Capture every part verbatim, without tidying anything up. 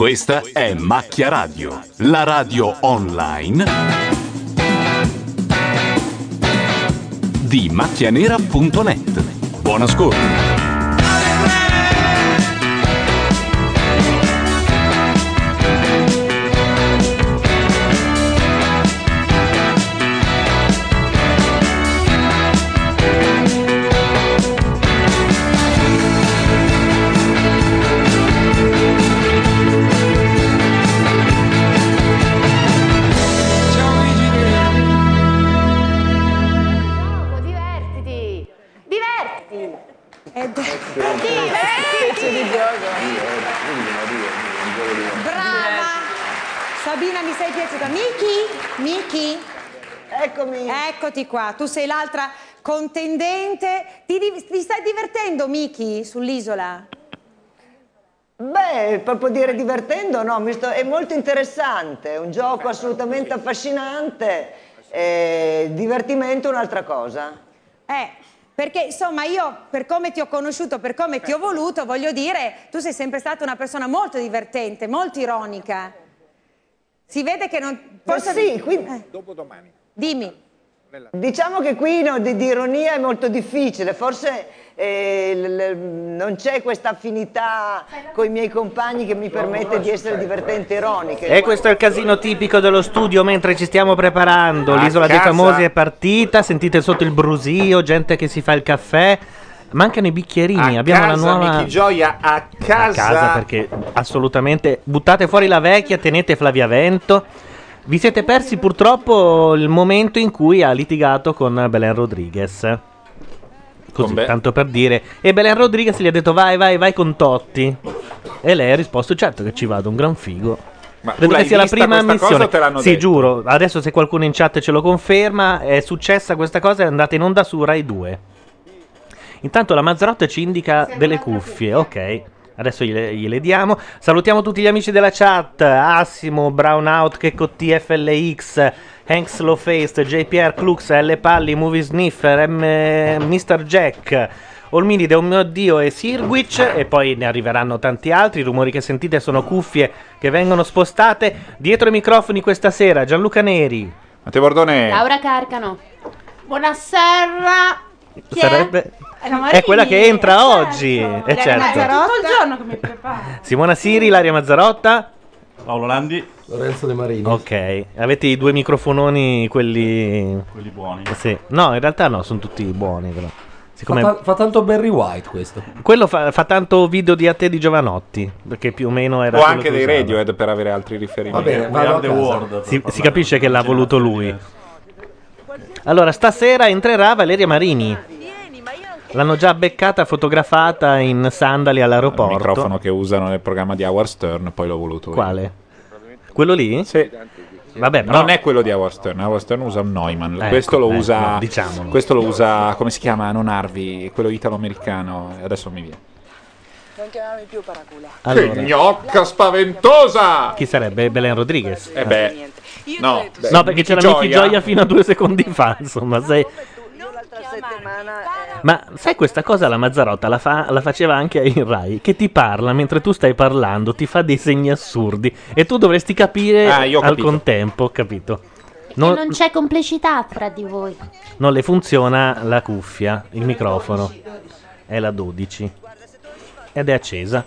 Questa è Macchia Radio, la radio online di macchianera punto net. Buon ascolto. Sabina, mi sei piaciuta. Miki? Miki? Eccomi. Eccoti qua, tu sei l'altra contendente. Ti, ti stai divertendo, Miki, sull'isola? Beh, proprio dire divertendo, no, mi sto, è molto interessante, è un gioco assolutamente affascinante, e divertimento è un'altra cosa. Eh, perché insomma io, per come ti ho conosciuto, per come ti ho voluto, voglio dire, tu sei sempre stata una persona molto divertente, molto ironica. Si vede che non... Forse sì, qui... eh. Dopodomani. Dimmi. Diciamo che qui no, di, di ironia è molto difficile, forse eh, l, l, non c'è questa affinità con i miei compagni che mi permette di essere divertente e ironica. E questo è il casino tipico dello studio mentre ci stiamo preparando. A L'isola dei casa. famosi è partita, sentite sotto il brusio, gente che si fa il caffè. Mancano i bicchierini, A abbiamo casa, la nuova... Miki Gioia, a casa. A casa perché assolutamente... Buttate fuori la vecchia, tenete Flavia Vento. Vi siete persi purtroppo il momento in cui ha litigato con Belen Rodriguez. Così, Con Be- tanto per dire. E Belen Rodriguez gli ha detto vai, vai, vai con Totti. E lei ha risposto certo che ci vado, un gran figo. Ma tu Credo l'hai che sia la vista prima questa cosa ammissione. o te l'hanno Sì, detto? giuro. Adesso se qualcuno in chat ce lo conferma, è successa questa cosa e è andata in onda su Rai due. Intanto la Mazzarotta ci indica delle cuffie, ok. Adesso gliele, gliele diamo. Salutiamo tutti gli amici della chat: Assimo, Brownout, Checco T F L X, Hank Slowfaced, J P R, Clux, L Palli, Movie Sniffer, M- mister Jack, Olminide, Oh mio Dio e Sirwich. E poi ne arriveranno tanti altri. I rumori che sentite sono cuffie che vengono spostate. Dietro i microfoni questa sera Gianluca Neri, Matteo Bordone, Laura Carcano. Buonasera. Chi sarebbe... è? La Marini. È quella che entra Eh, oggi, certo. è certo. Tutto il giorno che mi preparo. Simona Siri, Ilaria Mazzarotta, Paolo Landi, Lorenzo De Marini. ok, avete i due microfononi, quelli... quelli buoni. Sì. No, in realtà no, sono tutti buoni però. Siccome Fa, ta- fa tanto Barry White questo. quello fa, fa tanto video di a te di Giovanotti, perché più o meno era o quello anche che dei usava. Radiohead per avere altri Va riferimenti. bene, We vado are a the casa. world, per Si, si parlare capisce che l'ha di voluto gente lui. diversa. Allora, stasera entrerà Valeria Marini. L'hanno già beccata fotografata in sandali Il all'aeroporto. microfono che usano nel programma di Howard Stern, poi l'ho voluto io. Quale? Quello lì? Sì. Vabbè, però... Non è quello di Howard Stern, Howard Stern usa un Neumann. Ecco, questo lo ecco, usa diciamolo. Questo lo usa, come si chiama? Non Harvey, quello italo-americano, adesso mi viene. Non chiamarmi più paracula. Allora, Che gnocca spaventosa! chi sarebbe? Belen Rodriguez? Eh beh, no, beh, No, perché c'era Miki Gioia. Gioia fino a due secondi fa, insomma, sei... L'altra settimana eh, Ma sai questa cosa la Mazzarotta la, fa- la faceva anche in Rai, che ti parla mentre tu stai parlando, ti fa dei segni assurdi e tu dovresti capire Ah, io ho al capito. contempo, capito? Perché Non, non c'è complicità fra di voi. non le funziona la cuffia, il microfono, è la dodici ed è accesa.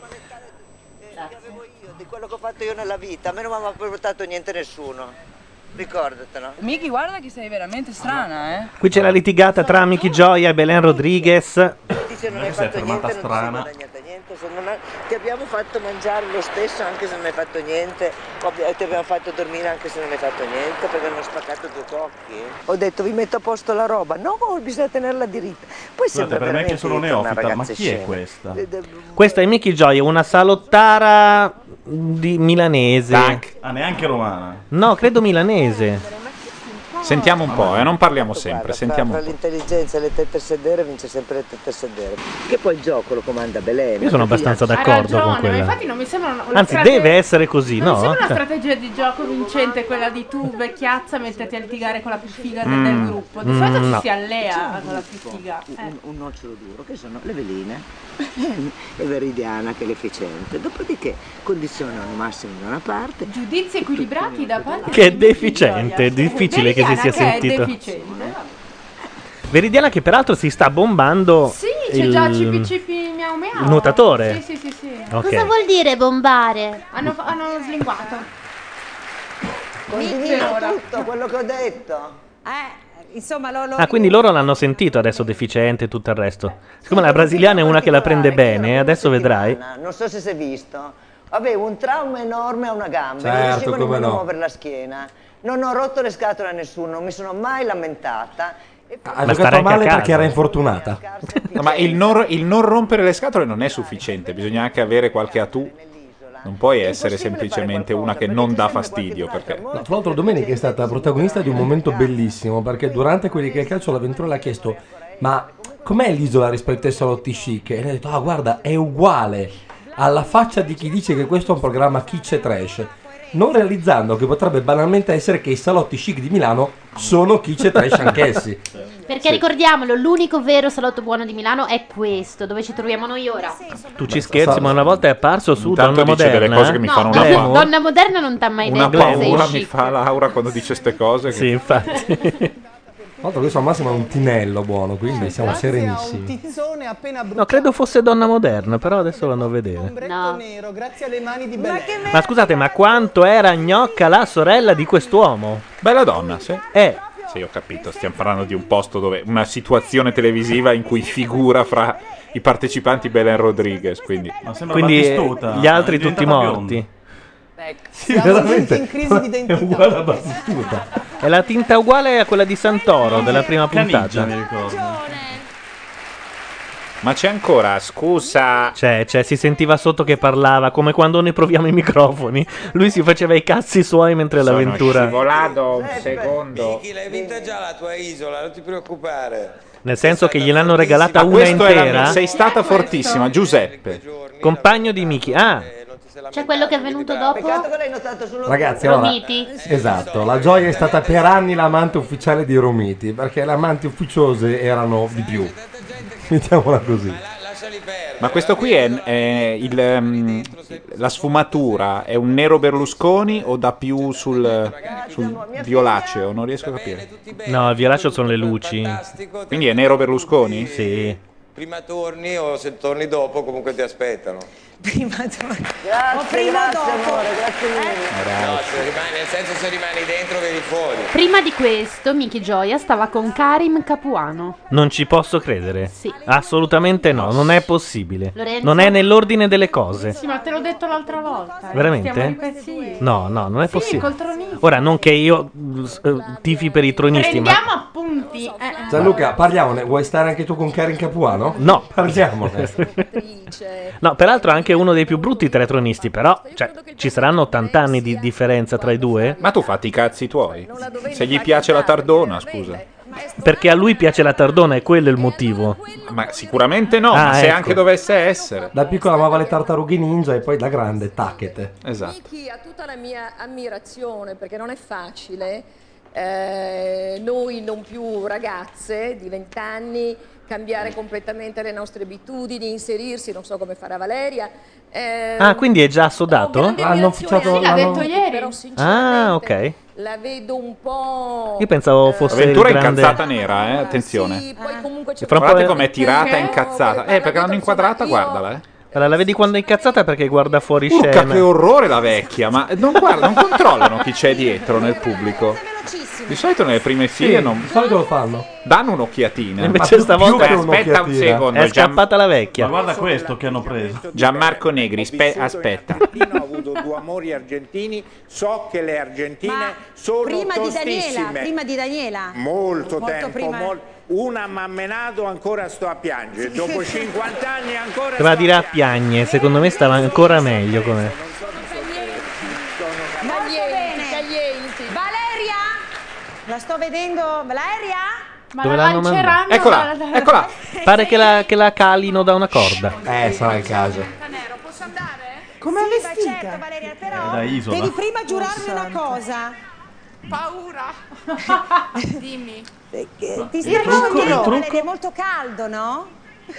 avevo io di quello che ho fatto io nella vita, a me non mi ha portato niente nessuno. Ricordatelo. Miki, guarda che sei veramente strana, eh. Qui c'è la litigata tra Miki Gioia e Belen Rodriguez. Dice non Non hai è che sei fatto fermata niente, non ti sei strana. guadagnato niente, se non hai- ti abbiamo fatto mangiare lo stesso anche se non hai fatto niente, o ti abbiamo fatto dormire anche se non hai fatto niente perché non ho spaccato due cocchi. Ho detto vi metto a posto la roba, no, bisogna tenerla diritta. Poi Scusate, sembra per me che veramente sono di tornare neofita, ma ragazze chi è sceme. questa? De- de- Questa è Miki Gioia, una salottara di milanese. Tac. Ah, neanche romana. No, credo milanese. Sentiamo un po', eh, non parliamo sempre, Guarda, sentiamo fra, un fra po'. l'intelligenza e le tette a sedere vince sempre le tette a sedere. Che poi il gioco lo comanda Belen. Io sono abbastanza Hai d'accordo con ragione, ma quella. infatti non mi sembra una, una Anzi, strate- deve essere così, non mi no? sembra una Cioè- strategia di gioco vincente quella di tu, vecchiazza, metterti a litigare con la più figa del, Mm. del gruppo. Di Mm, solito no. ci si allea con la più figa. Eh. Un, un nocciolo duro, che sono le veline e Veridiana che è l'efficiente. Dopodiché condizionano massimo da una parte. Giudizi equilibrati da parte Che è di deficiente, è difficile che si sia Veridiana che è sentito. deficiente. Veridiana che peraltro si sta bombando Sì, c'è il, già Cipi Cipi miau miau. il nuotatore. Sì, sì, sì, sì. Ok. Cosa vuol dire bombare? Hanno, hanno slinguato. Condivido tutto quello che ho detto. Eh, insomma, lo, lo- Ah, quindi loro l'hanno sentito adesso deficiente e tutto il resto. Siccome la brasiliana è una che la prende bene, adesso vedrai. Non so se si è visto. Avevo un trauma enorme a una gamba, Certo, non riuscivo come nemmeno a no. muovere la schiena. Non ho rotto le scatole a nessuno, non mi sono mai lamentata. E Ha Ma stare giocato anche a male casa. perché era infortunata. No, ma il non, il non rompere le scatole non è sufficiente, bisogna anche avere qualche atù. Non puoi essere semplicemente una che non dà fastidio, perché No, tra l'altro Domenica è stata protagonista di un momento bellissimo, perché durante quelli che calcio l'avventura le ha chiesto ma com'è l'isola rispetto ai salotti chic? E lei ha detto ah guarda è uguale, alla faccia di chi dice che questo è un programma kitsch e trash, non realizzando che potrebbe banalmente essere che i salotti chic di Milano sono kitsch e trash anch'essi. Perché ricordiamolo, l'unico vero salotto buono di Milano è questo, dove ci troviamo noi ora. Tu ci scherzi, ma una volta è apparso su Intanto Donna dice delle Moderna. cose che mi No, fanno una Glamour. paura. Donna moderna non t'ha mai Una detto che sei paura mi chic. fa Laura quando dice ste cose. Che... Sì, infatti. Tra l'altro questo al massimo è un tinello buono, quindi siamo serenissimi. Tizzone appena No, credo fosse Donna Moderna, però adesso vanno a vedere. ombretto nero, grazie alle mani di Belen. Ma scusate, ma quanto era gnocca la sorella di quest'uomo? Bella donna, sì. Eh, Sì, ho capito, stiamo parlando di un posto dove una situazione televisiva in cui figura fra i partecipanti Belen Rodriguez, quindi quindi eh, gli altri tutti morti. Sì, Siamo veramente tutti in crisi di è identità. uguale a Battistuta. È la tinta uguale a quella di Santoro della prima puntata. mi ricordo. Ma c'è ancora, scusa. C'è, c'è, si sentiva sotto che parlava, come quando noi proviamo i microfoni. Lui si faceva i cazzi suoi mentre Sono l'avventura. scivolato un secondo. Vicky, l'hai vinta già la tua isola, non ti preoccupare. Nel senso che gliel'hanno regalata Ma una questo è la- intera. sei stata fortissima, Giuseppe. Compagno di Miki. Ah, C'è quello che è venuto dopo? Peccato che l'hai notato solo Ragazzi, allora, Romiti? esatto, la Gioia è stata per anni l'amante ufficiale di Romiti, perché le amanti ufficiose erano di più. Mettiamola così. Ma questo qui è, è il, ehm, la sfumatura, è un nero Berlusconi o da più sul, sul violaceo? Non riesco a capire. no, il violaceo sono le luci. Quindi è nero Berlusconi? Sì. Prima torni o se torni dopo comunque ti aspettano. prima torno. Grazie, O prima grazie dopo. amore, grazie mille. No, se rimani, nel senso se rimani dentro vedi fuori. Prima di questo, Miki Gioia stava con Karim Capuano. Non ci posso credere. Sì. Assolutamente no, non è possibile. Lorenzo? Non è nell'ordine delle cose. Sì, ma te l'ho detto l'altra volta. Veramente? Stiamo ripet- sì. No, no, non è Sì, possibile. col tronista. Ora, non che io eh, tifi per i tronisti, ma Prendiamo appunti. Eh, eh. Gianluca, parliamone, vuoi stare anche tu con Karin Capuano? no. Parliamone. No, peraltro anche uno dei più brutti tra i tronisti, però cioè, ci saranno ottanta anni di differenza tra i due? Ma tu fatti i cazzi tuoi. Se gli piace la Tardona, scusa. Perché a lui piace la Tardona, è quello il motivo. Ma sicuramente no, Ah, ma se ecco. anche dovesse essere. Da piccola amava le tartarughe ninja e poi da grande tacchete. Esatto. Miki ha tutta la mia ammirazione perché non è facile, eh, noi non più ragazze di venti anni, cambiare completamente le nostre abitudini, inserirsi, non so come farà Valeria. eh, Ah, quindi è già assodato? ho grande Hanno ammirazione ufficiato- Sì, l'ha l'hanno- detto ieri. Però sinceramente Ah, ok. la vedo un po'... Io pensavo fosse Avventura il grande... incazzata nera, eh, attenzione. Sì, poi comunque c'è E fra un po' Guardate è- com'è tirata e Perché? incazzata. Eh, perché l'hanno inquadrata, guardala, eh. Allora, la vedi quando è incazzata perché guarda fuori Urca, scena. che orrore la vecchia, ma non, guarda, non controllano chi c'è dietro nel pubblico. Di solito nelle prime Sì, file non di solito lo fanno. danno un'occhiatina. Invece più- stavolta più che Aspetta un un'occhiatina. secondo, è Gian- scappata la vecchia. Ma guarda questo che hanno preso. Gianmarco Negri, spe- aspetta. Ho avuto due amori argentini, so che le argentine Ma sono prima di Daniela, tostissime. prima di Daniela. Molto, Molto tempo, prima. mol- una m'ha menato, ancora sto a piangere. Dopo cinquanta anni ancora Te va a sto dire a piangere. piagne, secondo me stava ancora meglio com'è. Taglienti, taglienti. Valeria? La La sto vedendo. Valeria? Ma Dove la l'hanno lanceranno? Eccola, ma- eccola. Pare che la, che la calino da una corda. Eh, sarà il caso. Come è sì, vestita? Ma certo, Valeria, però da Isola. devi prima giurarmi una cosa. Paura. Dimmi. Ti Il stai trucco, sciogliendo, il trucco? Valeria, è molto caldo, no?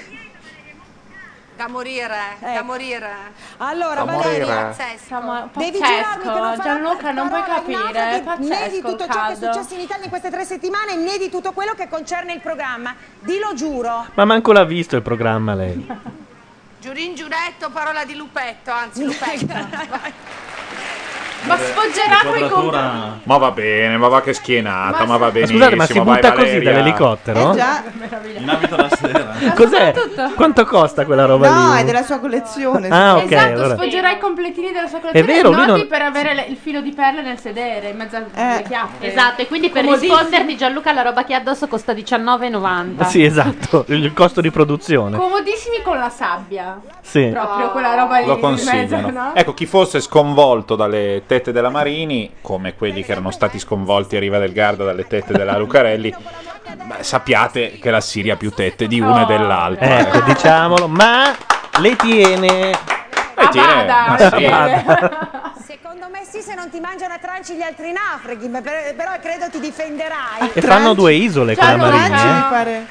Da morire, da morire. Allora, Da Valeria, morire. pazzesco. Ma Devi pazzesco, giurarmi che non farò Gianluca, non puoi parola in capire, naufraghi è pazzesco né di tutto il ciò che è caldo. successo in Italia in queste tre settimane né di tutto quello che concerne il programma. Dillo giuro. Ma manco l'ha visto il programma lei. Giurin giuretto, parola di lupetto, anzi lupetto. Ma sfoggerà quei Quadratura. Ma va bene, ma va che schienata, ma, va Ma benissimo. scusate, ma si vai, butta così Valeria. dall'elicottero? Eh già. In abito da sera. Cos'è? Quanto costa quella roba No, lì? è della sua collezione. Ah, ok, Esatto, allora. sfoggerà i completini della sua collezione È vero, lui noti non- per avere le- il filo di perle nel sedere, in mezzo alle chiappe. Esatto, e quindi per Comodissimo. risponderti Gianluca la roba che ha addosso costa diciannove e novanta. Sì, esatto, il costo di produzione. Comodissimi con la sabbia. Sì. Proprio quella roba lì Lo in consigliano. mezzo, no? Ecco, chi fosse sconvolto dalle tette della Marini, come quelli che erano stati sconvolti a Riva del Garda dalle tette della Lucarelli, beh, sappiate che la Siria ha più tette di una e dell'altra. Ecco, diciamolo, ma le tiene. Le tiene, ma sì. Secondo me sì, se non ti mangiano a tranci gli altri naufraghi, ma per- però credo ti difenderai. E fanno due isole con la Marini, mi eh? pare.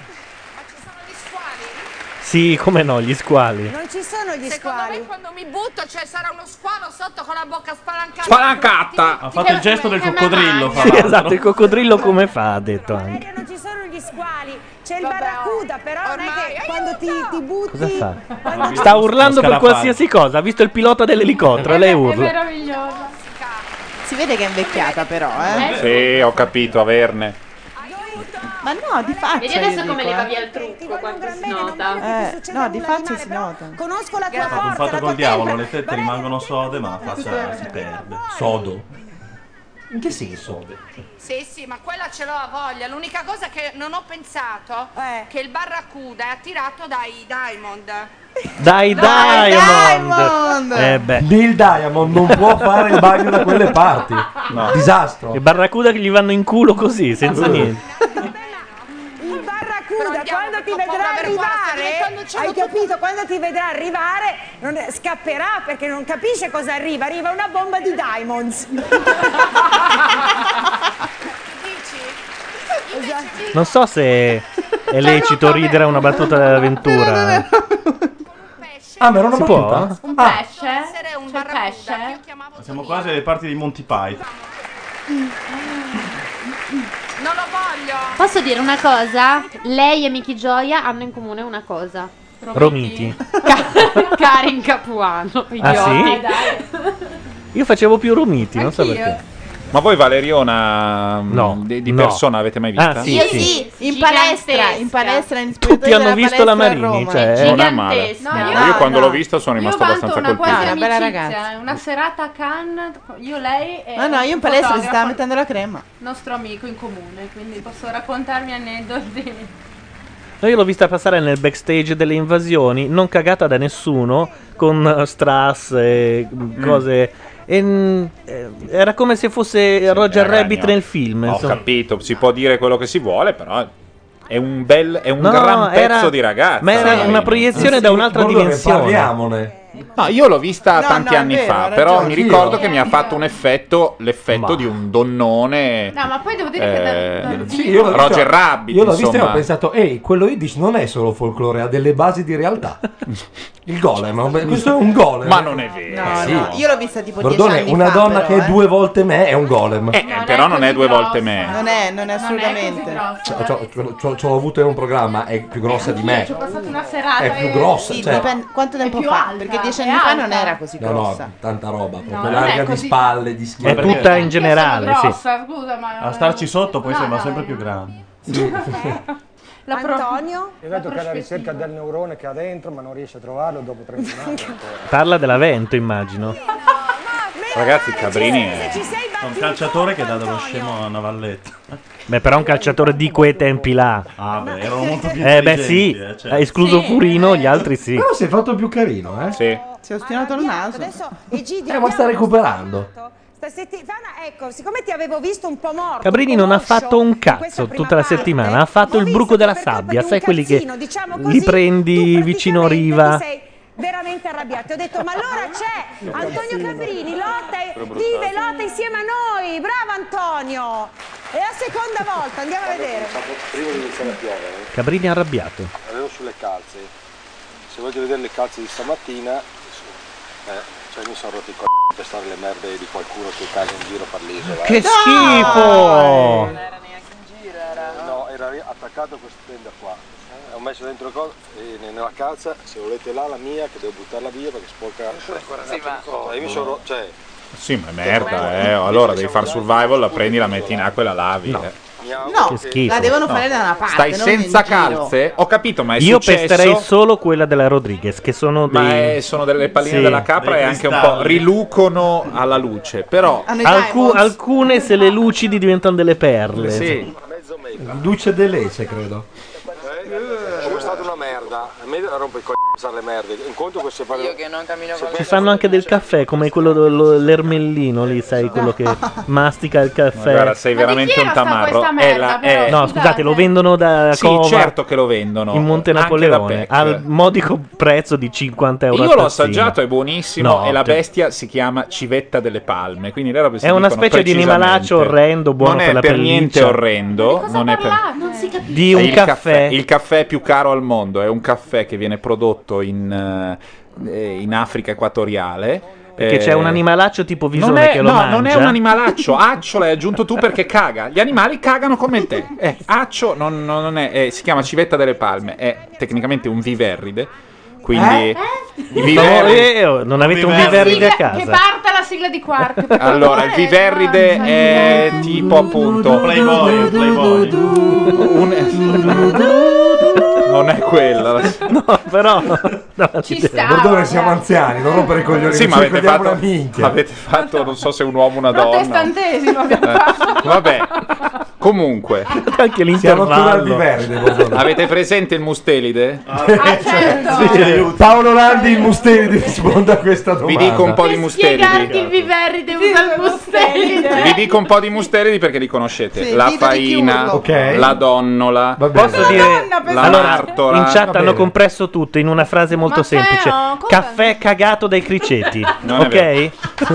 Sì, come no, gli squali. Non ci sono gli Secondo squali. me quando mi butto cioè sarà uno squalo sotto con la bocca spalancata. Spalancata! Ha fatto il gesto del coccodrillo, Sì, esatto, il coccodrillo come fa, ha detto anche. Non ci sono gli squali, c'è il barracuda, però non è che quando ti, ti butti. Cosa fa? Sta urlando per qualsiasi cosa, ha visto il pilota dell'elicottero e lei urla. Meravigliosa. Si vede che è invecchiata però, eh. Sì, ho capito, averne. Ma no, di faccia. Vedi adesso io come dico, le va eh. via il trucco, quanto si nota. Eh, no, di faccia si nota. Conosco la tua È stato un forza, fatto la tua col diavolo, tempra. le tette rimangono sode ma la faccia si perde. Sodo. In che senso? Sì, sì, ma quella ce l'ho a voglia. L'unica cosa che non ho pensato è che il barracuda è attirato dai Diamond. Dai Dai, Diamond! Diamond! Eh beh. Neil Diamond non può fare il bagno da quelle parti. No. Disastro. E barracuda che gli vanno in culo così, senza niente. Il barracuda quando ti vedrà arrivare, hai capito? Quando ti vedrà arrivare non è- scapperà perché non capisce cosa arriva. Arriva una bomba di Diamonds. Non so se è lecito ridere a una battuta dell'avventura. Ah, ma era una Si può? battuta? Un Ah. pesce? C'è il pesce? Siamo quasi alle parti di Monty Python. Non lo voglio. Posso dire una cosa? Lei e Miki Gioia hanno in comune una cosa. Romiti. Karin Capuano. Ah, sì? idioti. Io facevo più Romiti, non so Anch'io. perché. Ma voi Valeriona mh, No, di, di no. persona avete mai vista? Ah, sì, Io sì. sì, in palestra, in palestra in Tutti hanno visto la Marini, cioè, Non è male. No, io, io- quando no. l'ho vista sono rimasto Io vanto abbastanza una quasi colpito. No, una bella amicizia, ragazza. una serata a Cannes, io, lei e Ma no, io in un palestra si fotografo, stava mettendo la crema. nostro amico in comune, quindi posso raccontarmi aneddoti. No, io l'ho vista passare nel backstage delle invasioni, non cagata da nessuno, con eh, strass e mm, cose. E, mm, eh, era come se fosse Roger ragazzi, Rabbit no. nel film. Ho insomma. capito, si può dire quello che si vuole, però è un bel, è un No, gran pezzo era- di ragazza. ma era la Marini. una proiezione da un'altra Bordone, dimensione. Parliamone. No, io l'ho vista No, tanti no, è anni vero, fa, ha però ragione. mi ricordo che mi ha fatto un effetto, l'effetto Ma. di un donnone. No, ma poi devo dire che eh, da- da- Sì, io l'ho Roger visto- Rabbit, Io l'ho visto e insomma. ho pensato, ehi, quello Yiddish non è solo folklore, ha delle basi di realtà. Il golem, beh, questo è un golem. Ma non è vero. No, sì. no, io l'ho vista tipo dieci Bordone, anni una fa, donna però, che è eh. due volte me è un golem. Eh, Non però è non è così due volte grossa. me. Non è, non è non è assolutamente. così grossa. Cioè, c'ho- c'ho- c'ho- ce l'ho avuto in un programma, è più grossa di me. Ci ho passato una serata. È più e- grossa, Sì, cioè- dipende quanto tempo più fa, alta, perché dieci è anni fa non alta. era così No, no, grossa. tanta roba, proprio non è larga di così- spalle, di È schiena. tutta in Anch'io generale, sono sì. grossa, scusa, ma A starci sotto poi No, sembra no. sempre più grande. La pro- Antonio? Io vedo che è alla ricerca del neurone che ha dentro, ma non riesce a trovarlo dopo trentuno anni ancora. Parla dell'avento, immagino. Ragazzi, Cabrini è... Ci sei È un calciatore che dà dello scemo a Navalletto. Beh, però un calciatore di quei tempi là. Ah, beh, erano molto più Eh, beh, sì, intelligenti, eh, cioè. escluso Sì. Furino, gli altri sì. Però si è fatto più carino, eh? Sì. Si è ostinato il naso. Adesso Egidio Eh, ma sta abbiamo recuperando. stato- sta settimana, ecco, siccome ti avevo visto un po' morto. Cabrini non ha fatto un cazzo tutta la settimana, ha fatto il bruco della sabbia, sai quelli che diciamo li prendi vicino riva. Veramente arrabbiati. Ho detto, ma allora c'è Antonio Cabrini, lotta, e- vive, lotta insieme a noi. Bravo Antonio. È la seconda volta, andiamo a vedere. Prima di iniziare a piovere, Cabrini è arrabbiato. avevo sulle calze. Se volete vedere le calze di stamattina, eh, cioè mi sono rotti i c***o per pestare le merde di qualcuno che caga in giro per l'isola. Che eh. schifo! No, era ri- attaccato a questa tenda qua. Eh, Ho messo dentro cosa e ne- nella calza, se volete là la mia che devo buttarla via perché sporca. Sì, ma... Cioè, io mi sono ro- cioè, Sì, ma è merda, eh. Allora devi fare survival, la prendi, la metti in acqua e la lavi. eh. No, Che schifo. la devono No. fare da una parte. Stai non senza in giro. calze? Ho capito, ma è Io successo... pesterei solo quella della Rodriguez, che sono Ma dei... è- sono delle palline Sì. della capra Dei e anche un po' cristalli. rilucono alla luce, però... Alcu- alcune se le lucidi diventano delle perle. Sì. Duce de Lece, credo. come è stata una merda. A me rompe il c***o pensare le merde. In conto questo fare... Io che non cammino con Ci fanno anche del caffè, come quello lo- l'ermellino lì, sai, quello che mastica il caffè. Guarda, sei veramente un tamarro. È la- è- No, scusate, lo vendono da Sì, Cova certo che lo vendono. in Monte Anche Napoleone da al modico prezzo di cinquanta euro. Io a l'ho tazzina. assaggiato, è buonissimo No, e la te- bestia si chiama civetta delle palme, quindi le robe si È una dicono specie di precisamente. animalaccio orrendo, buono non per è la per pelliccia. niente orrendo, non è per... Non si capisce. Di È un il caffè. Il caffè più caro al mondo, è un caffè che viene prodotto in, eh, in Africa equatoriale. Perché Eh, c'è un animalaccio tipo non visone è, che lo no, mangia. non è un animalaccio, Accio l'hai aggiunto tu perché caga. Gli animali cagano come te. Eh, Accio non, non- non è, eh, si chiama civetta delle palme, è tecnicamente un viverride. Quindi Eh? i viverridi- Eh, oh, non avete un viverride a Che casa? parta la sigla di Quark. per Allora, il favore. viverride è tipo appunto Playboy, Playboy. non è quella. No, però Ci sta. Bordone, siamo anziani, non rompere i coglioni. Sì, che ma ci avete crediamo fatto, una minchia. avete fatto, non so se un uomo o una donna. Protestantesimo abbiamo Eh, fatto. vabbè, comunque, anche Siamo ancora al l'intervallo. viveride, Bordone. avete presente il mustelide? Ah, certo. Sì, Paolo Landi, il Mustelidi, risponde a questa domanda. Vi dico un po' di Spiegarti mustelidi. il viverride usa il mustelide. Vi dico un po' di mustelidi perché li conoscete. Sì, la dito di faina, chiurlo. Ok. la donnola, Va bene. Posso dire, la allora, martola. in chat Va hanno bene. compresso tutto in una frase molto Matteo, semplice: come? caffè cagato dai criceti. Non è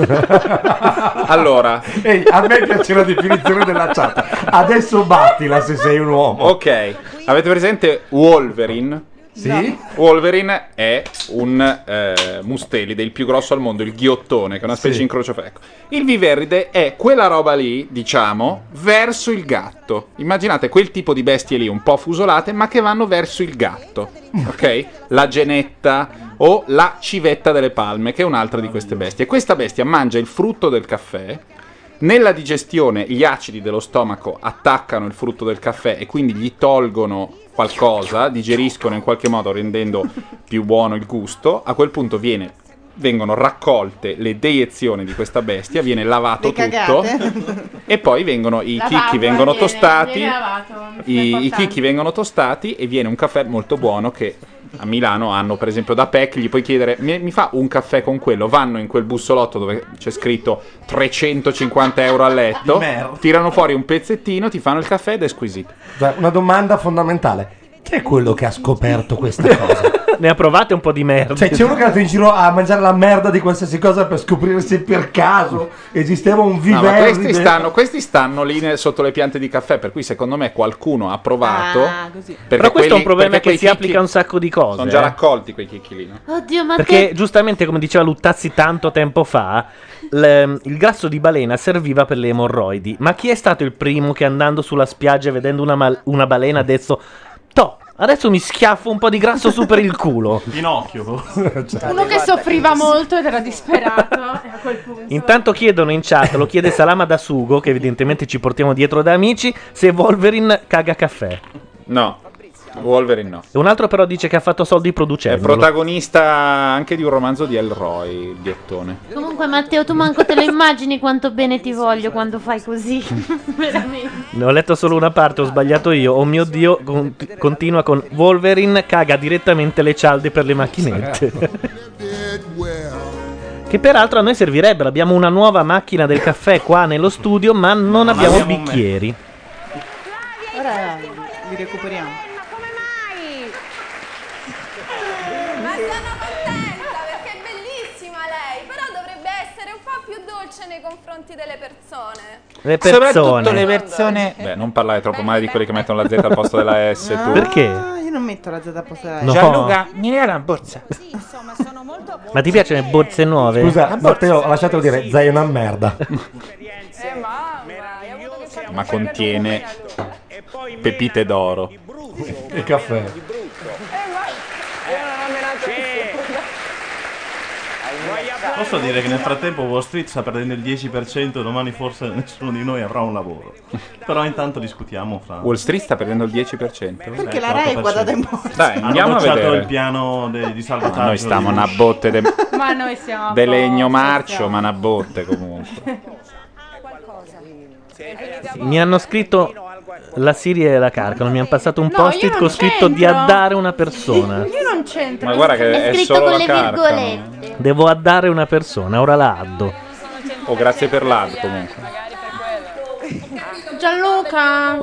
Ok? Allora, Ehi, a me piace la definizione della chat. Adesso battila se sei un uomo. ok. Avete presente Wolverine? Sì? Wolverine è un eh, mustelide, il più grosso al mondo, il ghiottone, che è una specie Sì. di incrocio fra- ecco. Il viverride è quella roba lì, diciamo, verso il gatto. Immaginate quel tipo di bestie lì, un po' fusolate, ma che vanno verso il gatto. Ok? La genetta o la civetta delle palme, che è un'altra di queste bestie. Questa bestia mangia il frutto del caffè. Nella digestione gli acidi dello stomaco attaccano il frutto del caffè e quindi gli tolgono qualcosa, digeriscono in qualche modo rendendo più buono il gusto. A quel punto viene, vengono raccolte le deiezioni di questa bestia, viene lavato Le tutto cagate. e poi vengono i Lavato, chicchi vengono viene- tostati, viene lavato, i, i importante. chicchi vengono tostati e viene un caffè molto buono che a Milano hanno per esempio da P E C, gli puoi chiedere mi, mi fa un caffè con quello, vanno in quel bussolotto dove c'è scritto trecentocinquanta euro a letto, merda. tirano fuori un pezzettino, ti fanno il caffè ed è squisito. Cioè, una domanda fondamentale. Chi è quello che ha scoperto questa cosa? Ne ha provate un po' di merda. Cioè, c'è uno che è andato in giro a mangiare la merda di qualsiasi cosa per scoprire se per caso esisteva un No, ma viveride. questi stanno, questi stanno lì nel- sotto le piante di caffè, per cui secondo me qualcuno ha provato. Ah, così. perché Però questo è un quelli- problema perché che si quei applica a chicchi un sacco di cose. sono già eh. raccolti quei chicchi lì, no? Oddio, ma Perché te... giustamente, come diceva Luttazzi tanto tempo fa, l- il grasso di balena serviva per le emorroidi. Ma chi è stato il primo che andando sulla spiaggia e vedendo una, mal- una balena ha detto "Toh, adesso mi schiaffo un po' di grasso su per il culo"? Pinocchio. Uno che soffriva molto ed era disperato. E a quel punto. Intanto chiedono in chat, lo chiede Salama da Sugo, che evidentemente ci portiamo dietro da amici, se Wolverine caga caffè. No, Wolverine no. E un altro però dice che ha fatto soldi È producendo. protagonista anche di un romanzo di Elroy, il ghiottone. Comunque, Matteo, tu manco te lo immagini quanto bene ti voglio quando fai così. Veramente. Ne ho letto solo una parte, ho sbagliato io. Oh mio Dio, con- continua con Wolverine caga direttamente le cialde per le macchinette. Che peraltro a noi servirebbero. Abbiamo una nuova macchina del caffè qua nello studio, ma non abbiamo abbiamo un bicchieri. Ora li recuperiamo. Ma sono contenta perché è bellissima lei, però dovrebbe essere un po' più dolce nei confronti delle persone. Le persone. Soprattutto le persone. Beh, non parlare troppo male di quelli che mettono la Z al posto della S. Tu. Perché? Io non metto la Z a posto della No. Gianluca, mi regala una borsa. Ma ti piacciono le borse nuove? Scusa, Matteo, lasciatelo dire, Zai è una merda. Ma contiene pepite d'oro. E caffè. Posso dire che nel frattempo Wall Street sta perdendo il dieci per cento, domani forse nessuno di noi avrà un lavoro. Però intanto discutiamo fra... Wall Street sta perdendo il dieci per cento? Perché la Rai è guardata in borsa. Dai, Hanno andiamo a bocciato vedere. il piano de- di salvataggio. Noi stiamo di- una botte de, Ma noi siamo a de legno posto, marcio, siamo. ma una botte comunque. Mi hanno scritto la Siri e la Carcano. Mi hanno passato un No, io post-it non con scritto di c'entro. addare una persona. Io non c'entro. Ma guarda che è scritto solo con la le Carcano. virgolette. Devo addare una persona, ora la addo. Oh, grazie per l'ad comunque. Gianluca.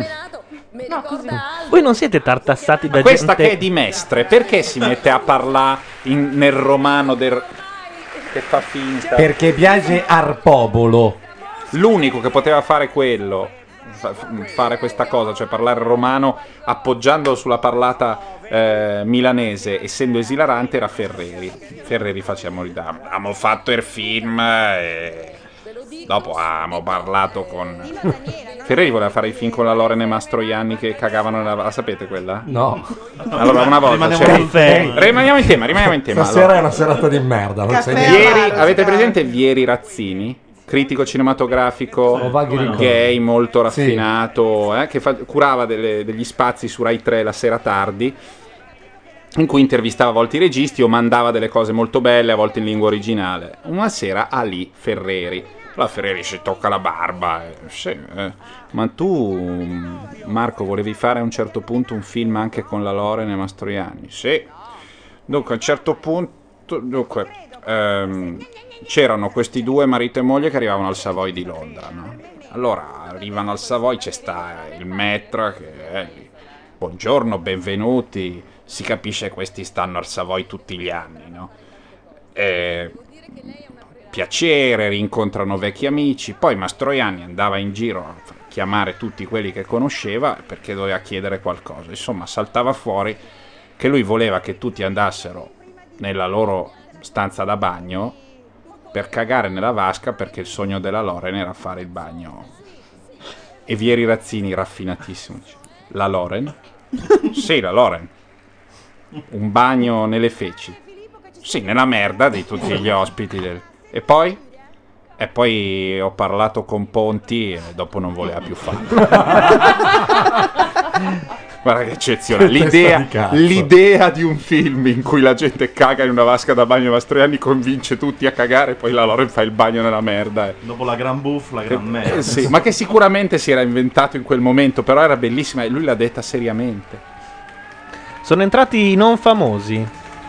No, così. Voi non siete tartassati da Questa gente... che è di Mestre, perché si mette a parlare in- nel romano del... che fa finta? Perché piace al popolo. L'unico che poteva fare quello, fa- fare questa cosa, cioè parlare romano appoggiandolo sulla parlata eh, milanese, essendo esilarante, era Ferreri. Ferreri facciamo ridere. Abbiamo fatto il film e dopo abbiamo parlato con... Ferreri voleva fare il film con la Loren e Mastroianni che cagavano nella... La sapete quella? No. Allora una volta Rimaniamo c'era... in tema. Rimaniamo in tema, rimaniamo in tema. Stasera Allora. è una serata di merda. Non sai niente. Vieri, avete presente Vieri Razzini? Critico cinematografico, vaghi ricordi. gay, molto raffinato, eh, che fa- curava delle- degli spazi su Rai tre la sera tardi, in cui intervistava a volte i registi o mandava delle cose molto belle, a volte in lingua originale. Una sera Ali Ferreri. La Ferreri si tocca la barba. eh, sì, eh. Ma tu, Marco, volevi fare a un certo punto un film anche con la Loren e Mastroianni? Sì. Dunque, a un certo punto... Dunque, ehm, c'erano questi due marito e moglie che arrivavano al Savoy di Londra, no? Allora arrivano al Savoy, c'è sta il maître che è lì. Buongiorno, benvenuti. Si capisce che questi stanno al Savoy tutti gli anni, no? E... piacere, rincontrano vecchi amici. Poi Mastroianni andava in giro a chiamare tutti quelli che conosceva perché doveva chiedere qualcosa. Insomma, saltava fuori che lui voleva che tutti andassero nella loro stanza da bagno per cagare nella vasca, perché il sogno della Loren era fare il bagno. E Vieri Razzini, raffinatissimo, dice: la Loren? Sì, la Loren. Un bagno nelle feci? Sì, nella merda di tutti gli ospiti del... E poi? E poi ho parlato con Ponti e dopo non voleva più farlo. Guarda che eccezionale. Che testa L'idea, di cazzo. l'idea di un film in cui la gente caga in una vasca da bagno Mastroianni convince tutti a cagare, poi la Loren fa il bagno nella merda. eh. Dopo la gran buff, la gran merda. Eh, sì, ma che sicuramente si era inventato in quel momento, però era bellissima e lui l'ha detta seriamente. Sono entrati i non famosi.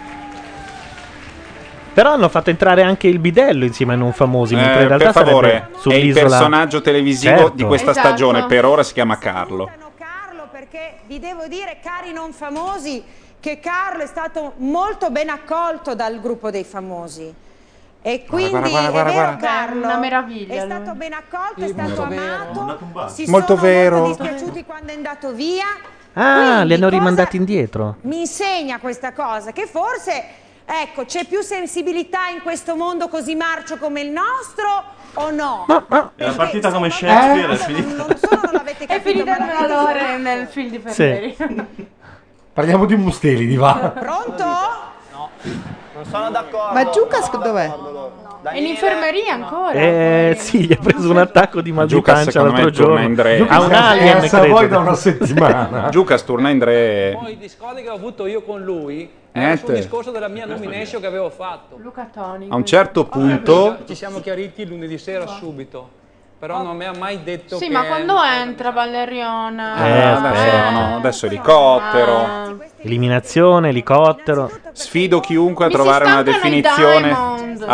Però hanno fatto entrare anche il bidello insieme ai non famosi, mentre Eh, in realtà per favore, sarebbe è il sull'isola... personaggio televisivo Certo. di questa Esatto. stagione, per ora si chiama Carlo. Perché vi devo dire, cari non famosi, che Carlo è stato molto ben accolto dal gruppo dei famosi. E quindi guarda, guarda, guarda, è vero, guarda. Carlo, Una meraviglia, è lui. stato ben accolto, è Sì, stato molto amato, si Molto sono vero. molto dispiaciuti quando è andato via. Ah, Quindi li hanno cosa rimandati indietro. mi insegna questa cosa? Che forse, ecco, c'è più sensibilità in questo mondo così marcio come il nostro o no? È una partita come Shakespeare, è finita. È finita come la Lore nel film di Ferreri. Parliamo di Musteli, di va. Pronto? Non sono d'accordo. Ma Giucas dov'è? È in infermeria ancora. Eh sì, gli ha preso un attacco di mal di Giucas, pancia secondo me, l'altro torna giorno. in Dre. Ha un Giucas è alien, a Savoy credo. da una settimana. Giucas torna in Dre. Poi i discorsi che ho avuto io con lui era Niente. sul discorso della mia nomination che avevo fatto. Luca Toni. A un certo punto... Ci siamo chiariti lunedì sera subito. Però non mi ha mai detto Sì, che... ma quando entra Valeriona? Eh, adesso, aspetta. no, adesso elicottero. Ah. Eliminazione, elicottero. Sfido chiunque a Mi si trovare una stancano i definizione Diamond. a,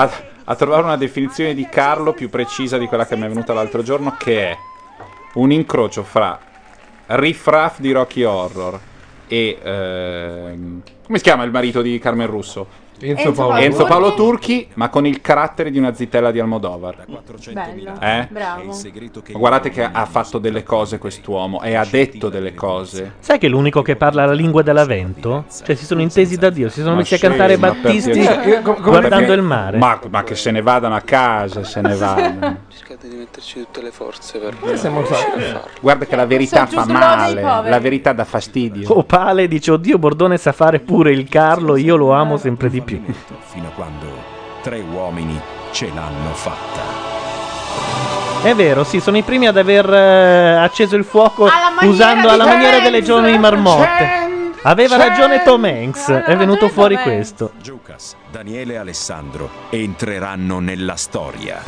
a trovare una definizione di Carlo più precisa di quella che mi è venuta l'altro giorno, che è un incrocio fra Riff Raff di Rocky Horror e ehm, come si chiama il marito di Carmen Russo? Enzo Paolo, Enzo Paolo Turchi, ma con il carattere di una zitella di Almodovar. Bello, Eh? bravo. Ma guardate che ha fatto delle cose quest'uomo e ha detto delle cose. Sai che è l'unico che parla la lingua dell'Avento? Cioè si sono intesi da Dio, si sono Ma messi a sì, cantare ma Battisti perché- Io- come- come guardando perché- il mare. Ma, ma che se ne vadano a casa, se ne vadano. Cercate di metterci tutte le forze per Noi siamo riuscire stati- a farlo. Guarda che la verità Sono fa giusto loro dei male, poveri. la verità dà fastidio. Opale dice, oddio Bordone sa fare pure il Carlo, io lo amo sempre di più. Fino a quando tre uomini ce l'hanno fatta. È vero, sì, sono i primi ad aver eh, acceso il fuoco Alla maniera usando di alla maniera Friends. delle giovani marmotte. Aveva ragione Tom Hanks, è venuto fuori questo. Giucas, Daniele e Alessandro entreranno nella storia.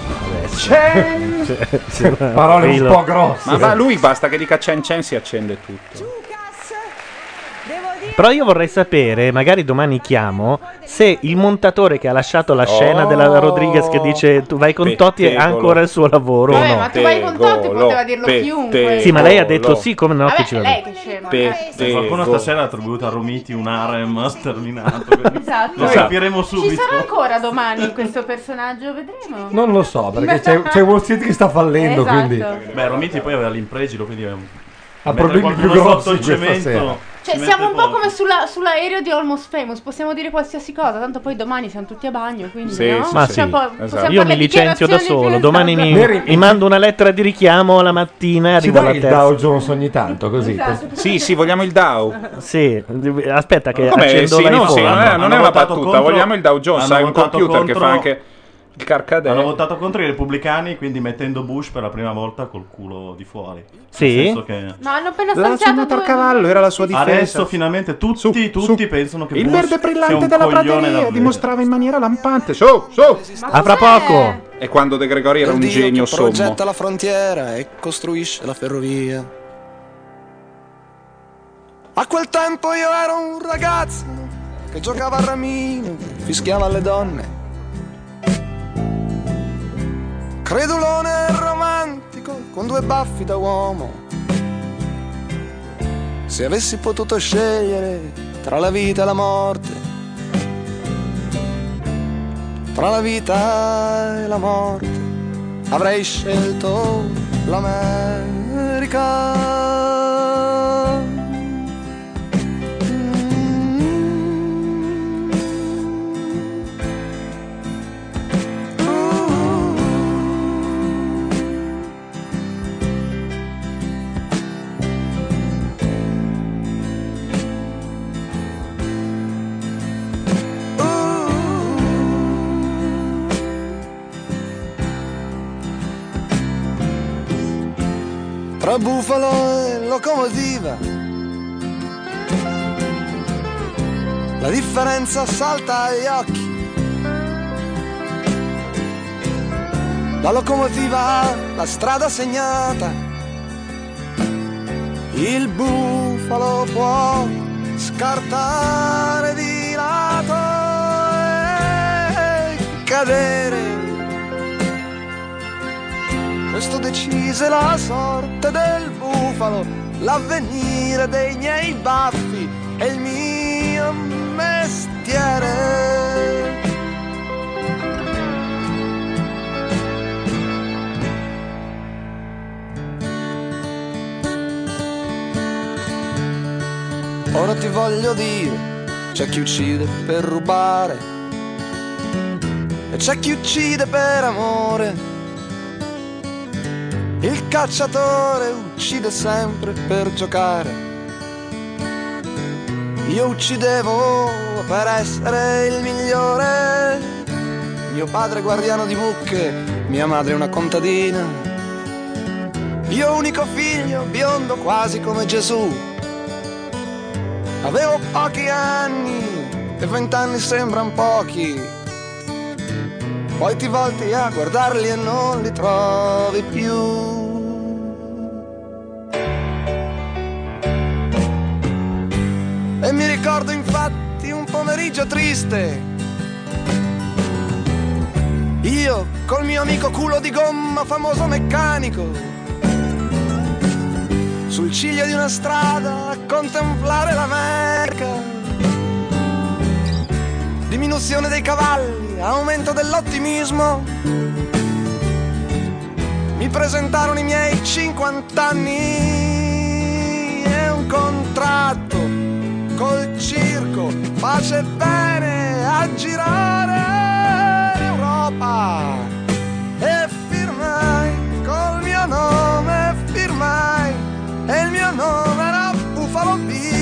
Parole un po' grosse. Ma, ma lui basta che dica Cen Cen si accende tutto. Però io vorrei sapere, magari domani chiamo, se il montatore che ha lasciato la scena Oh. della Rodriguez che dice tu vai con Totti ha Pettegolo. ancora il suo lavoro o Vabbè, no? ma tu vai con Totti, poteva dirlo chiunque. Sì, ma lei ha detto sì, come no Vabbè, che ci va lei bene. che scema. Se qualcuno stasera ha attribuito a Romiti un harem sterminato. quindi Esatto. Lo capiremo Ci subito. sarà ancora domani questo personaggio, vedremo. Non lo so, perché c'è, c'è Wall Street che sta fallendo, Esatto. quindi... Beh, Romiti poi aveva l'impregilo, quindi Ha mettere problemi più qualcuno grossi sotto il questa cemento. sera. Cioè, ci siamo mette un po' poco. come sulla- sull'aereo di Almost Famous, possiamo dire qualsiasi cosa, tanto poi domani siamo tutti a bagno, quindi Sì, no? sì, Ma sì. Cioè, poi Esatto. possiamo Io fare mi le licenzio da dichiarazioni solo, più domani mi, esatto. mi mando una lettera di richiamo la mattina e Ci arrivo alla dai il terza. Dow Jones ogni tanto, così. Esatto. Sì, sì, vogliamo il Dow. Sì, aspetta che Come? accendo Sì, no, l'iPhone. sì, non è, non Hanno è una votato battuta, contro- vogliamo il Dow Jones, hanno sai, un votato computer che contro- fa anche il carcadè. Hanno votato contro i repubblicani, quindi mettendo Bush per la prima volta col culo di fuori. Sì? Nel senso che Ma hanno appena L'ha stanziato suonato al due- cavallo, era la sua difesa. adesso finalmente tutti, tutti pensano che Il Bush verde sia brillante un della coglione prateria davvero. dimostrava in maniera lampante. Su, su! A fra poco! E quando De Gregori era un Dio genio che sommo. progetta la frontiera e costruisce la ferrovia. A quel tempo io ero un ragazzo che giocava a ramino, fischiava alle donne. Credulone e romantico, con due baffi da uomo. Se avessi potuto scegliere tra la vita e la morte, tra la vita e la morte, avrei scelto l'America. Tra bufalo e locomotiva, la differenza salta agli occhi. La locomotiva ha la strada segnata, il bufalo può scartare di lato e cadere. Questo decise la sorte del bufalo, l'avvenire dei miei baffi e il mio mestiere. Ora ti voglio dire, c'è chi uccide per rubare e c'è chi uccide per amore. Il cacciatore uccide sempre per giocare. Io uccidevo per essere il migliore. Mio padre guardiano di mucche, mia madre una contadina. Io unico figlio, biondo quasi come Gesù. Avevo pochi anni e vent'anni sembran pochi. Poi ti volti a guardarli e non li trovi più. E mi ricordo infatti un pomeriggio triste, Io col mio amico culo di gomma, famoso meccanico, sul ciglio di una strada a contemplare l'America. Diminuzione dei cavalli, aumento dell'ottimismo. Mi presentarono i miei cinquanta anni e un contratto col circo, pace e bene a girare l'Europa. E firmai col mio nome, firmai, e il mio nome era Buffalo Bill.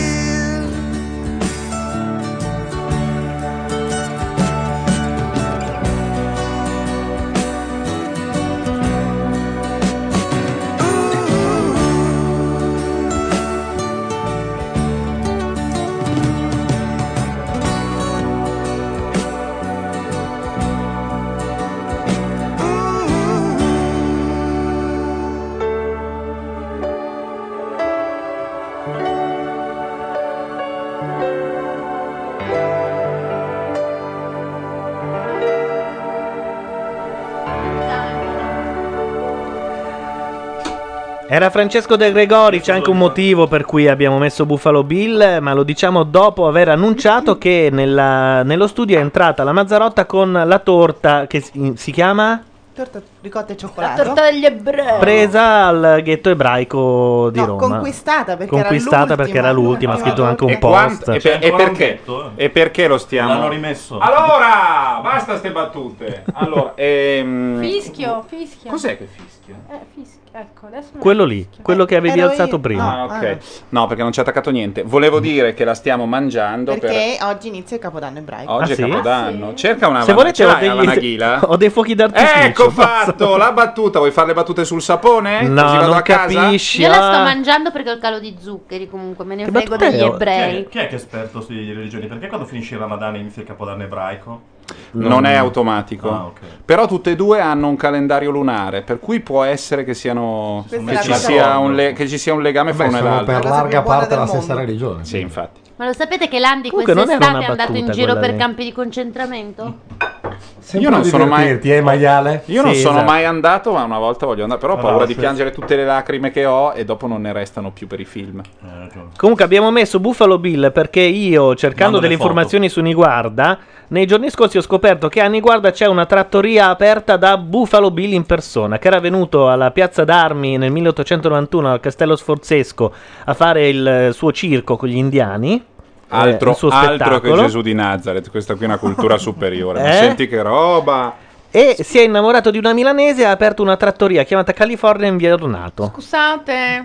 Era Francesco De Gregori, c'è anche un motivo per cui abbiamo messo Buffalo Bill, ma lo diciamo dopo aver annunciato che nella- nello studio è entrata la Mazzarotta con la torta che si, si chiama? Torta ricotta e La cioccolato. torta degli ebrei. Presa al ghetto ebraico di No, Roma. conquistata perché Conquistata era perché era l'ultima, ha scritto anche un E quant- post. e, per- e perché? E perché lo stiamo? L'hanno rimesso. Allora, basta ste battute. Allora, ehm, Fischio, fischio. Cos'è che fischia? Eh, fischio, ecco, adesso me Quello lì, quello che avevi ero alzato io. prima. Ah, ok. No, perché non c'è attaccato niente. Volevo dire che la stiamo mangiando Perché oggi inizia il Capodanno ebraico. per... Oggi Ah, è sì? Capodanno. Cerca una Se vana- volete ce ho l'hai degli- la vanaghila? ho dei fuochi d'artificio. Ecco basta. fatto, la battuta. Vuoi fare le battute sul sapone? No, Così vado non a casa? capisci. Io la sto ah. mangiando perché ho il calo di zuccheri, comunque me ne Che frego battute degli ho? Chi ebrei. è, chi è che è esperto sulle religioni? Perché quando finisce il Ramadano inizia il Capodanno ebraico? Non è automatico. Ah, ok. Però tutte e due hanno un calendario lunare, per cui può essere che siano Questa che è la ci, cosa sia buona. un le- che ci sia un legame fra Beh, uno e sono l'altro. per La cosa larga più buona parte la del stessa mondo. religione. Sì, infatti. Ma lo sapete che Landi Comunque non era quest'estate una è andato in battuta giro quella per lì. campi di concentramento? Sempre Io non sono mai- divertirti, eh, maiale? Io non Sì, sono esatto. mai andato, ma una volta voglio andare. Però ho Ah, paura no, di sì. piangere tutte le lacrime che ho e dopo non ne restano più per i film. Eh, hai ragione. Comunque abbiamo messo Buffalo Bill perché io, cercando Mando delle le foto. informazioni su Niguarda, nei giorni scorsi ho scoperto che a Niguarda c'è una trattoria aperta da Buffalo Bill in persona, che era venuto alla Piazza d'Armi nel milleottocentonovantuno al Castello Sforzesco a fare il suo circo con gli indiani. eh, Altro, il suo altro che spettacolo. Gesù di Nazareth, questa qui è una cultura superiore. Ma Eh? senti che roba! E si è innamorato di una milanese e ha aperto una trattoria chiamata California in via Ornato. Scusate.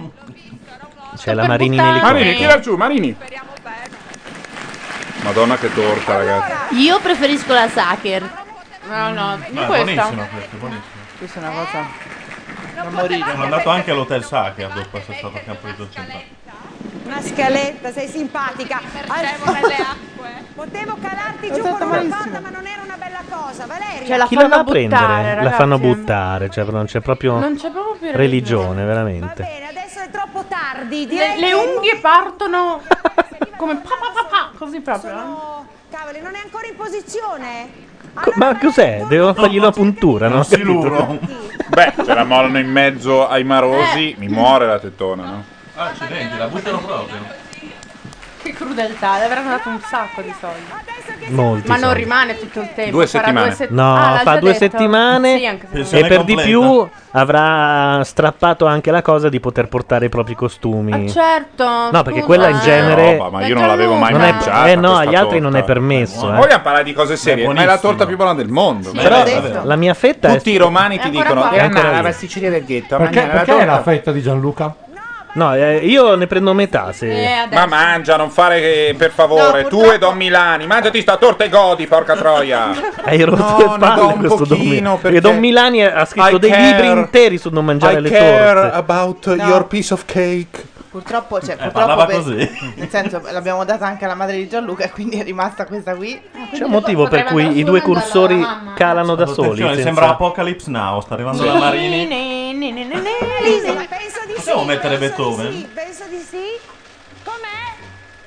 C'è la Marini in buttare. Marini, elicottero. tira giù, Marini! Madonna che torta, ragazzi. Io preferisco la Sacher. No, no, No, è buonissimo questo, è buonissimo. questa è una cosa da morire. Sono andato anche all'Hotel Sacher dopo essere stato a Campo di Dolcetto. Una scaletta, sei simpatica. Facciamo nelle acque. Potevo calarti È giù stata con una malissimo. corda, ma non era una bella cosa, Valeria. Cioè, la Chi la fanno va a buttare, prendere? La ragazzi. fanno buttare, cioè non c'è proprio Non c'è proprio più religione, Va veramente. bene, adesso è troppo tardi. Direi Le, le che unghie partono come pa pa pa pa, così proprio. sono... Cavoli, non è ancora in posizione? Co- ma cos'è? Devo fargli una puntura, no? Non si luro. Beh, se la mollano in mezzo ai marosi, mi muore la tettona, no? Ah, accidenti, la buttano proprio. Che crudeltà, le avranno dato un sacco di soldi. Molti Ma non soldi. rimane tutto il tempo. Due farà settimane. Due set- No, Ah, l'ha fa già due detto? settimane Sì, anche se Pensione e per di completa. più avrà strappato anche la cosa di poter portare i propri costumi. Ah, certo. No, perché scusa. quella in genere Roba, ma io non l'avevo mai non è, mangiata. eh no, questa agli altri non è torta. permesso. eh. Vogliamo parlare di cose serie, È ma è la buonissima. torta più buona del mondo. Sì, Però l'ho detto. la mia fetta Tutti è i romani È ti ancora dicono: qua. "Eh, È ancora no, la lì. pasticceria del ghetto. Perché, mangiare la perché è la torta". fetta di Gianluca? No, eh, io ne prendo metà se Eh, adesso. Ma mangia, non fare che, per favore, No, tu purtroppo- e Don Milani, mangiati sta torta e godi, porca troia. hai rotto No, le ne do palle un questo Don pochino, Milani. perché Don Milani ha scritto I dei care- libri interi su non mangiare I le care torte. about No. your piece of cake. Purtroppo, cioè, Eh, purtroppo parlava per- così. nel senso l'abbiamo data anche alla madre di Gianluca e quindi è rimasta questa qui. C'è un motivo per Potrei cui i mandare due solo cursori alla mamma. calano da soli. Attenzione, senza- sembra Apocalypse Now, sta arrivando la Marini. Ne, ne, ne, ne, ne. Lisa, penso di sì. Possiamo mettere penso Beethoven? Di sì, penso di sì. Com'è?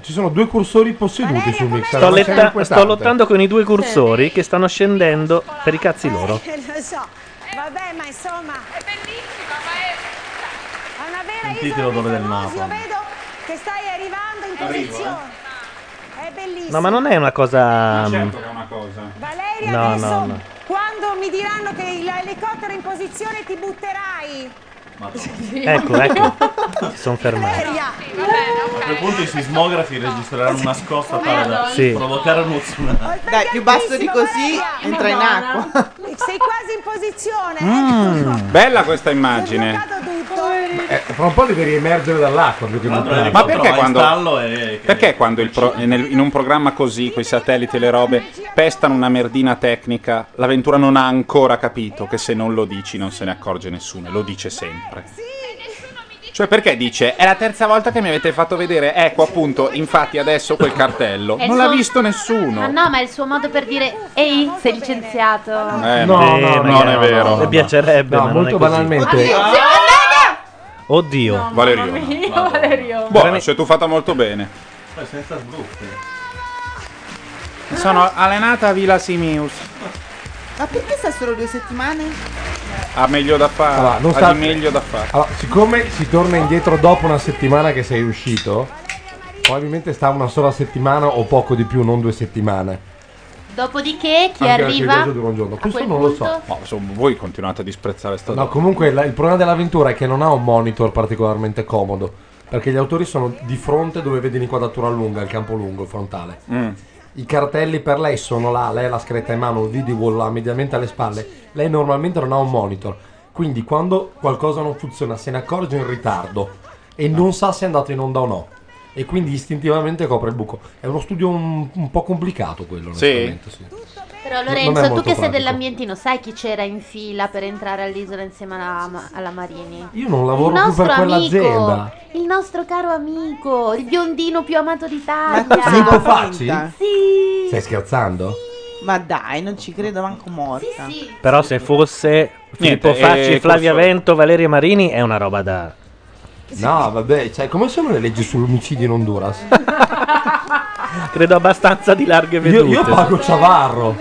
ci sono due cursori posseduti sul mixer. Sto, ma letta- c'è inquietante. sto lottando con i due cursori che stanno scendendo per i cazzi loro. Eh, lo so. Vabbè, ma insomma. È bellissima, ma è. È una vera Sentite isola l'odore dei del famosi. Io napalm. vedo che stai arrivando in Arrivo, posizione. È bellissimo. No, ma non è una cosa. Certo che è una cosa. Valeria, No, adesso no, no. quando mi diranno che l'elicottero è in posizione ti butterai. Ecco, ecco. Si sono fermati. Valeria. A quel punto i sismografi registreranno una scossa tale da Sì. provocare uno tsunami. Dai, più basso di così entra in acqua. Sei quasi in posizione. Mm, bella questa immagine. Eh, fra un po' li devi emergere dall'acqua più che buttare. Ma perché quando, e- perché quando il pro- nel- in un programma così, con i satelliti e le robe, pestano una merdina tecnica, l'avventura non ha ancora capito che se non lo dici non se ne accorge nessuno, e lo dice sempre. Cioè perché dice, è la terza volta che mi avete fatto vedere, ecco appunto, infatti adesso quel cartello, È il non l'ha suo- visto nessuno. Ma no, ma è il suo modo per dire ehi, sei licenziato. Eh, No, no, no, non no, è no, vero. no, no. Mi piacerebbe, No, ma non molto è così. banalmente. Oddio. Valerio. Valerio. Boh, sei tuffata molto bene. Poi senza sbrutti. Sono allenata a Villa Simius. Ma perché sta solo due settimane? Ha meglio da fare. Allora, non ha sta- di meglio da fare. Allora, siccome si torna indietro dopo una settimana che sei uscito, probabilmente sta una sola settimana o poco di più, non due settimane. Dopodiché chi Anche perché il arriva viaggio dura un giorno. a Questo quel non lo punto- so. No, insomma, voi continuate a disprezzare sta No, comunque la- il problema dell'avventura è che non ha un monitor particolarmente comodo, perché gli autori sono di fronte dove vedi l'inquadratura lunga, il campo lungo, il frontale. Mm. I cartelli per lei sono là, lei l'ha scritta in mano, il video là mediamente alle spalle. Lei normalmente non ha un monitor, quindi quando qualcosa non funziona se ne accorge in ritardo e non sa se è andato in onda o no. E quindi istintivamente copre il buco. È uno studio un, un po' complicato quello, Sì. onestamente, sì. Però Non è Lorenzo, tu molto che sei pratico. dell'ambientino, sai chi c'era in fila per entrare all'isola insieme alla, alla Marini? Io non lavoro Il più per nostro quell'azienda. amico, il nostro caro amico, il biondino più amato d'Italia. Filippo Facci? Sì. Stai scherzando? Ma dai, non ci credo manco morta. Però se fosse Filippo Niente, Facci, eh, Flavia corso- Vento, Valeria Marini è una roba da... No, vabbè, cioè, come sono le leggi sull'omicidio in Honduras? Credo abbastanza di larghe Io, vedute. io pago Ciavarro.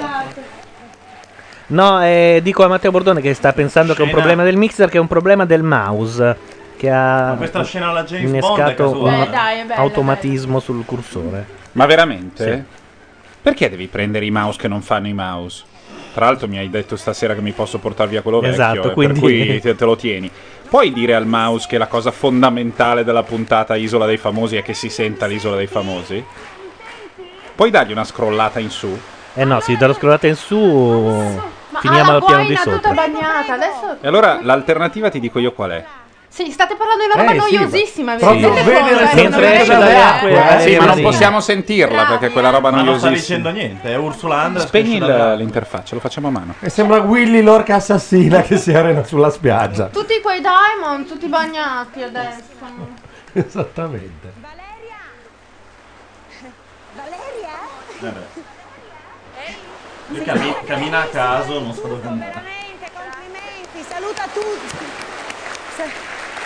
No, eh, dico a Matteo Bordone che sta pensando che è un Scena. problema del mixer, che è un problema del mouse, che ha Ma questa scena alla James Bond è innescato casuale. un Beh, dai, è bella, automatismo sul cursore. Ma veramente? Sì. Perché devi prendere i mouse che non fanno i mouse? Tra l'altro mi hai detto stasera che mi posso portare via quello vecchio, Esatto, eh, quindi- per cui te, te lo tieni. Puoi dire al mouse che la cosa fondamentale della puntata Isola dei Famosi è che si senta l'Isola dei Famosi? Puoi dargli una scrollata in su? Eh no, se te lo scrollate in su finiamo al piano di tutta sopra. bagnata, adesso... E allora l'alternativa ti dico io qual è? Sì, state parlando di una roba Eh, sì, noiosissima. vi proprio rendete bene conto? le Eh, mentre non esce è dalle vero, acque, eh. eh, sì, ma non possiamo sentirla perché quella roba Ma non sta noiosissima. dicendo niente, è Ursula Andress. che Spegni esce dalle- il- l'interfaccia, lo facciamo a mano. E sembra Willy l'orca assassina che si arena sulla spiaggia. Tutti quei diamond, tutti bagnati adesso. Esattamente. Vabbè. Lui cammi- cammina a caso, non so dove andare. Complimenti, saluta tutti. Sa-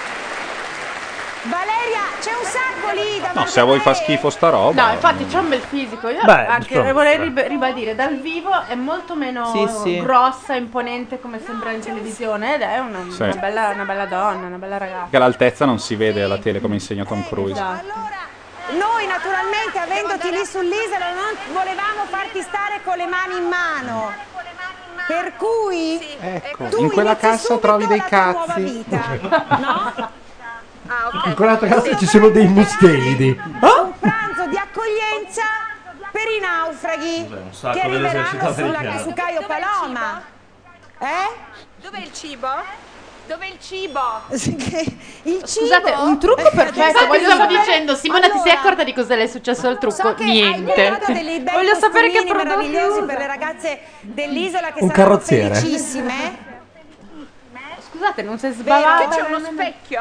Valeria, c'è un sacco lì da No, se a voi fa schifo sta roba. No, infatti c'è un bel fisico. Io Beh, anche insomma. vorrei rib- ribadire, dal vivo è molto meno Sì, sì. grossa, imponente come sembra in televisione ed è una, Sì. una bella, una bella donna, una bella ragazza. Che l'altezza non si vede alla tele come insegna Tom Cruise. Esatto. Noi naturalmente, avendoti lì sull'isola, non volevamo farti stare con le mani in mano. Per cui Ecco, tu in quella inizi cassa subito trovi dei la tua nuova cazzi. vita, no? In quell'altra casa ci sono dei mustelidi. Un pranzo di accoglienza per i naufraghi Cos'è, un sacco che dell'esercito arriveranno sulla, americano. su Caio Paloma. Eh? Dov'è il cibo? Dov'è il cibo? Il cibo? Scusate, un trucco perfetto. Infatti Voglio stavo sapere- dicendo, Simona, ti sei accorta di cosa le è successo al trucco? So che hai Niente. preparato dei bei Voglio sapere che costumini prodotto meravigliosi usa. per le ragazze dell'isola che Un saranno carrozziere. felicissime. Scusate, non si è Vero? sbavata. Che c'è uno specchio?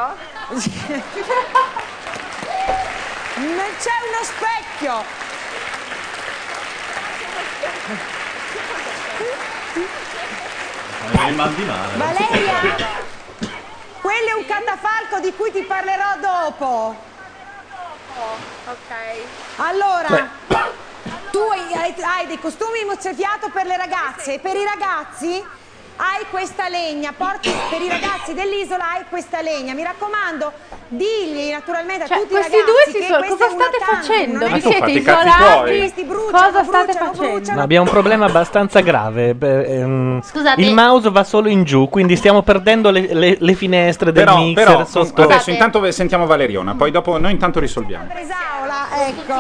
Non c'è uno specchio. Ma mi mandi male. Valeria, quello è un catafalco di cui ti parlerò dopo. Ok. Allora, tu hai, hai dei costumi mozzafiato per le ragazze e per i ragazzi hai questa legna, porti per i ragazzi dell'isola hai questa legna. Mi raccomando, digli naturalmente a Cioè, tutti i questi ragazzi due si che sono- questa cosa è una state tantum, facendo? non è Vi che- siete fate i cazzi isolati? tuoi. Questi bruciano, Cosa state bruciano, facendo? bruciano. Abbiamo un problema abbastanza grave. beh, ehm, Scusate. Il mouse va solo in giù, quindi stiamo perdendo le, le- le finestre del Però, mixer però sotto. adesso intanto ve- sentiamo Valeriona, poi dopo noi intanto risolviamo. Presaola, ecco.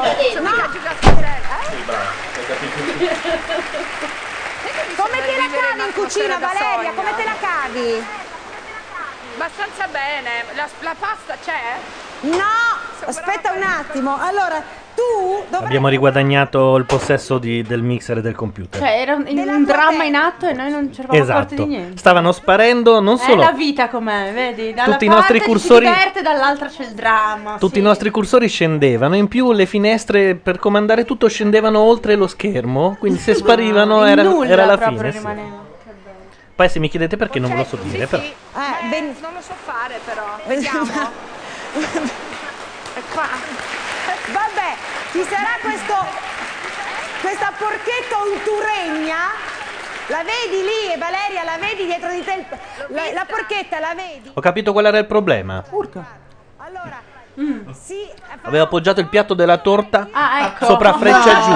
Come te la cavi in cucina, Valeria? Come te la cavi? Abbastanza bene. La, la pasta c'è? No, aspetta un attimo. Allora, tu dovrai... Abbiamo riguadagnato il possesso di- del mixer e del computer. Cioè, era un, un dramma in atto e noi non ci eravamo accorti Esatto. di niente. Stavano sparendo non È solo la vita com'è, vedi? Dalla Tutti i parte nostri ci cursori- si diverte, dall'altra c'è il dramma. tutti sì. i nostri cursori scendevano, in più le finestre per comandare tutto scendevano oltre lo schermo, quindi se sparivano Il era, nulla era la proprio fine. sì. rimaneva. Poi se mi chiedete perché non ve lo so dire, però. Eh, ben... Non lo so fare però. Vediamo. È qua. Vabbè, ci sarà questo questa porchetta unturegna. La vedi lì, e Valeria, la vedi dietro di te? La, la porchetta la vedi? Ho capito qual era il problema. Allora, Mm. sì, Avevo appoggiato il piatto della torta Ah, ecco. sopra freccia giù.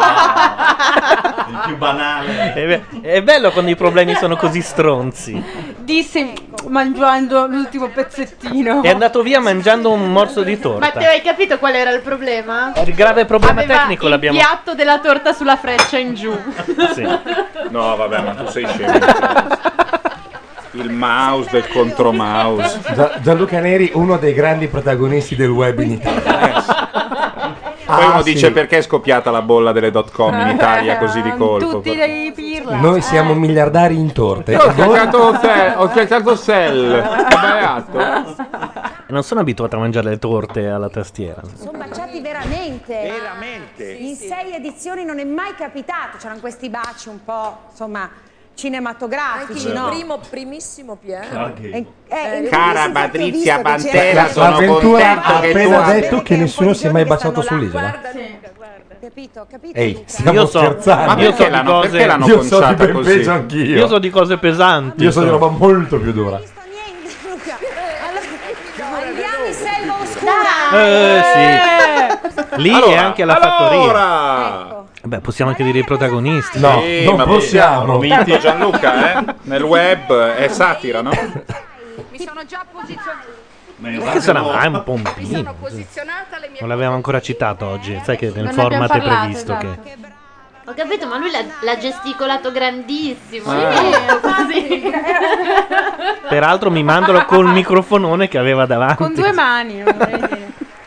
Il più banale. È, be- è bello quando i problemi sono così stronzi. Disse mangiando l'ultimo pezzettino. È andato via mangiando un morso di torta. Matteo, hai capito qual era il problema? Il grave problema Aveva tecnico il l'abbiamo. piatto della torta sulla freccia in giù. Sì. No, vabbè, ma tu sei scemo. Il mouse del contromouse. Gia- Gianluca Neri, uno dei grandi protagonisti del web in Italia. Poi Ah, uno sì. dice perché è scoppiata la bolla delle dot com in Italia così di colpo. Tutti dei pirla. Noi siamo miliardari in torte. Io ho cercato Sell, ho cercato Sell, ho sbagliato. Non sono abituato a mangiare le torte alla tastiera. sono baciati veramente. Veramente? In sei edizioni non è mai capitato. C'erano questi baci un po', insomma, Anche cinematografici, il no? primo, primissimo piano. Eh, eh, Cara infatti Patrizia ho visto che Pantera, c'era- sono L'avventura ha contento che tu appena abbia- detto che nessuno si è mai baciato sull'isola. Capito, capito? Ehi, Luca? stiamo Io so- scherzando. ma perché io so di l'hanno- cose- perché l'hanno Io so di conciata ben così? peggio anch'io. Io so di cose pesanti. Io so di so. roba molto più dura. Luca, allora, andiamo in selva oscura. Eh sì. Lì Allora, e anche alla fattoria. allora. Beh, possiamo anche dire i protagonisti. No, Sì, non ma possiamo. Vinti Gianluca, eh? Nel web è satira, no? Mi sono già posizionata. Ma che sarà mai un Mi pompino? sono posizionata le mie Non l'avevamo ancora citato oggi. Sai che nel Non ne abbiamo format è parlato, previsto esatto. che. Ho capito, ma lui l'ha, l'ha gesticolato grandissimo. Ah. Così. Peraltro mimandolo col microfonone che aveva davanti. Con due mani. non vorrei dire.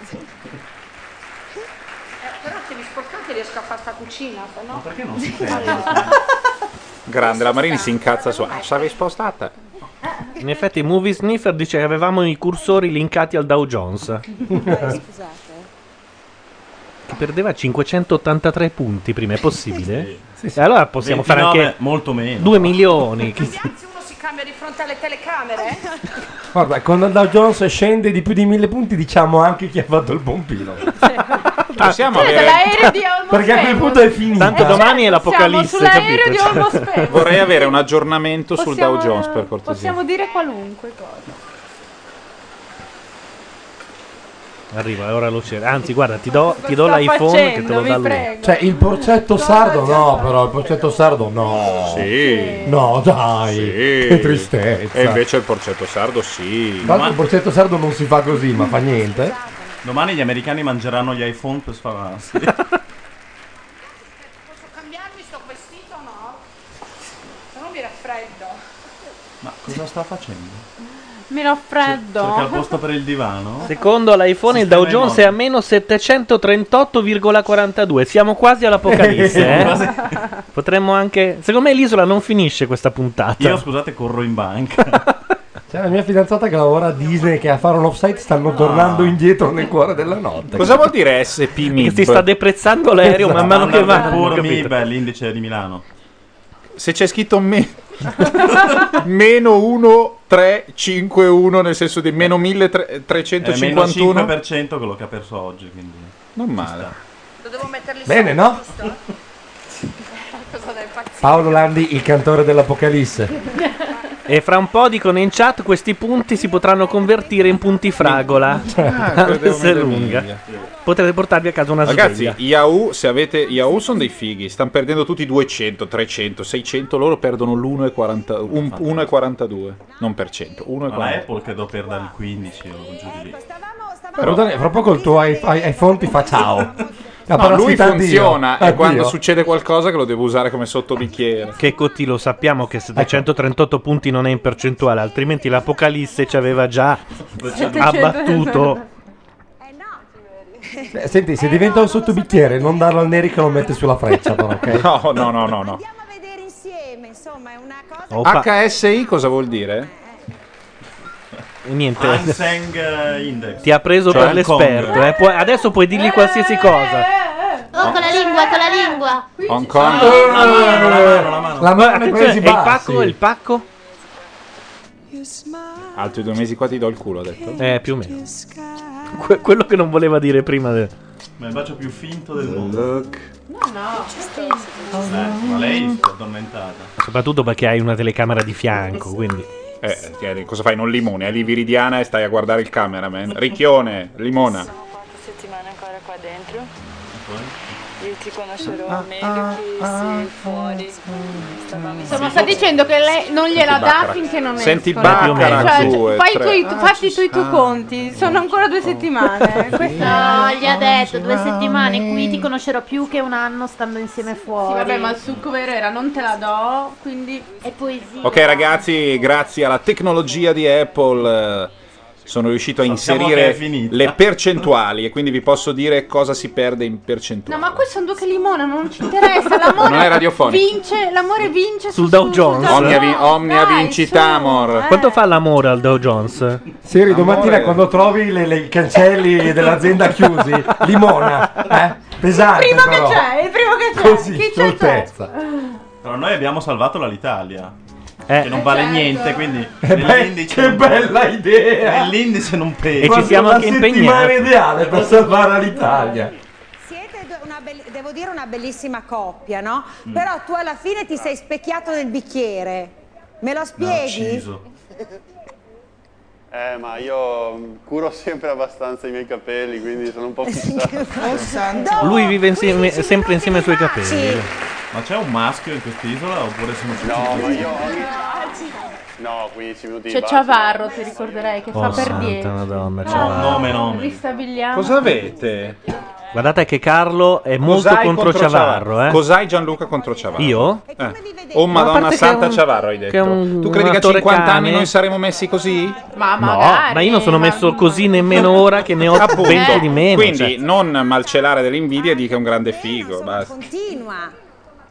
Eh, però se mi sporcate riesco a fare sta cucina, se no. Perché non si sente? Grande, la Marini si incazza su. Ah, s'avevi spostata. In effetti, Movie Sniffer dice che avevamo i cursori linkati al Dow Jones. Scusate. Che perdeva cinquecentottantatré punti prima, è possibile? E allora possiamo fare ventinove, anche molto meno. due milioni. Che- Anzi, uno si cambia di fronte alle telecamere? Guarda, quando il Dow Jones scende di più di mille punti, diciamo anche chi ha fatto il pompino. Possiamo Siete avere... l'aereo di Almost Perché a quel Famous. punto è finita. Tanto domani è l'apocalisse, Siamo sull'aereo capito? di Cioè- Almost Famous. Vorrei avere un aggiornamento sul Possiamo- Dow Jones per cortesia. Possiamo dire qualunque cosa. Arriva, ora lo c'è. Anzi, guarda, ti do, ti do sta l'iPhone facendo, che te lo vi dà lui. prego? Cioè, il porcetto sardo no, però il porcetto sardo no. Sì. No, dai. Sì. Che tristezza. E invece il porcetto sardo sì. Tra l'altro il porcetto sardo non si fa così, ma fa niente. Domani gli americani mangeranno gli iPhone per sfavarsi. Posso cambiarmi sto vestito o no? Se no mi raffreddo. Ma cosa sta facendo? Mi raffreddo. Cerca il posto per il divano? Secondo l'iPhone il Sistema Dow Jones in è a meno settecentotrentotto virgola quarantadue. Siamo quasi all'apocalisse, eh? Potremmo anche. Secondo me l'isola non finisce questa puntata. Io scusate corro in banca. C'è la mia fidanzata che lavora a Disney che a fare un offsite stanno tornando indietro nel cuore della notte. Cosa vuol dire S P M I B? Che si sta deprezzando l'aereo man mano che va. Pur capito? M I B, l'indice di Milano. se c'è scritto me- meno uno tre cinque uno, nel senso di meno milletrecentocinquantuno, È meno cinque per cento quello che ha perso oggi, quindi non male. Devo metterli Bene, sotto, no? giusto? Cosa da impazzire. Paolo Landi, il cantore dell'Apocalisse. E fra un po' dicono in chat questi punti si potranno convertire in punti fragola. Ah, credevo Se è mille lunga. miglia. Potrete portarvi a casa una Ragazzi, sveglia. Yahoo, se avete Yahoo sono dei fighi, stanno perdendo tutti duecento, trecento, seicento, loro perdono l'uno virgola quaranta, un- uno virgola quarantadue, non per cento, uno virgola Ma la quarantadue. Apple credo perda il quindici o giù di lì. Perdone, fra poco il tuo i- i- iPhone ti fa ciao. La No, lui parassita addio. funziona, è Addio. quando succede qualcosa che lo devo usare come sottobicchiere. Che Cotti lo sappiamo che settecentotrentotto punti non è in percentuale, altrimenti l'Apocalisse ci aveva già abbattuto. Eh, Senti, se diventa un sottobicchiere, non darlo al Neri che lo mette sulla freccia, però, ok? No, no, no, no, no. Opa. H S I cosa vuol dire? Niente. Hang Seng Index. Ti ha preso Cioè per Hong Kong. l'esperto, eh. Puoi- adesso puoi dirgli qualsiasi cosa. Oh, con la lingua, con la lingua. Hong Kong. La mano, la mano nei paesi E il bassi. pacco? Il pacco? Altri due mesi qua ti do il culo, ha detto. Eh, più o meno. Que- quello che non voleva dire prima. de- Ma è il bacio più finto del mondo. Look. No, no. Eh, ma lei si è addormentata. Soprattutto perché hai una telecamera di fianco, quindi. Eh, tieni, cosa fai? Non limone, hai lì Viridiana e stai a guardare il cameraman. Ricchione, limona. Settimane ancora qua dentro. Io ti conoscerò meglio che se fuori. Stavamo Insomma, sta dicendo che lei non gliela Senti dà Baccarat. finché non Senti escono. Baccarat, Cioè, due, fai i tre. tuoi, Ah, fatti ci tu i tuoi sta. conti. Sono ancora due settimane. Questo- No, gli ha detto due settimane. Qui ti conoscerò più che un anno stando insieme Sì, fuori. vabbè, ma il succo vero era non te la do, quindi è poesia. Ok ragazzi, grazie alla tecnologia di Apple eh, sono riuscito a Sappiamo inserire che è finita. le percentuali e quindi vi posso dire cosa si perde in no, percentuali. ma questi sono due che limonano, non ci interessa. L'amore Non è radiofonico. vince, l'amore vince Sul su- Dow su- Jones. su- Omnia, vi- Omnia Dai, vincitamor. Quanto fa l'amore al Dow Jones? Siri, domattina Amore. quando trovi le- le- i cancelli dell'azienda chiusi, limona, eh? Pesante Il primo che però. c'è, il primo che c'è. Così, Chi c'è, c'è. scioltezza. Però noi abbiamo salvato l'Alitalia. Eh. Che non vale certo. niente, quindi Eh beh, nell'indice che non- bella idea! Nell'indice non pesa. E ci Proprio siamo la anche settimana impegnati. ideale per salvare l'Italia. Siete due- una bell- devo dire una bellissima coppia, no? Mm. Però tu alla fine ti sei specchiato nel bicchiere. Me lo spieghi? Narciso. Eh, ma io curo sempre abbastanza i miei capelli, quindi sono un po' fissato. Lui vive insieme- sempre insieme ai suoi capelli. Ma c'è un maschio in quest'isola oppure sono tutti No, ma chiusi? io No, quindici minuti C'è basta. Ciavarro, ti ricorderai, che Oh, fa per santa dieci. Madonna, No, Ciavarro. Nome, nome. Ristabiliamo. Cosa avete? Guardate che Carlo è molto Cos'hai contro Ciavarro, eh. Cos'hai Gianluca contro Ciavarro? Io? Eh. Oh Ma a Madonna parte che Santa è un- Ciavarro hai che è detto. un- Tu credi un che a attore cinquanta anni cane? noi saremo messi così? Ma No, magari. ma io non sono messo così nemmeno ora che ne ho Appunto. venti di meno. Quindi cioè. non malcelare dell'invidia e di che è un grande figo. Basta. Continua.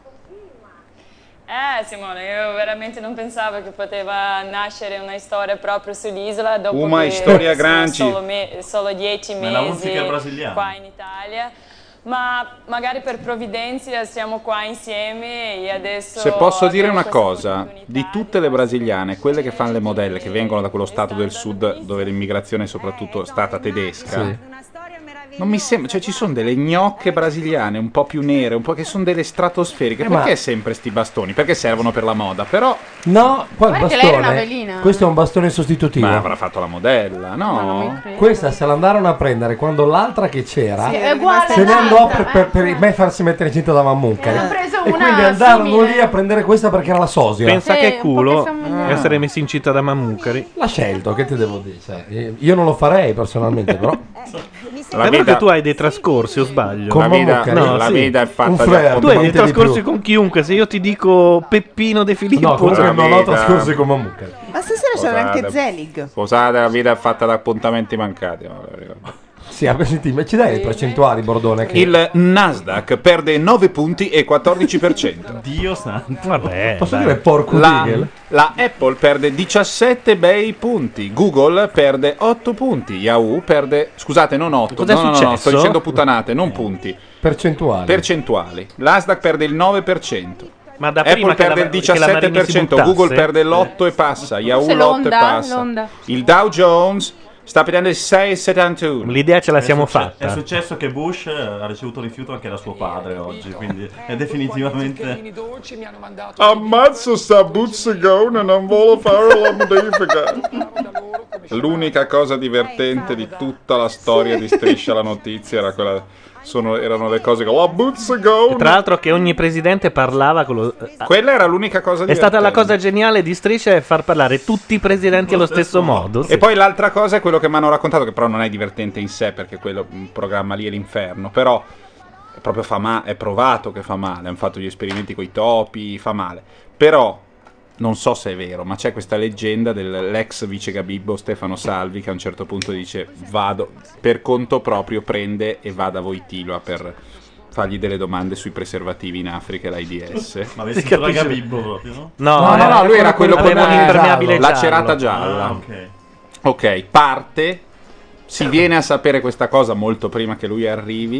Eh Simone, io veramente non pensavo che poteva nascere una storia proprio sull'isola dopo Uma che storia sono grande. solo, me- solo dieci Ma è la mesi musica brasiliana. qua in Italia. Ma magari per provvidenza siamo qua insieme e adesso... Se posso dire abbiamo una questa cosa, di tutte le brasiliane, quelle che fanno le modelle, che vengono da quello stato del sud dove l'immigrazione è soprattutto stata tedesca, Sì. non mi sembra, cioè ci sono delle gnocche brasiliane un po' più nere, un po' che sono delle stratosferiche. Eh, ma- Perché sempre sti bastoni? Perché servono per la moda, però No, qua il Guarda che lei era una bastone. velina. Questo è un bastone sostitutivo. ma avrà fatto la modella, no? Questa se l'andarono a prendere quando l'altra che c'era Sì, è uguale se ne all'altra, andò per, per, eh. per me farsi mettere incinta da Mammucari. Ne ho preso E una quindi andarono simile. lì a prendere questa perché era la sosia. Pensa Sì, che un po' culo che somigliano. essere messo incinta da Mammucari. L'ha scelto, che ti devo dire? Cioè, eh, io non lo farei personalmente, però. La È vero vita, che tu hai dei trascorsi, o sbaglio? Con la vita, Mammucari. No, la sì. vita è Un fatta di flair. Tu hai dei Quanti di trascorsi più? con chiunque. Se io ti dico Peppino De Filippo, No, comunque la non ho vita. trascorsi con Mammucari. Ma stasera c'era anche Scusate. Zelig. Scusate, la vita è fatta da appuntamenti mancati. ma ve lo ricordo. Sì, vabbè, senti, ma ci dai le percentuali, Bordone? Che... Il Nasdaq perde nove punti e quattordici per cento. Dio santo. vabbè, Posso dai. dire porco La, Digel? la Apple perde diciassette bei punti, Google perde otto punti, Yahoo perde, scusate, non otto, Cos'è no, no, no, successo? sto dicendo puttanate, non punti, Percentuali. percentuali. L'Asdaq perde il nove per cento. Ma da Apple prima che perde la- il che la diciassette Marini per si cento, buttasse? Google perde l'otto e passa, Yahoo Forse l'otto e l'onda, passa. l'onda. Il Dow Jones sta perdendo il sei virgola settantuno. L'idea ce la È siamo succe- fatta. È successo che Bush ha ricevuto rifiuto anche da suo padre oggi, quindi è definitivamente... Ammazzo sta buzzegone, non voglio fare la modifica. L'unica cosa divertente di tutta la storia di Striscia la Notizia era quella... Sono, erano le cose che la buzzegone. Tra l'altro che ogni presidente parlava con lo... Quella era l'unica cosa È stata la divertente. cosa geniale di Striscia è far parlare tutti i presidenti allo stesso modo. sì. E poi l'altra cosa è quello che mi hanno raccontato, che però non è divertente in sé, perché quello un programma lì è l'inferno, però è proprio fa male, è provato che fa male, hanno fatto gli esperimenti con i topi, fa male. Però non so se è vero, ma c'è questa leggenda dell'ex vice Gabibbo Stefano Salvi che a un certo punto dice vado per conto proprio, prende e va da Wojtyła per fargli delle domande sui preservativi in Africa e l'AIDS. Ma vestito da Gabibbo proprio, no? No, no, no, no, lui era quello con aveva l'impermeabile la giallo. cerata gialla. Ah, ok. Ok, parte, si viene a sapere questa cosa molto prima che lui arrivi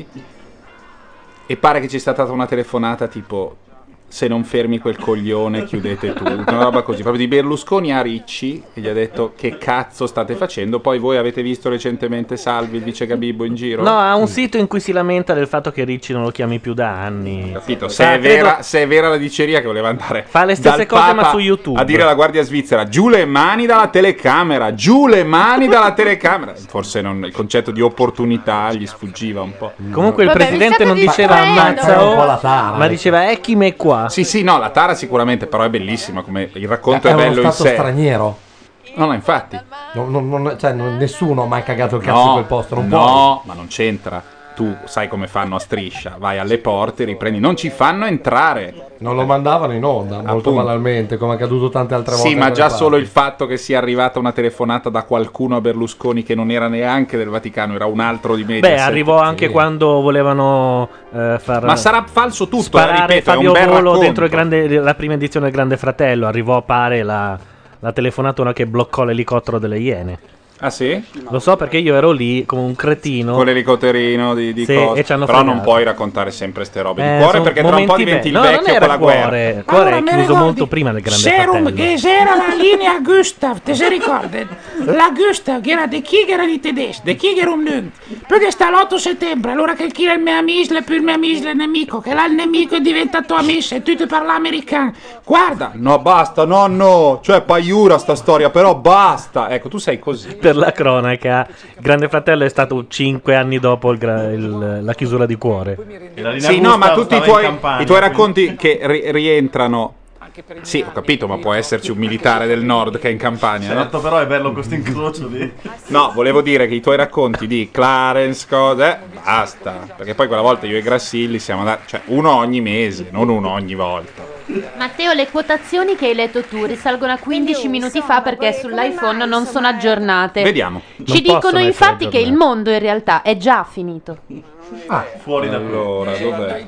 e pare che ci sia stata una telefonata tipo se non fermi quel coglione chiudete tutto, una roba così, proprio di Berlusconi a Ricci che gli ha detto che cazzo state facendo. Poi voi avete visto recentemente Salvi, il vice Gabibbo in giro? No, ha un sito in cui si lamenta del fatto che Ricci non lo chiami più da anni. Capito? Se, Ah, è credo- vera, se è vera la diceria che voleva andare Fa le stesse dal cose, ma Papa su YouTube. a dire alla Guardia Svizzera giù le mani dalla telecamera, giù le mani dalla telecamera. Forse non, il concetto di opportunità gli sfuggiva un po'. Comunque il Vabbè, presidente mi non state diceva distraendo. ammazza un po' la o, tara, ma eh. diceva ecchi me qua. Sì, sì, no, la tara sicuramente, però è bellissima, come il racconto È è, uno bello in stato sé. straniero. No, no, infatti. Non- non- non- cioè, non- nessuno ha mai cagato il cazzo No, in quel posto. Non no, ma non c'entra. Tu sai come fanno a Striscia, vai alle porte, riprendi, non ci fanno entrare. puoi. Non lo mandavano in onda, molto Appunto. banalmente, come è accaduto tante altre volte. Sì, da ma quelle già parti. solo il fatto che sia arrivata una telefonata da qualcuno a Berlusconi che non era neanche del Vaticano, era un altro di Mediaset. Beh, arrivò anche quando volevano eh, far Ma sarà falso tutto, eh, sparare ripeto, è Fabio un bel Volo racconto. dentro il grande- la prima edizione del Grande Fratello. Arrivò, pare, la, la telefonata che bloccò l'elicottero delle Iene. Ah sì? Lo so perché io ero lì come un cretino. Con l'elicotterino di, di Sì, cose. e ci hanno Però non fregato. puoi raccontare sempre ste robe Eh, di cuore, sono perché tra un po' momenti diventi il belli. No, non vecchio era con la cuore. guerra. Il cuore Allora, è mi chiuso ricordi, molto prima del Grande Serum, Fratello. che era la linea Gustav, te si ricorda? La Gustav, che era de Kiger di tedesco, de Kiger um Nung. Perché sta l'otto settembre, allora che chi è il mio amico, e più il mio amico è il nemico, che là il nemico è diventato amico e tu ti parla americano. Guarda, No, basta, no, no. Cioè, paiura sta storia, però basta. Ecco, tu sei così. Per la cronaca, il Grande Fratello è stato cinque anni dopo il gra- il- la chiusura di Cuore. E la linea Sì, no, ma Gustav tutti i stava in tuoi, campagna, i tuoi quindi- racconti che ri- rientrano. Sì, ho capito, ma può esserci un militare del nord che è in campagna, no? Certo, però è bello questo incrocio di... No, volevo dire che i tuoi racconti di Clarence, cose, basta. Perché poi quella volta io e Grassilli siamo andati, cioè uno ogni mese, non uno ogni volta. Matteo, le quotazioni che hai letto tu risalgono a quindici minuti fa perché sull'iPhone non sono aggiornate. Vediamo. Ci dicono infatti che il mondo in realtà è già finito. Ah, fuori da qui. Allora, dov'è?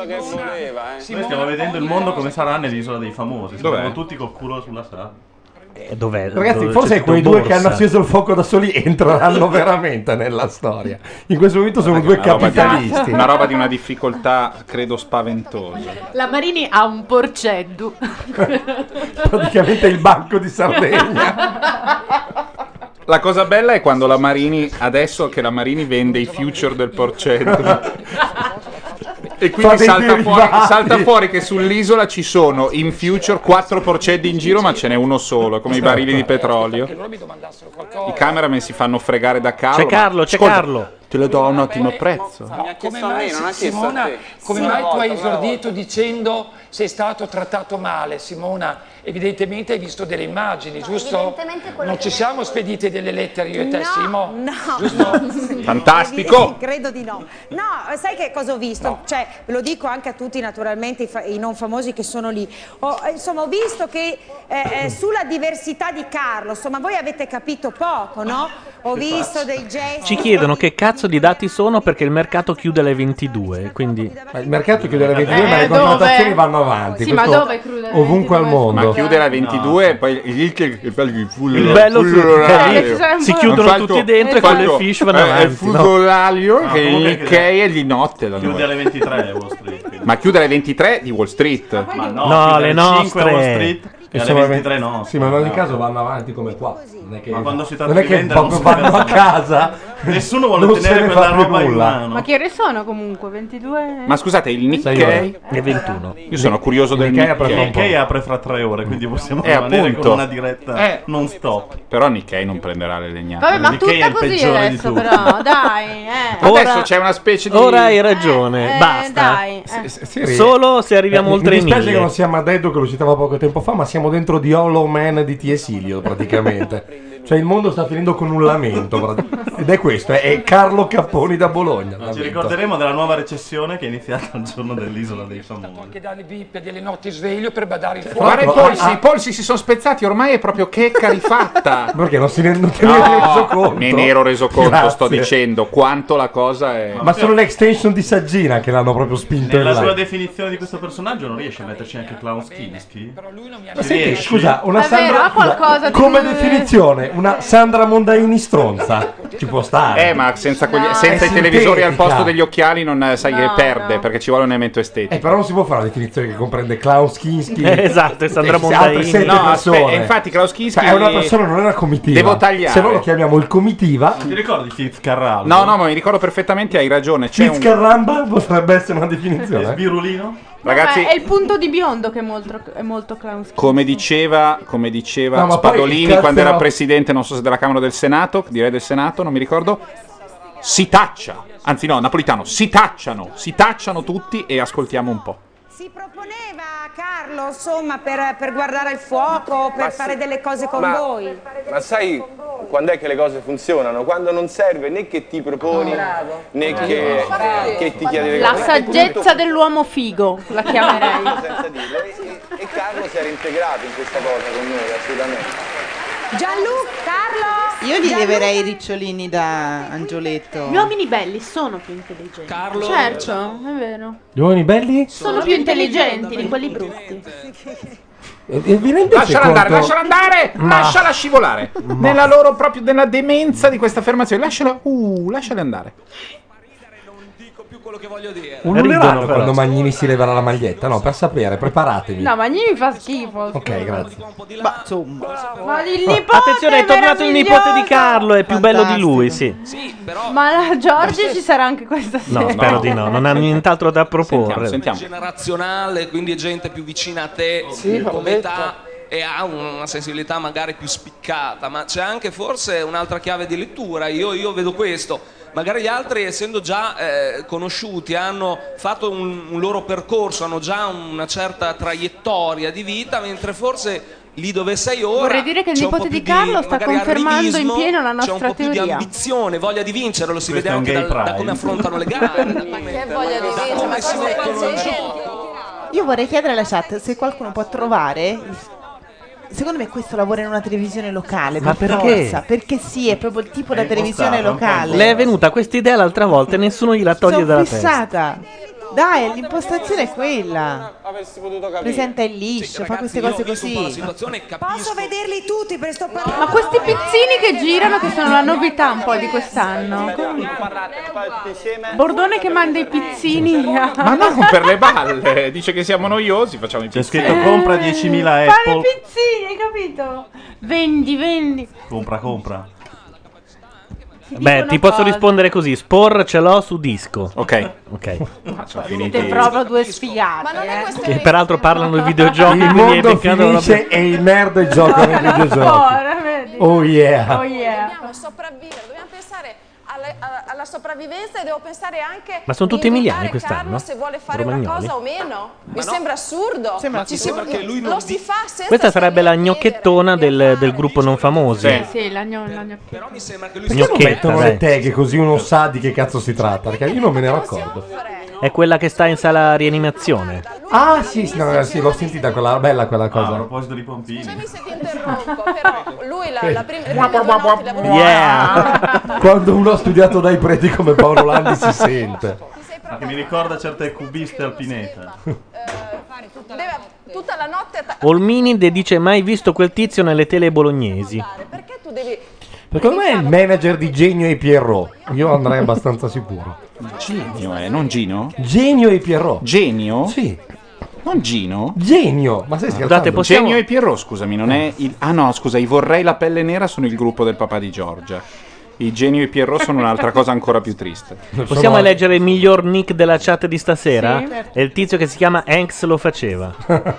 Noi stiamo vedendo il mondo come sarà nell'isola dei famosi. Dov'è? Siamo tutti col culo sulla sabbia. Eh, dov'è? Ragazzi, Dove forse c'è quei tutto due borsa. che hanno acceso il fuoco da soli entreranno veramente nella storia. In questo momento sono due Una roba, di, capitalisti. una roba di una difficoltà, credo, spaventosa. La Marini ha un porceddu. Praticamente il banco di Sardegna. La cosa bella è quando la Marini, adesso che la Marini vende i future del Porcetto. E Fa quindi dei salta fuori, derivati. salta fuori che sull'isola ci sono in future quattro porceddi in giro, ma ce n'è uno solo, come i barili di petrolio. I cameraman si fanno fregare da Carlo. C'è ma- Carlo, c'è ascolta, Carlo. Te lo do a un ottimo prezzo. Come mai, Simona, come mai tu hai esordito dicendo sei stato trattato male, Simona? Evidentemente hai visto delle immagini, giusto? Non ci siamo spedite delle lettere io e te, No, Simo? no. Giusto? Fantastico. Credo di no. No, sai che cosa ho visto? Cioè, lo dico anche a tutti naturalmente i, fa- i non famosi che sono lì. Ho, eh, insomma, ho visto che eh, eh, sulla diversità di Carlo, insomma, voi avete capito poco, no? Ho visto dei gesti. Ci chiedono che cazzo cazzo di dati sono perché il mercato chiude alle ventidue, quindi... Ma il mercato chiude alle ventidue, Eh, ma le dove? contrattazioni vanno avanti. Sì, ma Questo dove chiude alle ovunque al mondo. Ma chiude alle ventidue e poi il, il, il, il, full- Il bello full che orario. lì si chiudono Fatto- tutti dentro e con le fatto- fish vanno eh, avanti, È il full no? orario No, che comunque il chiude- Key è di notte da Chiude noi. alle ventitré Wall Street. quindi. Ma chiude alle ventitré di Wall Street. Ma no, No, chiude le alle cinque a Wall nostre. Street e alle Insomma, ventitré no. Sì, ma in ogni caso vanno avanti come qua. Non è che, Ma quando si tratta non è di che vendere, proprio non si vanno a pensa- casa. Nessuno vuole non se tenere ne quella fa più roba in nulla. mano. Ma che ore sono comunque? ventidue? Ma scusate, il Nikkei è ventuno. Io sono curioso del Nikkei Nikkei. apre, Nikkei apre fra tre ore, quindi possiamo Eh, rimanere appunto. con una diretta Eh. non stop. Però Nikkei non prenderà le legnate. Vabbè, ma Nikkei è tutta il così peggiore di adesso tutti. però, dai, eh. Ora- Adesso c'è una specie di... Ora hai ragione, Eh, basta. dai, eh. Siri, Solo se arriviamo eh, mi- oltre i Mi dispiace mille. che non sia Madeddo che lo citava poco tempo fa, ma siamo dentro di Hollow Man di T S. Ilio praticamente. Cioè il mondo sta finendo con un lamento. prati- Ed è questo, è, è Carlo Capponi da Bologna. Ci lamento. ricorderemo della nuova recessione che è iniziata il giorno dell'isola dei famosi. Anche dalle V I P e delle notti sveglio per badare il Guarda i fuoco. polsi, i polsi si sono spezzati, ormai è proprio checca rifatta. Perché non, si ne, non te ne eri reso conto? Me ne ero reso conto, Grazie. sto dicendo quanto la cosa è... Ma sono le extension di Saggina che l'hanno proprio spinto in Nella sua là. definizione di questo personaggio non riesce a metterci anche Klaus Kinski? Ma senti, scusa, una È vero, Sandra, ha qualcosa di- come definizione, una Sandra Mondaini stronza ci può stare. Eh, ma senza, quegli- No, senza è i televisori al sintetica. posto degli occhiali non eh, sai che No, perde, no. perché ci vuole un elemento estetico. Eh, però non si può fare una definizione che comprende Klaus Kinski. Eh, esatto, e Sandra e altre Mondaini. sette No, persone. aspetta, infatti Klaus Kinski... Cioè, è una persona, non è una comitiva. Devo tagliare. Se no lo chiamiamo il comitiva. Ti ricordi Fitzcarraldo? No, no, ma mi ricordo perfettamente, hai ragione. C'è un... Fitzcarramba potrebbe essere una E definizione. Sbirulino? Ragazzi, Vabbè, è il punto di biondo che è molto, è molto clown. come diceva, come diceva No, ma poi Spadolini il cazzo quando era no. presidente, non so se della Camera o del Senato, direi del Senato, non mi ricordo, si taccia, anzi no, Napolitano, si tacciano, si tacciano tutti e ascoltiamo un po'. Si proponeva Carlo, insomma, per, per guardare il fuoco, per Ma fare sì, delle cose con ma- voi. Ma sai quando è che le cose funzionano? Quando non serve né che ti proponi né che, che ti chiedi le La cose. saggezza dell'uomo figo, la chiamerei. Senza dirlo. E, e Carlo si era integrato in questa cosa con noi, assolutamente. Gianluca, Carlo! Io gli leverei i ricciolini da Angioletto. Gli uomini belli sono più intelligenti. Carlo. Certo, è vero. Gli uomini belli? Sono più intelligenti di quelli brutti. E, e vi rendete Lasciala andare, conto? lasciala andare, Ma- lasciala scivolare. Nella loro proprio, nella demenza di questa affermazione, lasciala, uh, lasciala andare. Ulleranno Ridono, quando però. Magnini si leverà la maglietta? No, per sapere, preparatevi. No, ma mi fa schifo. Ok, grazie. Ma insomma. Ma il nipote Attenzione, è tornato il nipote di Carlo, è più bello di lui, sì. Ma la Giorgi ci sarà anche questa sera. No, spero di no, non ha nient'altro da proporre. Sentiamo. generazionale, quindi è gente più vicina a te Sì, ho come detto. età e ha una sensibilità magari più spiccata, ma c'è anche forse un'altra chiave di lettura, io, io vedo questo, magari gli altri essendo già eh, conosciuti, hanno fatto un, un loro percorso, hanno già una certa traiettoria di vita, mentre forse lì dove sei ora Vorrei dire che il c'è un nipote po' di più Carlo sta magari confermando in arrivismo, pieno la c'è un nostra po' più di teoria. ambizione, voglia di vincere, lo si Questo vede è un anche gay dal- da pride. come affrontano le gare, da Ma come, che voglia di da vincere, come ma si cosa stai mettono in facendo? gioco. Io vorrei chiedere alla chat se qualcuno può trovare. Secondo me questo lavora in una televisione locale. Ma per perché? forza, perché sì, è proprio il tipo da È televisione impostato, un po' locale. Le è venuta questa idea l'altra volta e nessuno gliela toglie Sono dalla testa. fissata. Dai, l'impostazione è quella. Avresti potuto capire. Presenta il liscio, fa queste cose così. Posso vederli tutti per sto parlando? Ma questi pizzini che girano, che sono la novità un po' di quest'anno. Bordone che manda i pizzini a... Ma no, per le balle, dice che siamo noiosi, facciamo i C'è pizzini. scritto compra diecimila Fare i Apple. pizzini, hai capito? Vendi, vendi. Compra, compra. Si Beh, dicono ti posso cose. rispondere così: Spor ce l'ho su disco. Ok. Ok. Sono Siete proprio due sfigati, eh. Che peraltro parlano di videogiochi. Il quindi hai mondo beccato una- finisce e i nerd giocano ai videogiochi. Ora, vedi? Oh yeah. Oh yeah. Dobbiamo sopravvivere, dobbiamo pensare alla, alla- alla sopravvivenza e devo pensare anche Ma sono tutti di emiliani invitare quest'anno? Carlo se vuole fare una Romagnoli? cosa o meno. Mi no. sembra assurdo. Sembra Ci si- assurdo perché lui non lo di- si fa senza Questa sarebbe la gnocchettona del, del gruppo non famosi. Eh, Sì, la gno- la gnocchetta. Però mi sembra che lui Perché non Gnocchetta, mettono dai. le tag così uno sa di che cazzo si tratta? Perché io non me ne raccordo. È quella che sta in sala rianimazione. Ah, sì, sì, no, sì, l'ho sentita quella bella quella cosa. Ah, a proposito di pompini. Scusami se ti interrompo, però lui la, la prima, le prime due notti la voleva Yeah. Quando uno ha studiato dai preti come Paolo Landi si sente. Ma che mi ricorda certe cubiste alpineta. deve, tutta la notte ta- Olminide dice mai visto quel tizio nelle tele bolognesi. perché tu devi Perché me è il manager di Genio e Pierrot. Io andrei abbastanza sicuro. Genio, eh, non Gino? Genio e Pierrot. Genio? Sì. Non Gino? Genio, ma sei scherzando? possiamo... Genio e Pierrot, scusami, non è il... Ah no, scusa, i Vorrei la pelle nera sono il gruppo del papà di Giorgia. I Genio e Pierrot sono un'altra cosa ancora più triste. Possiamo eleggere il miglior nick della chat di stasera? Sì. È il tizio che si chiama Hanks lo faceva.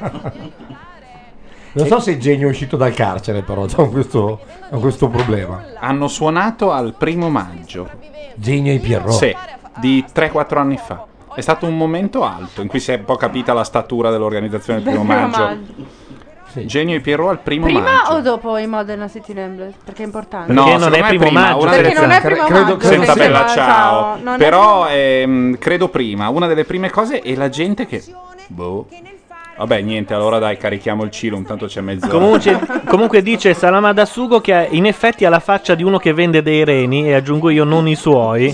Non so se il Genio è uscito dal carcere, però c'è questo, c'è questo problema. Hanno suonato al primo maggio. Genio e Pierrot? Sì, di tre quattro anni fa. È stato un momento alto in cui si è un po' capita la statura dell'organizzazione del primo Del primo maggio. Genio e Pierrot al primo Prima maggio. o dopo i Modena City Ramblers? Perché è importante. No, Perché non secondo è me primo prima, maggio. una Perché delle- non è primo credo- maggio, Senza sì. bella Ciao. ciao. Non è Però ehm, credo prima, una delle prime cose e la gente che boh. Vabbè, niente, allora dai, carichiamo il cilo, intanto c'è mezz'ora. Comunque, comunque dice Salamada Sugo che ha- in effetti ha la faccia di uno che vende dei reni e aggiungo io non i suoi.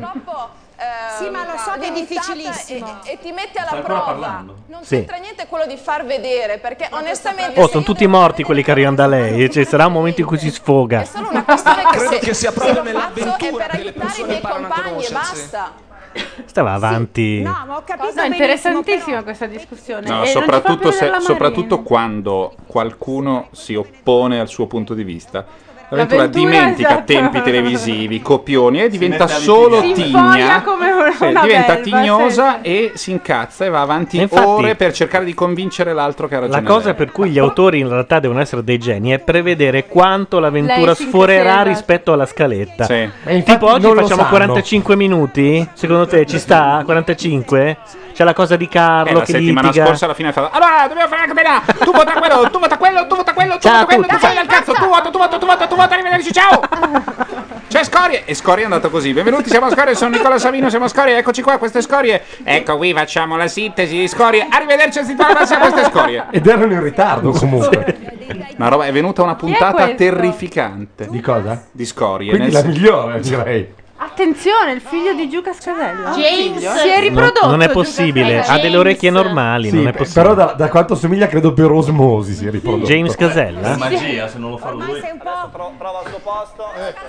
Sì, ma lo so che è difficilissimo. e, e ti mette alla Sta ancora prova. parlando? Non Sì. c'entra niente quello di far vedere, perché onestamente Oh, sono tutti morti quelli che arrivano da lei. Ci sarà un momento in cui si sfoga. Credo che sia proprio nell'avventura per aiutare i miei compagni e basta. Stava avanti. No, interessantissima questa discussione. No, E non ci fa soprattutto, più se- vedere la soprattutto quando qualcuno si oppone al suo punto di vista. L'avventura L'avventura, dimentica esatto. tempi televisivi, copioni e diventa mette a solo litigare. Si tigna. infoglia come una- Sì, una diventa belva, tignosa e si incazza e va avanti Infatti- ore per cercare di convincere l'altro che ha ragione. La cosa lei. per cui gli autori in realtà devono essere dei geni è prevedere quanto l'avventura Lei si sforerà incasella. rispetto alla scaletta. Sì. Ma infatti Tipo oggi non lo facciamo sanno. quarantacinque minuti? Secondo te ci sta? quarantacinque? C'è la cosa di Eh, Carlo la che settimana litiga. scorsa alla fine ha fatto allora dobbiamo fare la catena, tu vota quello, tu vota quello, tu vota quello, tu Ciao vota a quello, tu tutti. fai il cazzo, tu vota, tu vota, tu vota, tu vota, arrivederci, ciao. C'è Scorie e Scorie è andato così. Benvenuti, siamo Scorie, sono Nicola Savino, siamo Scorie, eccoci qua, queste Scorie. Ecco qui facciamo la sintesi di Scorie. Arrivederci a settimana prossima, queste Scorie. Ed erano in ritardo comunque. Una roba, è venuta una puntata questo? terrificante. Di cosa? Di Scorie. Quindi nel la sen- migliore, direi. Attenzione, il figlio di Giuca Scasella. James. Si è riprodotto. Non è Giuca possibile, Scasella. ha delle orecchie normali, Sì, non è pe- possibile. però da, da quanto somiglia credo per osmosi si è riprodotto. James Casella? È magia se non lo fa lui. Trova il suo posto.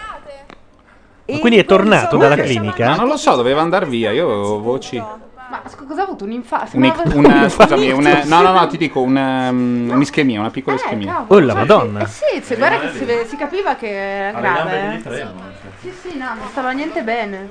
Ma quindi è tornato dalla clinica? Ma non lo so, doveva andare via. Io avevo voci. Ma sc- cosa ha avuto? Un'infarto? Un, una, scusami, una, no, no, no, ti dico una, um, un'ischemia, una piccola ischemia. Oh la madonna. Eh sì, se- guarda che si, ve- si capiva che era Ha le gambe grave. che gli eh. tremano. Sì, sì, no, non stava niente bene.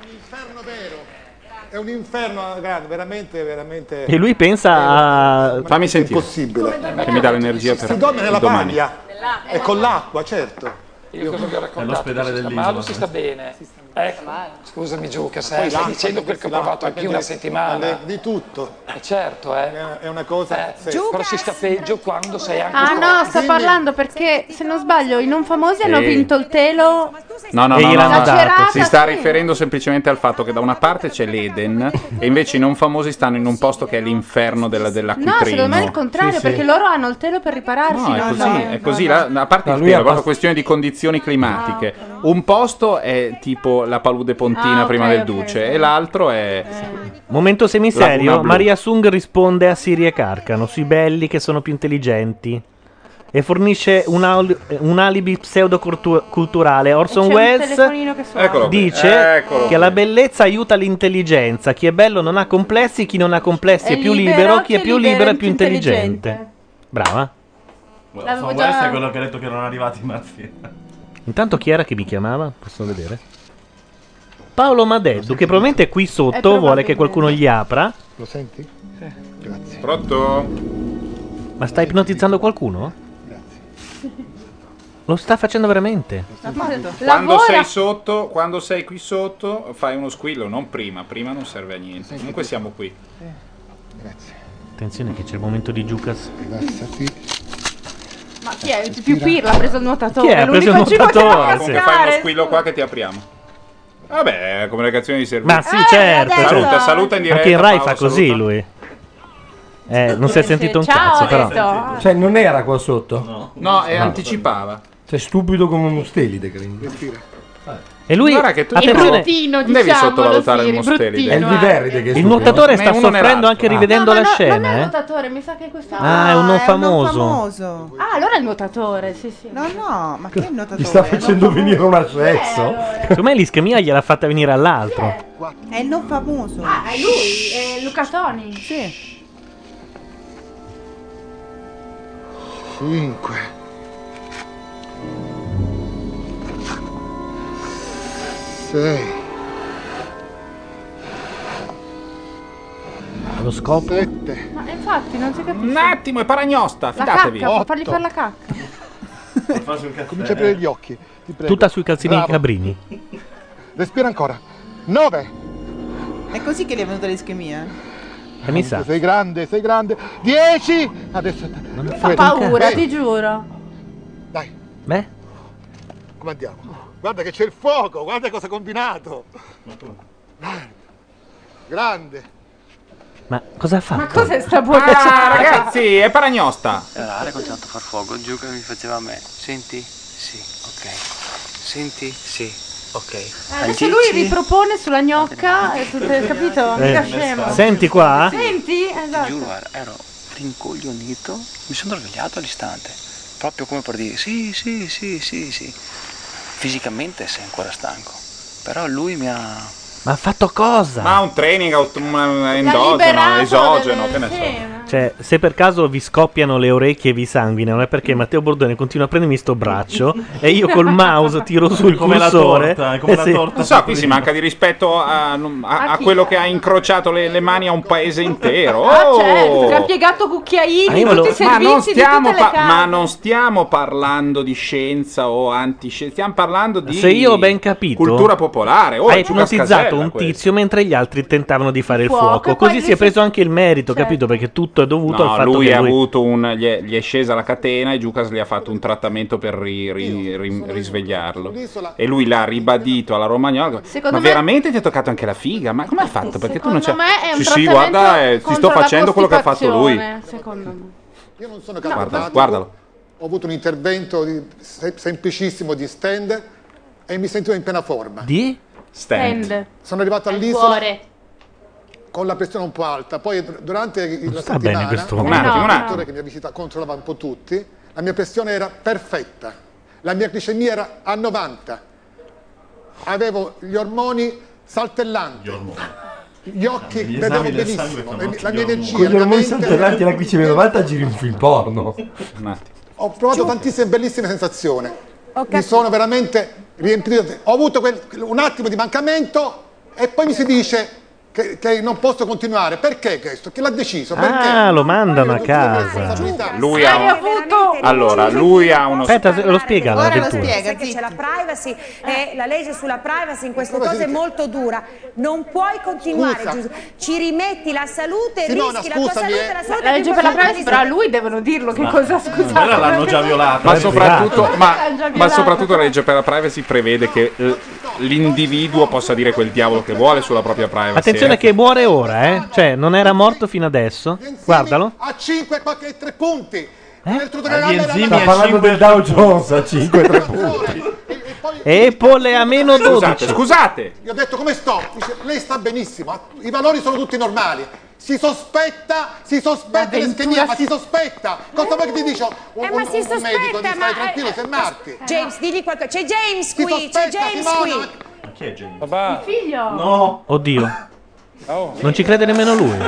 È un inferno grande, veramente, veramente. E lui pensa a... Fammi sentire. Impossibile. Che mi dà l'energia per Si dorme nella domani. paglia e con l'acqua, certo. Io cosa vi ho raccontato? All'ospedale Si sta dell'isola. male o si sta bene? Ecco, scusami Giuca, sai, Poi stai l'acqua, dicendo quel che ho l'acqua, provato anch'io una perché- settimana. Di tutto. Eh certo, eh. È una cosa. Eh, però si sta peggio quando sei anche Ah no, sta Dimmi. parlando perché se non sbaglio i non famosi hanno Sì. vinto il telo. No, no, E no, no, gliel'hanno no. dato. Si sta Sì. riferendo semplicemente al fatto che da una parte c'è l'Eden e invece i non famosi stanno in un posto che è l'inferno della, No, dell'acquitrino. secondo me è il contrario, Sì, sì. perché loro hanno il telo per ripararsi. No, è non- così, no, è così. no, La- no. a parte No, il lui spiego, ha è proprio pas- questione di condizioni climatiche. Un posto è tipo la palude pontina Ah, ok, prima del ok, duce ok. e l'altro è Momento semiserio, Laguna Blu. Maria Sung risponde a Siri e Carcano sui belli che sono più intelligenti e fornisce un, aul- un alibi pseudoculturale. Orson C'è un Welles telefonino che suona. Eccolo qui, dice eccolo che qui. la bellezza aiuta l'intelligenza. Chi è bello non ha complessi, chi non ha complessi è, È più libero, libero, chi è chi più libero libero è è più più intelligente. intelligente. Brava. L'avevo Orson già- Welles è quello che ha detto che erano arrivati in Marfia. Intanto chi era che mi chiamava? Posso vedere? Paolo Madeddu, che probabilmente è qui È sotto, vuole probabilmente. che qualcuno gli apra. Lo senti? Grazie. Pronto? Ma sta ipnotizzando qualcuno? Lo sta facendo veramente. Quando Lavora- sei sotto, quando sei qui sotto, fai uno squillo, non prima, prima non serve a niente. Comunque siamo qui. Grazie. Attenzione che c'è il momento di Giucas. Rilassati. Ma chi è? Il più pirla ha preso il nuotatore. Chi è? Ha preso il L'unico cibo che nuotatore, non può Comunque fai uno stare. squillo qua che ti apriamo. Vabbè, comunicazione di servizio. Ma sì, Eh, certo. adesso- Saluta, certo. saluta in diretta. Anche in Rai Paolo, fa così saluta. lui. Eh, non si è sentito un Ciao, cazzo, però. detto. Cioè, non era qua sotto? No, no e anticipava. Cioè, stupido come uno stelide, credo. E lui Guarda che tu attenzione, bruttino, non devi diciamolo, sottovalutare il Siri, Mustelide. bruttino, È il viveride che è il stupido. nuotatore sta Né uno né soffrendo l'altro. anche Ah. rivedendo No, la ma no, scena, non è il eh? nuotatore, mi sa che questo Ah, è un non famoso. famoso. Ah, allora è il nuotatore, sì, sì. No, no, ma che è il nuotatore? Ti sta facendo venire un accesso. Secondo me l'ischemia gliel'ha fatta venire all'altro. È il non famoso. Ah, è lui, è Luca Toni. Sì. Cinque. Sei. Lo scopo? Sette. Ma infatti non si capisce. Un attimo, è paragnosta, La fidatevi. cacca, fa fargli fare la cacca. Comincia a aprire gli occhi. Ti prego. Tutta sui calzini Bravo. di Cabrini. Respira ancora. Nove. È così che gli è venuta l'ischemia? E mi sa. Sei grande, sei grande. Dieci. Adesso. Fa paura, ti giuro. Dai, Beh, come andiamo? Guarda che c'è il fuoco, guarda cosa ha combinato. Grande. ma cosa ha fatto? Ma cos'è sta buona? Ah, ragazzi, è paragnosta. Allora, ha continuato a far fuoco, giù che mi faceva a me. Senti? Sì, ok. Senti? Sì, ok. Eh, adesso lui ripropone sulla gnocca, e su- capito? Eh, Mica scemo. senti qua? Senti? Ti Esatto. giuro, guarda, ero rincoglionito, mi sono svegliato all'istante. Proprio come per dire sì, sì, sì, sì, sì. Fisicamente sei ancora stanco. Però lui mi ha... Ma ha fatto cosa? Ma un training aut- un endogeno, liberato esogeno, delle- che ne sì. so. Cioè, se per caso vi scoppiano le orecchie e vi sanguinano è perché Matteo Bordone continua a prendermi sto braccio e io col mouse tiro sul Come la cursore. torta, è come Eh la sì. torta. Non so, qui si manca di rispetto a, a- a quello che ha incrociato le, le mani a un paese intero. Ah, Oh! certo, che ha piegato cucchiaini, Ah, io tutti volevo- i servizi Ma non, di stiamo tutte le pa- case. ma non stiamo parlando di scienza o antiscienza, stiamo parlando di Se io ho ben capito, cultura popolare. Oh, hai è Giuca ipnotizzato Scasella un questo. tizio mentre gli altri tentavano di fare il Fuoco, fuoco. e poi Così lui si è si- preso anche il merito, Certo. capito? Perché tutto è dovuto No, al fatto lui che ha lui... avuto un. Gli è, gli è scesa la catena e Giucas gli ha fatto un trattamento per ri- ri- ri- risvegliarlo. E lui l'ha ribadito alla Romagnola. Secondo Ma me- veramente ti ha toccato anche la figa? Ma come hai fatto? Perché tu non c'è. Secondo me è un Sì, sì, trattamento guarda, eh, ti sto contro la facendo quello che ha fatto lui. costipazione, secondo me. Io non sono Guarda, catatatico, guardalo. ho avuto un intervento di- se- semplicissimo di stand e mi sentivo in piena forma. Di? Stand. Sono arrivato Al all'isola cuore. con la pressione un po' alta, poi dur- durante la sta settimana bene questo il uomo. Un attimo, un dottore attimo. che mi ha visitato controllava un po' tutti, la mia pressione era perfetta, la mia glicemia era a novanta, avevo gli ormoni saltellanti, gli occhi Gli vedevo esami del sangue benissimo, fanno la tutti la gli mia ormoni. energia, Con la gli mia ormoni mente- saltellanti e la glicemia novanta giri un film porno. Un attimo. Ho provato tantissime bellissime sensazioni. Mi sono veramente riempito. di- Ho avuto quel- un attimo di mancamento e poi mi si dice che, che non posso continuare. Perché questo? Chi l'ha deciso? Perché? Ah, lo mandano a casa. Lui ha un- Allora, lui ha uno. Aspetta, se- lo spiega Ora lo l'avventura. spiega. Sai che c'è la privacy e la legge sulla privacy in queste Come si cose è dice? molto dura. Non puoi continuare, Scusa. Giuseppe. Ci rimetti la salute, Simona, rischi la tua scusami, salute, eh. la salute La è legge più per la importante privacy, di però a tutto. lui devono dirlo che cosa, scusate. Quella l'hanno già violata. Ma soprattutto, ma, L'hanno già ma violata. soprattutto la legge per la privacy prevede che eh, l'individuo possa dire quel diavolo che vuole sulla propria privacy. Attenzione eh. che muore ora, eh. Cioè, non era morto fino adesso. Guardalo. A cinque e tre punti. Eh? Nel tutto Agli della- enzimi Sta a parlando cinque del Dow Jones a cinque tre punti. E Apple è a meno Scusate, dodici. scusate. Gli ho detto come sto? Dice, lei sta benissimo, i valori sono tutti normali. Si sospetta, si sospetta l'ischemia, ma si sospetta. Cosa vuoi che ti dice un, Eh, ma un- si un sospetta, medico di stare ma- tranquillo, sei Marti? James, digli qualcosa. C'è James Si qui, c'è sospetta, James Simona, qui. Ma chi è James? Il figlio. No. Oddio. Oh. Non ci crede nemmeno lui.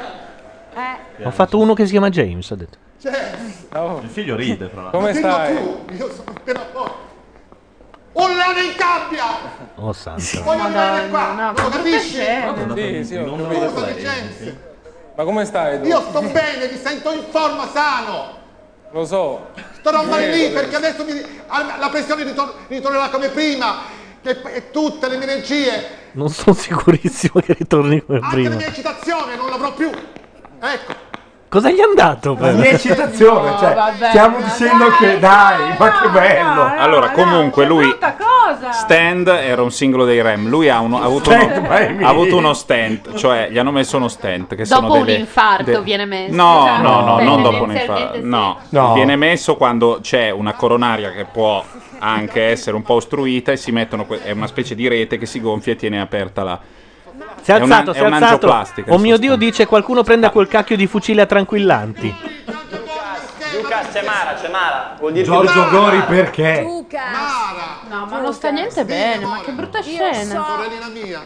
Eh. Ho fatto uno che si chiama James, ha detto. Cioè, Il figlio ride, tra l'altro. come stai? Io sono appena fuori. Un leone in gabbia! Oh santo. Voglio andare qua, no, lo capisci? scene. Sì, sì, ho Non capito. lo James. Ma come stai tu? Io sto bene, mi sento in forma, sano. Lo so. Starò male lì Eh, perché adesso mi- la pressione ritor- ritornerà come prima. Che e tutte le mie energie, Non sono sicurissimo che ritorni come anche la prima. mia eccitazione non l'avrò più. Ecco. Cosa gli è andato? La mia eccitazione, No, cioè, vabbè, stiamo ma dicendo dai, che dai, ma che bello. Allora, comunque lui Brutta cosa. Stand era un singolo dei Rem, lui ha, uno, ha, avuto, Stand uno, by me. ha avuto uno stent, cioè gli hanno messo uno stent che Dopo sono un delle, infarto de- viene messo. No, Cioè, no, no, beh, non dopo un tendenzialmente infarto. sì. No. No. Viene messo quando c'è una coronaria che può anche essere un po' ostruita e si mettono que- è una specie di rete che si gonfia e tiene aperta la. Si è È una- alzato, è si è alzato. un'angioplastica, Oh in mio Dio, dice qualcuno prenda quel cacchio di fucile a tranquillanti. Lucas, c'è Mara, c'è Mara. Vuol dire Giorgio che... Gori perché? No, ma non sta niente bene, ma che brutta scena. Sorellina mia.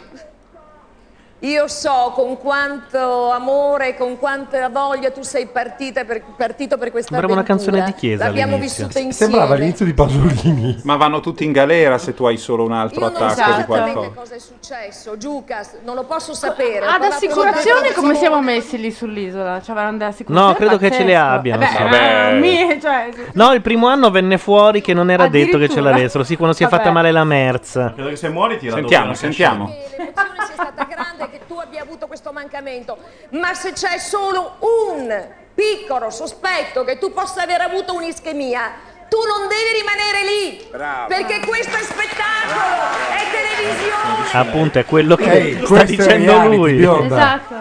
Io so con quanto amore, con quanta voglia tu sei partita per, partito per questa Sembrava una avventura. canzone di chiesa L'abbiamo all'inizio. vissuta insieme. Sembrava l'inizio di Pasolini. Ma vanno tutti in galera se tu hai solo un altro Io non so attacco di esattamente qualcosa. cosa è successo, Giucas, non lo posso sapere. Ho Ad parlato assicurazione con- come siamo messi lì sull'isola? Cioè, avranno delle assicurazioni No, credo che ce le pazzesco. abbiano, Eh beh, sì. eh, mi- cioè, No, il primo anno venne fuori che non era detto che ce Addirittura? l'avessero. Sì, quando si è Vabbè. fatta male la Merz. Credo che se muori ti Sentiamo, raddoppiano sentiamo. L'emozione sia stata grande e che tu abbia avuto questo mancamento, ma se c'è solo un piccolo sospetto che tu possa aver avuto un'ischemia, tu non devi rimanere lì, Brava. perché questo è spettacolo, è televisione. Appunto, è quello che Ehi, sta questo è dicendo reality, lui. bionda. esatto.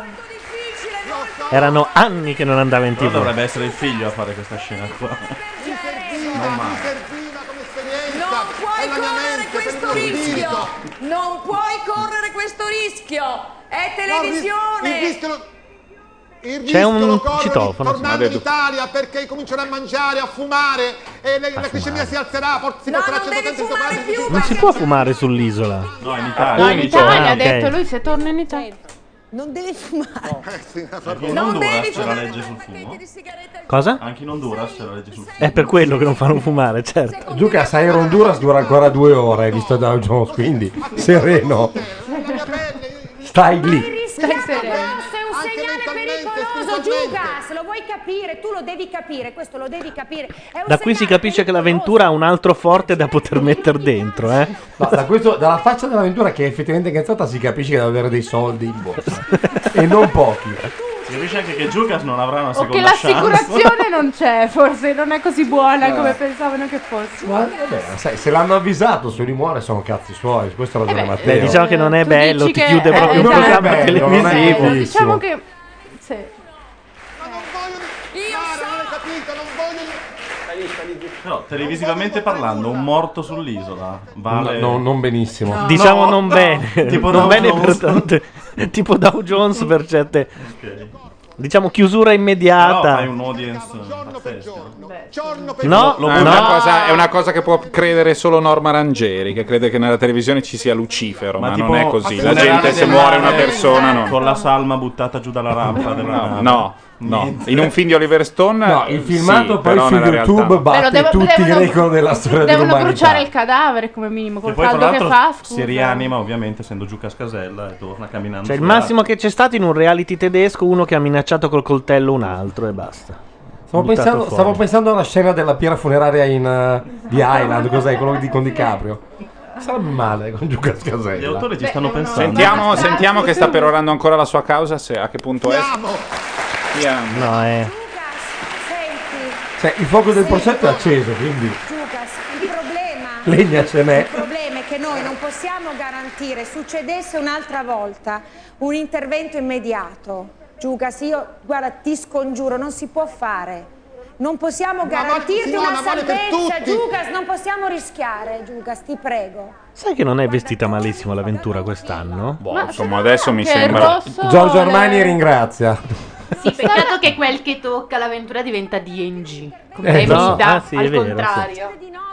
Erano anni che non andava in Però tv. dovrebbe essere il figlio a fare questa scena qua. Non serviva come esperienza. Non puoi È la mia correre mente, questo per il mio rischio, spirito. non puoi correre questo rischio, è No, il televisione. rischio lo- il C'è rischio un lo corrono citofono. tornando in Adesso- Italia perché comincerà a mangiare, a fumare e le- la glicemia si alzerà, por- si No, porterà a non devi centotrenta fumare gradi. più. Non si può fumare sull'isola. No, in Italia. No, in Appunto, Italia ah, ha ok. detto lui se torna in Italia. Non deve fumare. Eh, sì, Anche in Non Honduras devi c'è la fumare legge sul fumo. Cosa? Anche in Honduras c'è la legge sul fumo. È per quello che non fanno fumare, certo. Giuca, sai, Honduras dura ancora due ore, visto Dow Jones, quindi sereno. Stai lì. Stai sereno. Sei un segnale pericoloso, Giugas, lo vuoi capire, tu lo devi capire, questo lo devi capire. È un Da qui si segnale capisce che l'avventura ha un altro forte da poter mettere dentro, eh? No, da questo, dalla faccia dell'avventura che è effettivamente incazzata si capisce che deve avere dei soldi in borsa. E non pochi. Si capisce anche che Giucas non avrà una O che seconda chance. l'assicurazione non c'è, forse non è così buona come pensavano che fosse. Ma vabbè, sai, se l'hanno avvisato se lui muore sono cazzi suoi, questo ragiona Eh beh, Matteo. Beh, diciamo che non è Tu bello, dici ti che- chiude eh, proprio un esatto. programma Non è bello, non è televisivo. bello. Diciamo che sì. Però, televisivamente parlando, un morto sull'isola vale... No, no, non benissimo. Diciamo No, non no. bene. Tipo non Dow bene Jones. per tante. Tipo Dow Jones per certe. Ok. Diciamo chiusura Però immediata. fai un audience pazzesco. No, No, no. è, una cosa, è una cosa che può credere solo Norma Rangieri, che crede che nella televisione ci sia Lucifero, ma, Ma non tipo è così. La funerale gente se del muore mare una persona no. con la salma buttata giù dalla rampa della No, nave. no, no. Niente. In un film di Oliver Stone No, il filmato sì, poi però su nella YouTube realtà no. batte Però devo- tutti i devono- record della storia Devono dell'umanità. bruciare il cadavere come minimo E col poi tra caldo che l'altro fa. si scusa. rianima ovviamente essendo Giucas Casella e torna camminando. Cioè il sulla- massimo che c'è stato in un reality tedesco, uno che ha minacciato col coltello un altro e basta. Stavo Buttato pensando, fuori. stavo pensando alla scena della piera funeraria in uh, di Island, cos'è? Quello di, con DiCaprio. Sarebbe male con Giuca Gli Scasella. autori ci stanno pensando. Sentiamo, sentiamo che sta perorando ancora la sua causa, se, a che punto è. Andiamo. No, eh. Cioè, il fuoco del progetto è acceso, quindi Giugas, il problema legna ce n'è. Il problema è che noi non possiamo garantire, succedesse un'altra volta, un intervento immediato. Giugas, io, guarda, ti scongiuro, non si può fare. Non possiamo Ma garantirti Simona, una vale per salvezza, tutti. Giugas, non possiamo rischiare, Giugas, ti prego. Sai che non è vestita malissimo l'avventura quest'anno? Boh, insomma, adesso mi che sembra. rosso Giorgio le- Armani ringrazia. Sì, peccato che quel che tocca l'avventura diventa D and G. Come Eh, è no, vita, ah, sì, è al vero, contrario.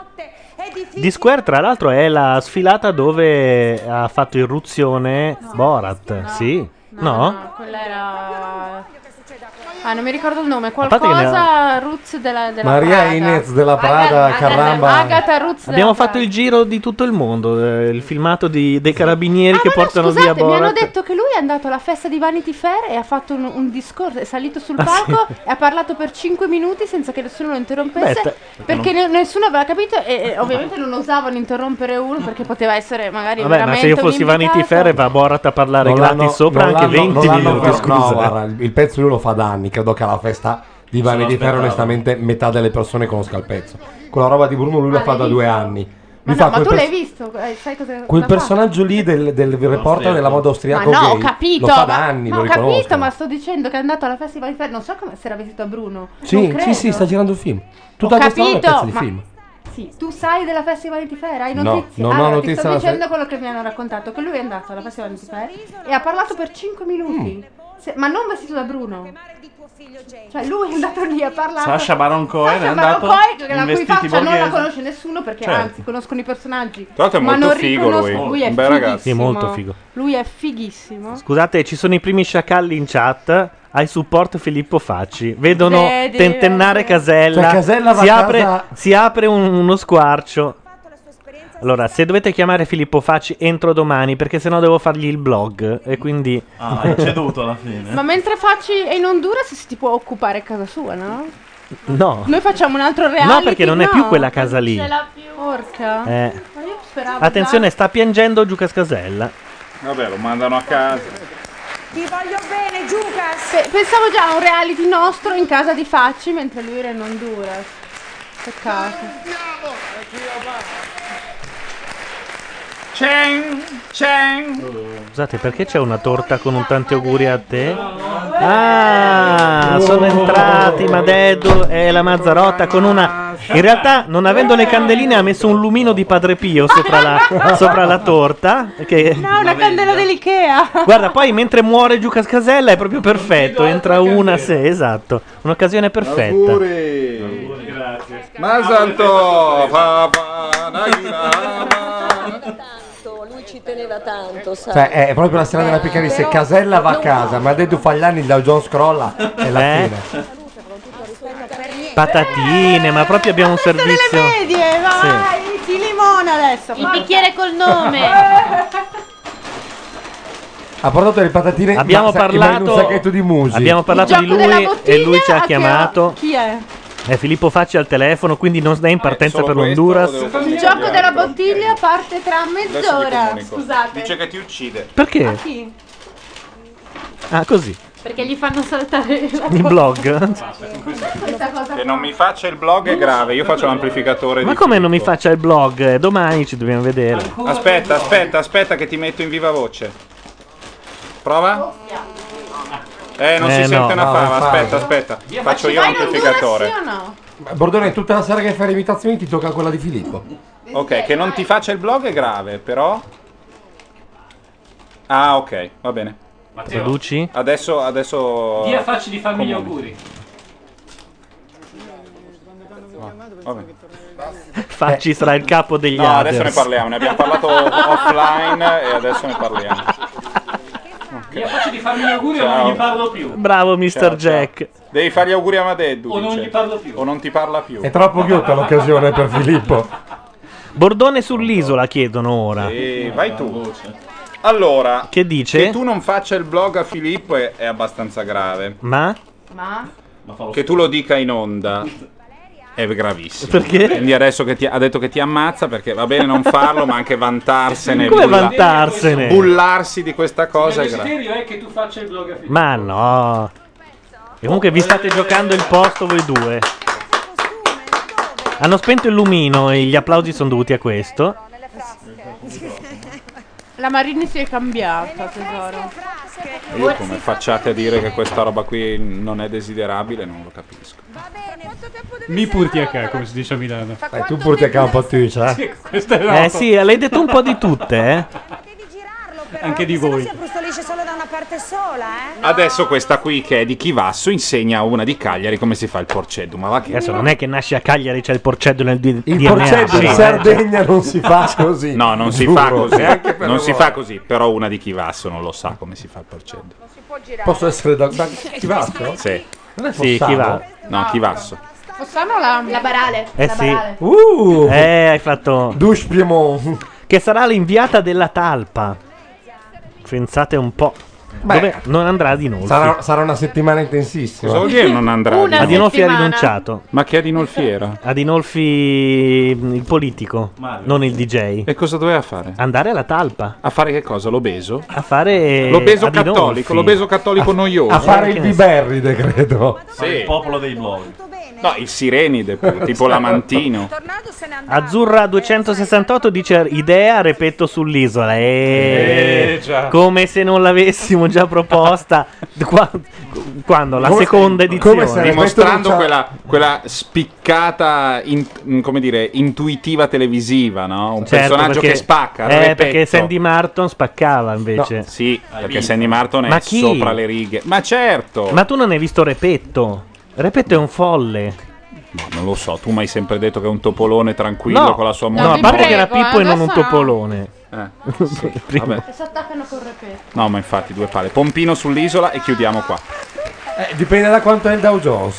Di Square, tra l'altro, è la sfilata dove ha fatto irruzione Borat. Sì? No? Quella era. Ah, non mi ricordo il nome. parte che ne Qualcosa. Ruz della, della Maria Prada. Inez della Prada, Agatha- Carramba. Agatha Ruz della Abbiamo Prada. fatto il giro di tutto il mondo. eh, il filmato di- dei carabinieri che portano Scusate, via mi hanno Borat. detto che lui è andato alla festa di Vanity Fair e ha fatto un, un discorso, è salito sul Ah, palco sì? e ha parlato per cinque minuti senza che nessuno lo interrompesse, Beh, sta- perché ne- nessuno aveva capito e, e ovviamente non osavano interrompere uno perché poteva essere magari Vabbè, ma veramente se io fossi un Vanity invitato. Fair e va Borat a parlare Non gratis l'hanno- sopra non anche l'hanno- venti non l'hanno minuti, ancora- scusa. No, guarda, il- il pezzo lui lo fa da anni. Credo che alla festa di Se lo Vanity Fair aspettavo. onestamente metà delle persone conosca il pezzo. Quella roba di Bruno lui Ah, lo fa l'hai da due visto? anni. Ma, Lui no, fa ma quel tu pers- l'hai visto? Eh, sai cosa Quel cosa fa? personaggio lì del, del reporter della moda austriaco Ma no, ho gay capito. lo fa ma- da anni, ma lo ho capito, riconosco. ma sto dicendo che è andato alla Festival di Fair. Non so come si era vestito a Bruno. Sì, Non sì, credo. sì, sta girando il film. Ho Tutta questa roba è capito, pezzo di ma- film. Sì, tu sai della Festival di Fair? Hai No, notizie? non ho allora, notizie ti sto della dicendo fe- quello che mi hanno raccontato. Che lui è andato alla Festival di Fair e ha parlato per cinque minuti. Se- ma non vestito da Bruno. Cioè lui è andato lì a parlare. Sacha Baron Cohen è Sacha Baron andato Cohen, che la in cui vestiti faccia non la borghesi. conosce nessuno perché Certo. anzi conoscono i personaggi. Tra l'altro è ma molto non figo lui. riconosco- lui è Un bel ragazzo. Sì, molto figo. Lui è fighissimo. Scusate, ci sono i primi sciacalli in chat. Hai supporto Filippo Facci. Vedono Vedi, tentennare Casella. Cioè, Casella va si, a apre, casa- si apre un- uno squarcio. Allora, se dovete chiamare Filippo Facci entro domani, perché sennò devo fargli il blog. E quindi. Ah, hai ceduto alla fine. Ma mentre Facci è in Honduras si ti può occupare casa sua, no? No. Noi facciamo un altro reality. No, perché non è più no. quella casa lì. Non ce l'ha più. Porca. Eh. Ma io speravo Attenzione, già- sta piangendo Giucas Casella. Vabbè, lo mandano a casa. Ti voglio bene, Giucas. Pe- pensavo già a un reality nostro in casa di Facci mentre lui era in Honduras. Peccato. Ceng, ceng. Scusate, perché c'è una torta con un tanti auguri a te? Ah, sono entrati Madeddu e la Mazzarotta con una. In realtà, non avendo le candeline, ha messo un lumino di Padre Pio sopra la, sopra la torta. Che... No, una candela dell'Ikea. Guarda, poi mentre muore Giucas Casella è proprio perfetto. Entra una, sì, esatto. Un'occasione perfetta. Auguri. Grazie. Masanto, papà, Nagina. Lui ci teneva tanto, sai. Cioè, è proprio la sera della piccheria. Se Casella va a casa, ma Deddu fa gli anni, il Dow Jones crolla, è la Eh? fine. Patatine, ma proprio abbiamo un servizio. Delle medie, vai, ti limona adesso. Il bicchiere col nome. Ha portato le patatine Abbiamo ma sa- ma in parlato, un sacchetto di musi. abbiamo parlato Il di gioco della lui e bottiglia lui ci ha che- chiamato. Chi è? È Filippo Facci al telefono, quindi non è in partenza solo per questo l'Honduras. o devo Il gioco della bottiglia parte tra mezz'ora. Scusate. Dice che ti uccide. Perché? A chi? Ah, così. Perché gli fanno saltare la Il blog. Questa cosa Che non mi faccia il blog è grave, io faccio l'amplificatore Ma di come non mi Filippo. faccia il blog? Eh, Domani ci dobbiamo vedere. Aspetta, aspetta, aspetta che ti metto in viva voce. Prova? Eh, non Eh, si no, sente una no, fava, infatti. aspetta, aspetta. Faccio io Vai in Honduras, l'amplificatore. sì o no? Bordone, tutta la sera che fai le imitazioni ti tocca quella di Filippo. Ok, che non ti faccia il blog è grave, però... Ah, ok, va bene. Traduci? Adesso, adesso... Dia Facci di farmi gli Comuni. auguri. Va bene. Facci sarà il capo degli No, adesso ne others. parliamo, ne abbiamo parlato offline e adesso ne parliamo. Dia Facci di farmi gli auguri o Ciao. non gli parlo più. Bravo mister Ciao, ciao. Jack. Devi fare gli auguri a Madeddu, O non dice. gli parlo più. O non ti parla più. È troppo ghiotta l'occasione per Filippo. Bordone sull'isola chiedono ora. E vai tu. Allora, Che dice? che tu non faccia il blog a Filippo è, è abbastanza grave. Ma? Ma? Che tu lo dica in onda è gravissimo. Perché? Quindi adesso che ti ha detto che ti ammazza, perché va bene non farlo, ma anche vantarsene. Come bulla- vantarsene? Bullarsi di questa cosa Il è grave. desiderio è che tu faccia il blog a Filippo. Ma no. E comunque vi state giocando il posto voi due. Hanno spento il lumino e gli applausi sono dovuti a questo. La Marini si è cambiata, tesoro. Io come facciate a dire che questa roba qui non è desiderabile, non lo capisco. Mi purti a ca, come si dice a Milano. Eh, tu porti a campo a tu, cioè. Sì, questo è Eh noto. sì, l'hai detto un po' di tutte, eh. Anche di Se no voi. si appustolisce solo da una parte sola, eh? Adesso questa qui che è di Chivasso insegna a una di Cagliari come si fa il porceddu. Ma va che... Adesso non è che nasce a Cagliari, c'è il porceddu nel D- Il D N A. porceddu in sì. Sardegna non si fa così. No, non si Giuro. fa così. Neanche per Non si lavoro. fa così, però una di Chivasso non lo sa come si fa il porceddu. Posso essere da... da... Chi va? No? Sì. Non è Sì, Fossano? chi va? No, Chivasso. Fossano la... La barale. Eh la sì. barale. Uh! Eh, hai fatto... Douche Piemont. Che sarà l'inviata della talpa. Pensate un po'. dove non andrà Adinolfi. Sarà, sarà una settimana intensissima. Cosa vuol dire non andrà? Una Adinolfi ha rinunciato. Ma che Adinolfi era? Adinolfi il politico, non il D J. E cosa doveva fare? Andare alla talpa. A fare che cosa? L'obeso? A fare L'obeso Adinolfi. cattolico, l'obeso cattolico A- noioso. a fare il biberride, credo. Sì. Il popolo dei blog. No, il sirenide, tipo l'amantino. Azzurra duecentosessantotto dice idea, repetto sull'isola. E Eh, già. come se non l'avessimo già proposta Qua- quando la Come- seconda edizione. Dimostrando quella, quella spiccata, in- come dire, intuitiva televisiva, no? Un Certo, personaggio perché- che spacca. Eh, repetto. perché Sandy Martin spaccava invece. No, sì, perché Sandy Martin è Ma chi? sopra le righe. Ma certo. Ma tu non hai visto Repetto? Repetto è un folle. No, non lo so, tu mi hai sempre detto che è un topolone tranquillo No. con la sua No, moglie. a parte che era prego, Pippo e non un adesso no. topolone. Eh, Prima. vabbè. E si attaccano col repetto. No, ma infatti due palle. Pompino sull'isola e chiudiamo qua. Eh, dipende da quanto è il Dow Jones.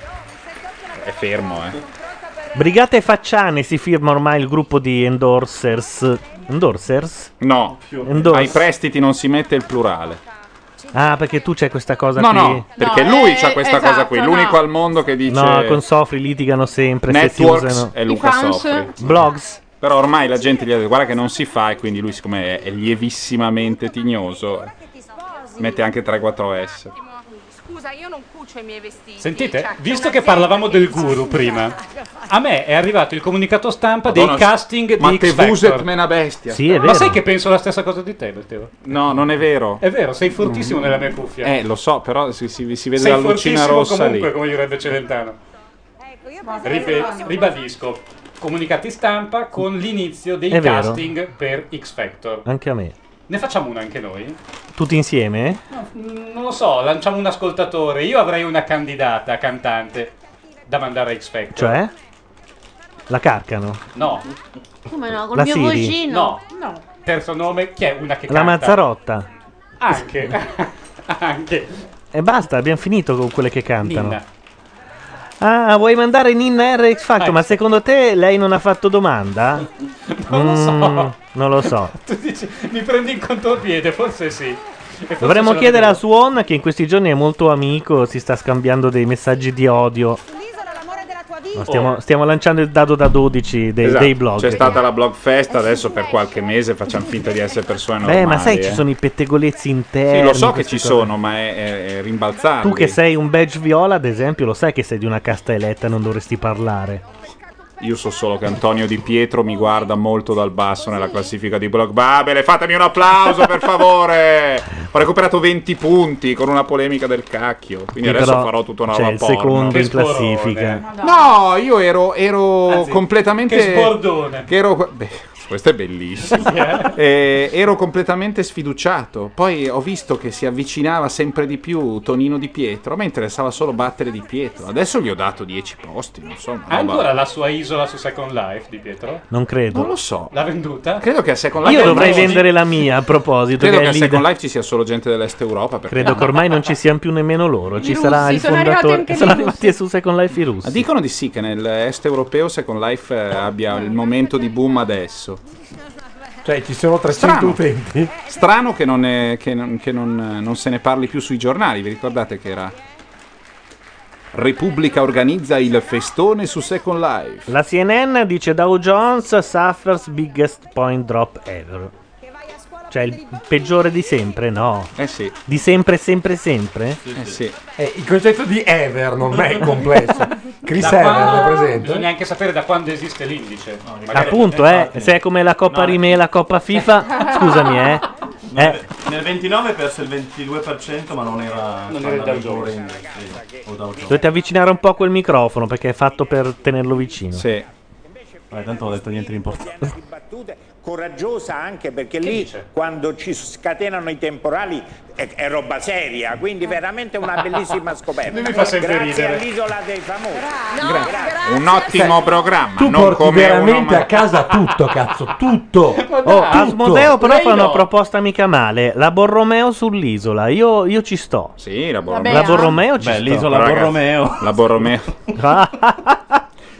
È fermo, eh. Brigate Facciane si firma ormai il gruppo di endorsers. Endorsers? No, Endorse. ai prestiti non si mette il plurale. Ah, perché tu c'hai questa cosa No, qui. no, perché No, lui eh, c'ha questa esatto, cosa qui. no. L'unico al mondo che dice No, con Sofri litigano sempre se si Networks usano. è Luca I fans. Sofri. Blogs. Però ormai la gente gli ha detto guarda che non si fa e quindi lui siccome è, è lievissimamente tignoso mette anche tre quattro S. Scusa, io non cucio i miei vestiti. Sentite, Cioè, visto c'è che parlavamo del guru prima, a me è arrivato il comunicato stampa dei Madonna, casting ma di te X Factor. vuset me una bestia. Sì, è Ma vero. sai che penso la stessa cosa di te, Matteo? No, non è vero. È vero, sei fortissimo nella mia cuffia. Eh, lo so, però si, si- si vede sei la lucina fortissimo rossa comunque, lì. come direbbe Celentano. Ripe- ribadisco, comunicati stampa con l'inizio dei È vero. casting per X Factor. Anche a me. Ne facciamo una anche noi? Tutti insieme? No, mm, non lo so, lanciamo un ascoltatore. Io avrei una candidata cantante da mandare a X Factor. Cioè? La carcano? No. Come no? Col La mio Siri? vocino? No. No. Terzo nome, chi è una che La canta? Mazzarotta. Anche. Anche. E basta, abbiamo finito con quelle che cantano. Ninna. Ah, vuoi mandare Ninna R X Factor? Eh. Ma secondo te lei non ha fatto domanda? Non lo so. Mm, non lo so. Tu dici, mi prendi in contropiede, forse sì. E forse Dovremmo ce la chiedere a vedevo. Suon, che in questi giorni è molto amico, si sta scambiando dei messaggi di odio. No, stiamo, stiamo lanciando il dado da dodici dei, Esatto, dei blog. C'è stata la blog fest, adesso per qualche mese facciamo finta di essere persone Beh, normali. ma sai, eh. ci sono i pettegolezzi interni. Sì, lo so che queste ci cose. sono, ma è, è, è rimbalzante. Tu che sei un badge viola, ad esempio, lo sai che sei di una casta eletta, non dovresti parlare. Io so solo che Antonio Di Pietro mi guarda molto dal basso nella classifica di Blog Babele. Fatemi un applauso per favore. Ho recuperato venti punti con una polemica del cacchio. Quindi Sì, adesso però farò tutta una c'è roba il porno. secondo Che in sporone. classifica. No, io ero, ero Anzi, completamente. che sbordone. Che ero. Beh, questo è bellissimo. Eh, ero completamente sfiduciato. Poi ho visto che si avvicinava sempre di più Tonino Di Pietro. A me interessava solo battere Di Pietro. Adesso gli ho dato dieci posti. Non so. una Ha roba- ancora la sua isola su Second Life di Pietro? Non credo. Non lo so. L'ha venduta? Credo che a Second Life Io dovrei no. vendere la mia a proposito. Credo che che è a leader. Second Life ci sia solo gente dell'Est Europa. perché- Credo che ormai non ci siano più nemmeno loro. Ci I sarà russi, il sono arrivati fondatore. anche Sono i arrivati su Second Life i russi. Ma dicono di sì, che nell'Est europeo Second Life eh, abbia il momento di boom adesso. Cioè, ci sono trecento Strano. utenti. Strano che, non, è- che non- che non- non se ne parli più sui giornali. Vi ricordate che era Repubblica organizza il festone su Second Life. La C N N dice Dow Jones suffers biggest point drop ever. Cioè il peggiore di sempre, no? Eh sì. Di sempre, sempre, sempre? Eh sì. Eh, il concetto di ever non è complesso. Chris Da Ever, quando- è presente? Bisogna anche sapere da quando esiste l'indice. Magari- Appunto, eh, se è come la Coppa No. Rimè e la Coppa FIFA, scusami, eh. eh. Nel ventinove perse il ventidue per cento, ma non era Non era il Dow Standard and Jones. Poor's, sì, o Dow Jones. Dovete avvicinare un po' quel microfono perché è fatto per tenerlo vicino. Sì. Vabbè, tanto non ho detto niente di importante. Coraggiosa anche perché lì quando ci scatenano i temporali è, è roba seria, quindi veramente una bellissima scoperta. Lui mi fa sempre Grazie ridere. all'isola dei famosi. Gra- Un ottimo programma. Tu non porti come veramente uno, a casa tutto, cazzo, tutto. Oh, tutto. Asmodeo però Lei fa una no. proposta mica male. La Borromeo sull'isola. Io, io ci sto. Sì, la La Borromeo ci Beh, sto. l'isola Ragazzi, Borromeo. La Borromeo.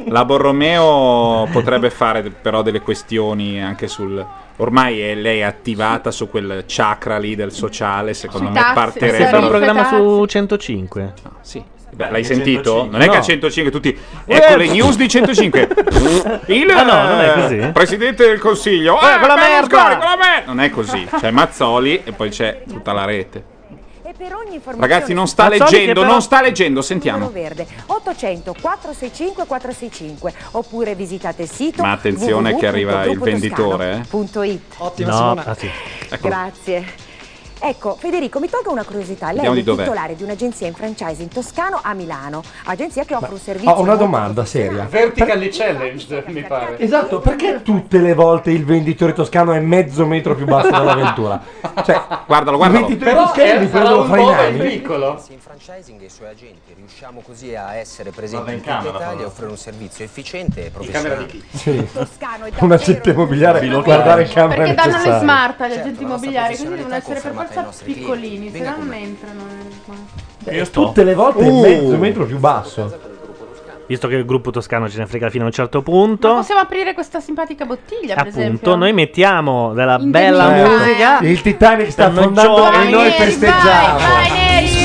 La Borromeo potrebbe fare però delle questioni anche sul... Ormai è lei è attivata su quel chakra lì del sociale, secondo Sui me tassi, partirebbe... C'è un programma su centocinque. No, sì. Beh, l'hai sentito? centocinque. Non è che No. a centocinque tutti... Ecco le news di centocinque. Il Ah, no, non è così. Presidente del Consiglio. Eh, quella merda! Berlusconi, quella merda! Non è così. C'è Mazzoli e poi c'è tutta la rete. Ragazzi, non sta Mazzoli che leggendo, però- non sta leggendo, sentiamo. Verde ottocento quattrocentosessantacinque quattrocentosessantacinque oppure visitate il sito Ma attenzione che arriva il venditore, eh. punto it. Ottima No, Simona. ah, sì. Eccolo. Grazie. Ecco, Federico, mi tolga una curiosità. Lei Vediamo è di dov'è. titolare di un'agenzia in franchising toscano a Milano, agenzia che offre un servizio Ho una molto domanda seria. Vertically challenged, mi pare. Esatto, perché tutte le volte il venditore toscano è mezzo metro più basso dell'avventura? Cioè, guardalo, i guardalo. venditori Però toscani è- li sarà prendono un fra i po' nani. piccolo. In franchising e i suoi agenti riusciamo così a essere presenti Guarda in in tutta camera, Italia e però. offrire un servizio efficiente e camera di professionale. Sì. Un agente immobiliare guardare in camera Perché è danno le necessario. smart agli agenti Certo, la nostra immobiliari, quindi devono essere per confermata ai forza nostri clienti. piccolini, se Venga no con non me. entrano nelle smart. Eh, tutte le volte è Uh. mezzo metro più basso. Visto che il gruppo toscano ce ne frega fino a un certo punto. Ma possiamo aprire questa simpatica bottiglia, per Appunto, esempio? noi mettiamo della In bella Dominica. musica. Il Titanic sta Stanno affondando giovani. e noi Vai, festeggiamo. Vai, Neri,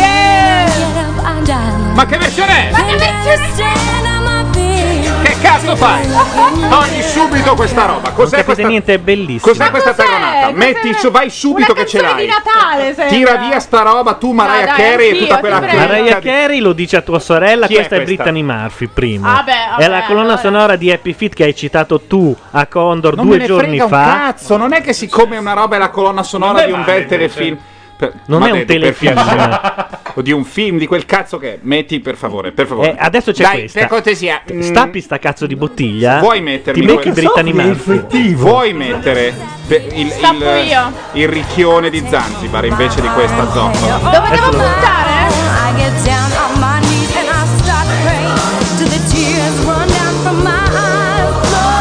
yeah! Ma che versione è? Ma che versione Che cazzo fai? Togli subito questa roba. Non Cos'è capite questa? niente, è bellissimo. Cos'è questa terronata? Metti su, vai subito che ce Canzone l'hai. di Natale, sembra. Tira via sta roba, tu Mariah dai, Carey e anch'io, tutta ti quella prego. cricca Mariah di- Carey lo dice a tua sorella, Chi è questa è, questa? Brittany Murphy, primo. Vabbè, è vabbè, la colonna allora. sonora di Happy Feet che hai citato tu a Condor Non due me ne giorni frega un fa. cazzo, non è che siccome una roba è la colonna sonora Non è di un male, bel invece. telefilm. Per- Non ma è un detto, per telefilm. piacere. O di un film, di quel cazzo che è. Metti per favore, per favore. Eh, adesso c'è Dai, questa. per cortesia. mm, Stappi sta cazzo di bottiglia. Vuoi mettermi Ti becchi quel- Brittany Murphy. Vuoi mettere pe- il, Stappo il, io. il ricchione di Zanzibar invece di questa zoppola? Dove devo buttare? I get down on my knees and I start praying till the tears run down from my eyes.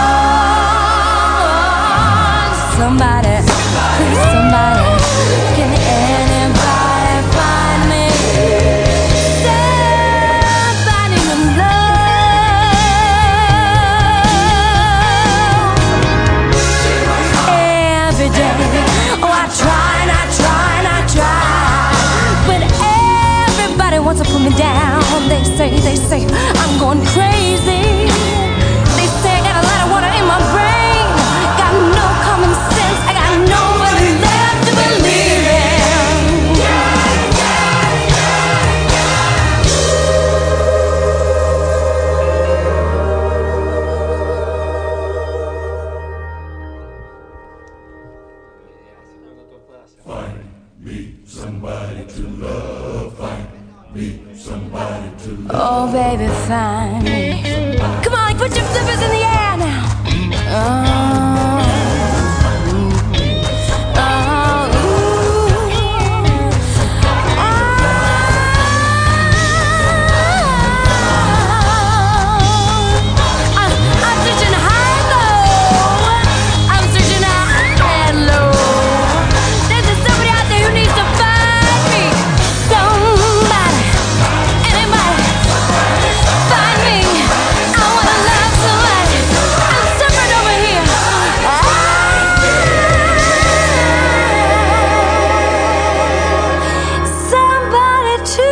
Lord, somebody, please somebody, can anybody find me? Somebody to love. Every day, oh I try and I try and I try, but everybody wants to put me down. They say, they say I'm going crazy. They say I got a lot of water in my brain. Got no common sense. I got nobody left to believe in. Oh, baby, find me. Come on, put your flippers in the air now. Oh, oh, ooh. Ah, I'm searching high and low. I'm searching high and low. There's somebody out there who needs to find me. Somebody, anybody, find me. I wanna love somebody. I'm suffering over here. Ah, somebody to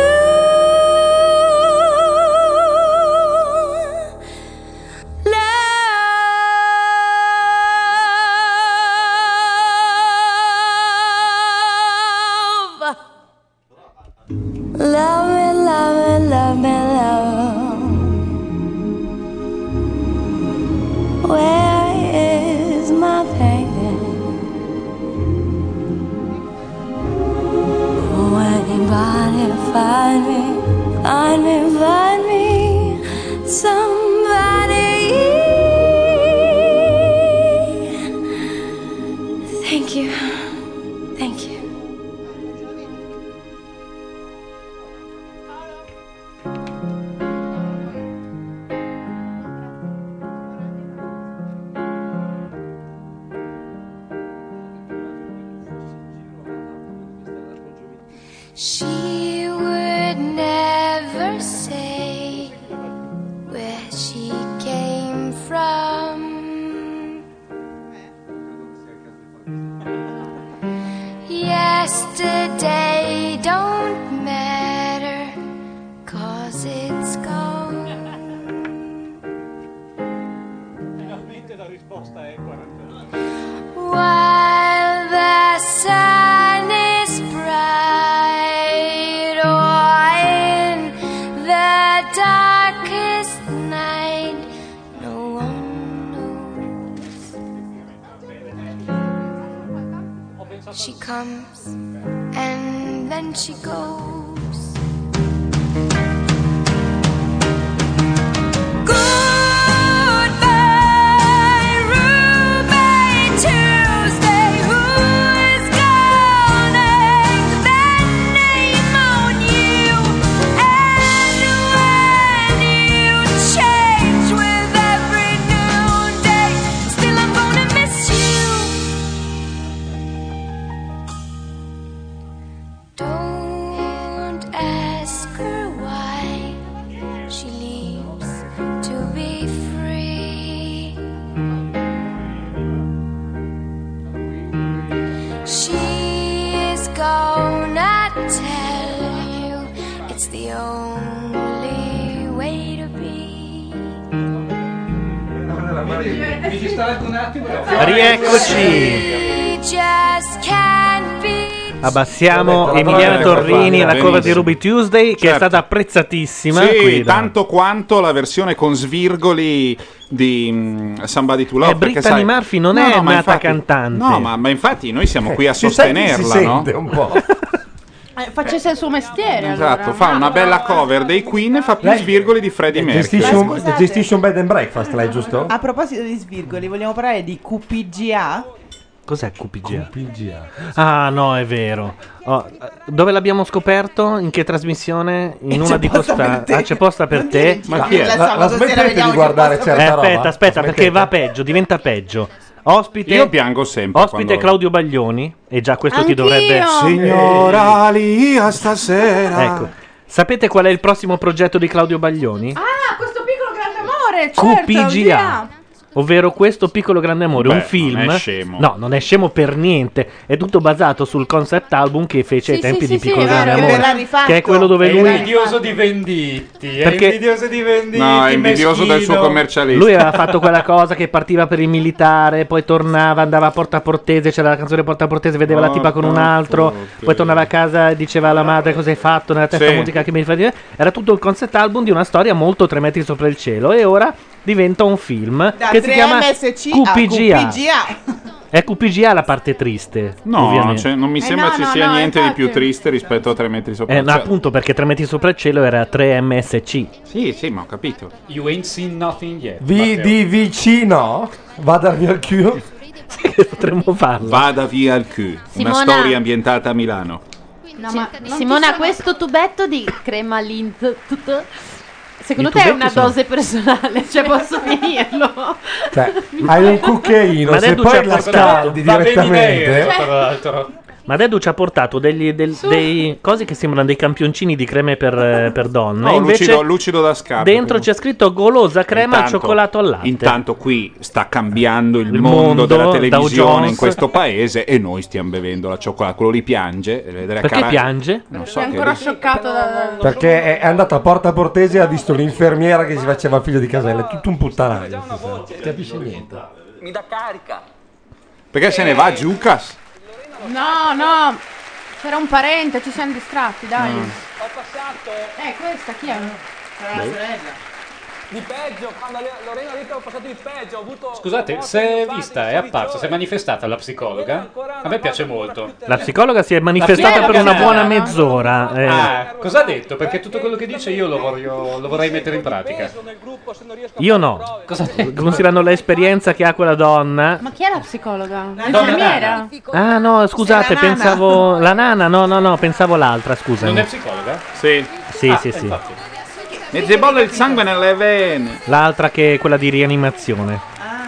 love. Love me, love me, love me, love. Where is my pain? Oh, anybody find me, find me, find me. Somebody. Thank you. Thank you. She would never say where she came 'cause it's gone. Finalmente la risposta è quaranta. While the sun is bright, or in the darkest night, no one knows. She comes and then she goes. Goodbye, roommate Tuesday. Who is calling that name on you? And when you change with every new day, still I'm gonna miss you. Don't ask her why she leaves to be free. She is gonna tell you it's the only way to be. Mi distratto un attimo. Rieccoci. We just can't be. Abbassiamo L'ho detto, Emiliana ecco qua, Torrini alla cover di benissimo. Ruby Tuesday, che è Certo. stata apprezzatissima. Sì, qui da- tanto quanto la versione con svirgoli di mm, Somebody to Love. Eh, perché, Brittany sai- Murphy non No, è no, ma nata infatti- cantante. No, ma, ma infatti noi siamo qui a Si sa chi si sostenerla, no? sente un po'. Eh, facesse il suo mestiere. Esatto, allora. fa una bella cover dei Queen e fa più Lei- svirgoli di Freddie Mercury. Gestisce un, scusate. gestisce un bed and breakfast, lei, giusto? A proposito di svirgoli, vogliamo parlare di Q P G A? Cos'è Q P G A? Q P G A. Ah, no, è vero. Oh, dove l'abbiamo scoperto? In che trasmissione? In E una c'è di posta questa. per te. Ah, c'è posta per Non te? dire Ma chi è? La- la smettete di guardare certa eh, roba? Aspetta, aspetta, La perché smettete? va peggio, diventa peggio. Ospite, Io piango sempre Ospite quando- Claudio Baglioni, e già questo ti Anch'io. dovrebbe. Signora Lia stasera. Ecco. Sapete qual è il prossimo progetto di Claudio Baglioni? Ah, questo piccolo grande amore, Q certo. P G A. Ovvero Questo piccolo grande amore, Beh, un film. non è scemo. No, non è scemo per niente. È tutto basato sul concept album che fece ai Sì, tempi sì, di sì, Piccolo sì, Grande vero, Amore. verrà rifatto. Che è quello dove È lui. invidioso di Venditti. È Perché- invidioso di Venditti. No, è invidioso del suo meschino. commercialista. Lui aveva fatto quella cosa che partiva per il militare, poi tornava, andava a Porta Portese, c'era la canzone Porta Portese, vedeva la tipa con un altro, poi tornava a casa e diceva alla madre cosa hai fatto nella testa Sì. musica che mi fa dire. Era tutto il concept album di una storia molto tre metri sopra il cielo e ora diventa un film Da che si chiama tre M S C Q a P G A. Q P G A. È Q P G A la parte triste. No, ovviamente. cioè, non mi Eh, sembra no, ci no, sia no, niente di infatti. più triste rispetto a tre metri sopra Eh, il no, cielo. appunto perché tre metri sopra il cielo era tre M S C. Sì, sì, ma ho capito. You ain't seen nothing yet. Vi Matteo. di vicino? Vada via il Q. Sì, che potremmo farlo. Vada via al Q, una Simona- storia ambientata a Milano. No, ma non Simona, ci sono- questo tubetto di crema Lindt, tutto- secondo I te è tubetti una sono- dose personale? Cioè posso finirlo? Cioè, hai un cucchiaino, Ma se Dedu poi ci ha la portato- scaldi Va bene direttamente. idea, tra l'altro. Ma Dedu ci ha portato degli, del- dei cosi che sembrano dei campioncini di creme per, eh, per donne. No, Invece lucido, lucido da scarpe. dentro c'è scritto golosa crema al Intanto- cioccolato al latte. Intanto qui sta cambiando il, Il mondo, mondo, della Dow televisione Jones. in questo paese e noi stiamo bevendo la cioccolata. Quello lì piange. deve vedere a Perché cara- piange? Non so Sei che ancora scioccato da... Perché è, è andato a Porta Portese e ha visto l'infermiera che si faceva figlio di casella. È tutto un puttanaio. Non capisce niente. Mi dà carica. Perché se ne va Giucas? No, no. C'era un parente, ci siamo distratti, dai. Mm. Ho passato Eh, questa chi è? la sorella. Di peggio, quando Le- Lorena ha detto ho passato di peggio, ho avuto... Scusate, si è vista, è apparsa, si è manifestata la psicologa? A me piace molto. La psicologa si è manifestata per una buona mezz'ora. eh. Ah, cosa ha detto? Perché tutto quello che dice io lo, voglio, lo vorrei mettere in pratica. Io no. Considerando l'esperienza che ha quella donna. Ma chi è la psicologa? L'infermiera? Ah no, scusate, la nana. pensavo la nana. No, no, no, pensavo l'altra, scusami. Non è psicologa? Sì. Sì, Ah, sì, sì. infatti. Mezze bolle il sangue nelle vene. L'altra che è quella di rianimazione.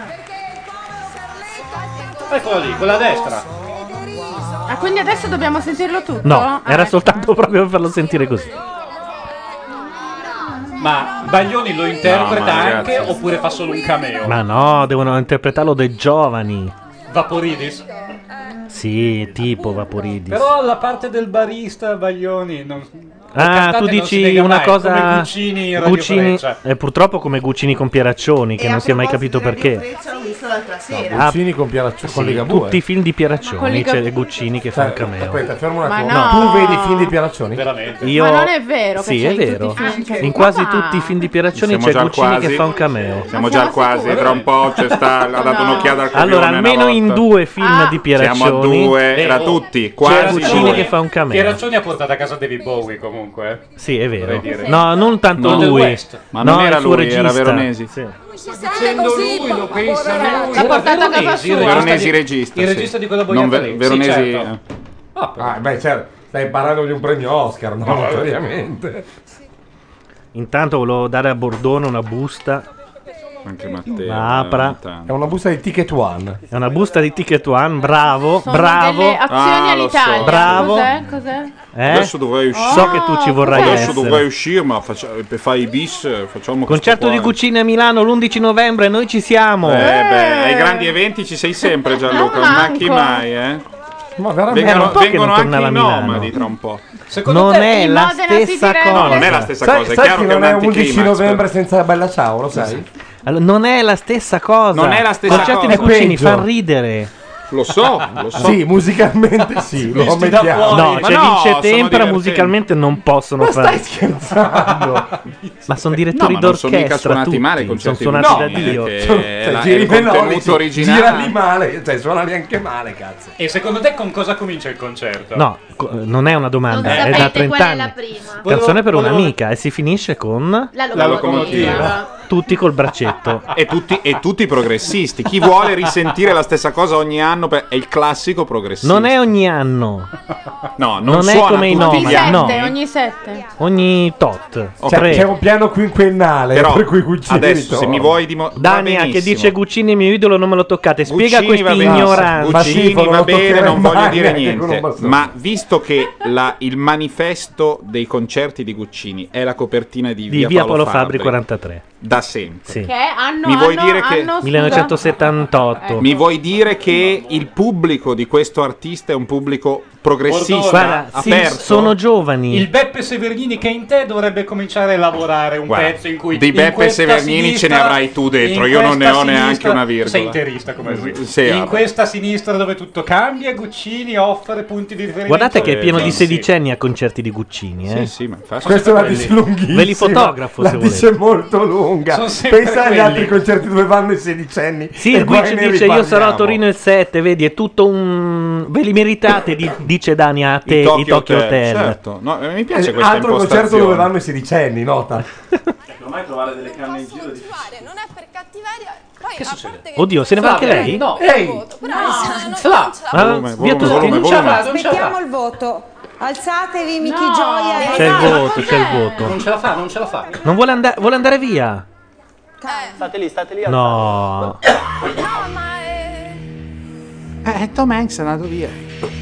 Eccola lì, quella a destra. Ah, quindi adesso dobbiamo sentirlo tutto? No, Ah, era ecco. soltanto proprio per farlo sentire così. Ma Baglioni lo interpreta No, ma anche ragazzi. oppure fa solo un cameo? Ma no, devono interpretarlo dei giovani. Vaporidis? Sì, tipo Vaporidis. Però la parte del barista Baglioni non... Ah, cantate tu non si dici nega una mai, cosa. come Guccini in Radio Guccini, Freccia. eh, purtroppo come Guccini con Pieraccioni, che E non a si è mai proposito capito di Radio perché. Freccia, l'ho visto l'altra sera. Ah, Guccini con Pieraccioni, con sì, Ligabue. tutti i film di Ma con Pieraccioni, Ligabue- c'è Guccini che fa un cameo. Aspetta, fermo una Ma cosa. no. Tu vedi i film di Pieraccioni? Veramente. Io... Ma non è vero che Sì, c'è è in tutti vero. i film, c'è- In quasi Ma- tutti i film di Pieraccioni Siamo c'è già al Guccini quasi. che fa un cameo. Siamo già al quasi, tra un po' c'è sta, ha dato un'occhiata al coglione Allora, una almeno in volta. due film Ah. di Pieraccioni Siamo a due, Eh, era oh, tutti, c'è quasi Guccini due. che fa un cameo. Pieraccioni ha portato a casa David Bowie comunque. Sì, è vero. Vorrei dire. No, non tanto No. Del lui. West. Ma no, non era il suo lui, regista. era Veronesi. Sì. Dicendo lui, lo pensa lui. L'ha portato a casa Veronesi, sua. il Veronesi di- regista. Il sì. regista di quella Non boiata Ve- lì. Veronesi. Sì, certo. eh. Ah, però. Ah, beh, certo, stai parlando di un premio Oscar, no? No, Notoriamente. Intanto volevo dare a Bordone una busta. Anche Matteo. La apra. È una busta di Ticket One. È una busta di Ticket One, bravo, Sono bravo. delle azioni Ah, lo so. all'Italia. Bravo. Cos'è? Cos'è? Eh? Adesso dovrei uscire. So che tu ci vorrai Adesso essere. dovrei uscire, ma faccia- per fare i bis facciamo questo Concerto qua. di Guccini a Milano l'undici novembre, noi ci siamo. Eh beh, ai grandi eventi ci sei sempre Gianluca, Non ma chi manco. mai, eh? Ma veramente. Era Vengono, un po' che vengono non anche tornava i a Milano. nomadi tra un po'. Secondo Non te è in la Modena si stessa direbbe- cosa. No, non è la stessa Sai, cosa, è sai chiaro che che è un non è undici anticlimax. novembre senza la bella ciao, lo sai? Allora, non è la stessa cosa. Non è la stessa I concerti cosa. di Guccini È peggio. fanno ridere. Lo so, lo so. Sì, musicalmente sì, lo Visti da mettiamo. fuori. No, Ma c'è no, Vince sono Tempera, divertenti. musicalmente non possono Ma fare. stai scherzando? Ma sono No, direttori ma non sono mica d'orchestra suonati tutti. male i sono concerti suonati No, da Guccini, Dio. che Cioè, è la- è giri il Menoli, contenuto sì, originale. girali male, cioè suonali anche male, cazzo. E secondo te con cosa comincia il concerto? No, co- non è una domanda, Non è da sapete trenta qual è anni. la prima. Canzone per Volevo- un'amica e si finisce con La La locomotiva. locomotiva. tutti col braccetto. E tutti, e tutti progressisti. Chi vuole risentire la stessa cosa ogni anno per- è il classico progressista. Non è ogni anno, No, non, non è suona come i tutti nomadi, gli anni. no. Sette, ogni sette. ogni tot. Ok. Cioè, Tre. c'è un piano quinquennale, Però per cui Guccini adesso ritorna. se mi vuoi dimo- va Dania che benissimo. dice Guccini è mio idolo, non me lo toccate. Spiega Guccini questi va benissimo. ignoranti. Ma Guccini schifo, non va lo bene, toccherei non voglio mai dire neanche con un niente. bastone. Ma visto che la- il manifesto dei concerti di Guccini è la copertina di, Di via Paolo Fabri quarantatré. da sempre. Sì. Che anno, Mi vuoi anno, dire che- anno, scusa? millenovecentosettantotto. Mi vuoi dire che il pubblico di questo artista è un pubblico progressista, Guarda, sì, aperto? sono giovani. Il Beppe Severnini che in te dovrebbe cominciare a lavorare un Guarda, pezzo in cui di in Beppe questa Severnini sinistra- ce ne avrai tu dentro, in io non ne questa ho neanche sinistra- una virgola. Sei interista come lui. Sì, in vabbè. questa sinistra dove tutto cambia, Guccini offre punti di riferimento. Guardate che è pieno Eh, di sì. sedicenni a concerti di Guccini. Eh. Sì, sì, ma infatti- Questa la quelli. dice lunghissima. Ve li fotografo, La se dice volete. molto lunga. Sono sempre Pensa agli quelli. altri concerti dove vanno i sedicenni. Sì, e il poi Gucci ne dice io sarò a riparliamo. Torino il sette, vedi, è tutto un... Ve li meritate, di- dice Dania a te, i Tokyo Tokyo Hotel. Hotel, certo. No, eh, mi piace Eh, questa altro concerto impostazione. dove vanno i sedicenni, nota. Ormai trovare delle canne in giro è difficile. Non è per cattiveria. Poi Che a succede? parte che Oddio, se ne va anche Flavia, lei? No. Ehi! però non, Fla- Ah, Volume, via volume, tutti. volume, Non ce volume. la fa, non ce la Aspettiamo fa. il voto. Alzatevi, Michi No. Gioia. C'è il Dai, voto, c'è il voto. Non ce la fa, non ce la fa. Non vuole, andare vuole andare via? State lì, state lì. No. No, ma è... Eh, Tom Hanks è andato via.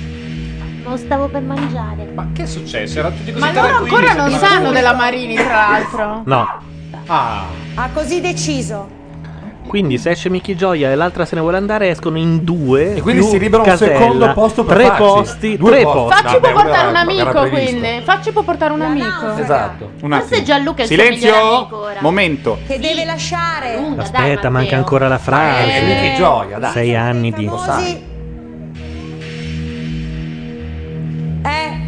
Non stavo per mangiare. Ma che è successo? Erano tutti così Ma loro tranquilli, ancora non sembrava- sanno della Marini, tra l'altro. No. Ah, Ha così deciso. Quindi se esce Michi Gioia e l'altra se ne vuole andare, escono in due. E quindi più si libera un casella. secondo posto per Tre Facci. posti, Due tre posti. posti. Facci Vabbè, può portare era- un era amico, previsto. quindi. Facci può portare un amico. Esatto. Un Forse attimo. Gianluca è il suo Silenzio. migliore amico ora. Momento. Che deve lasciare. Lunga, dai, Aspetta, Matteo. manca ancora la frase. Eh, Michi Gioia, dai. Sei anni di... Famosi. È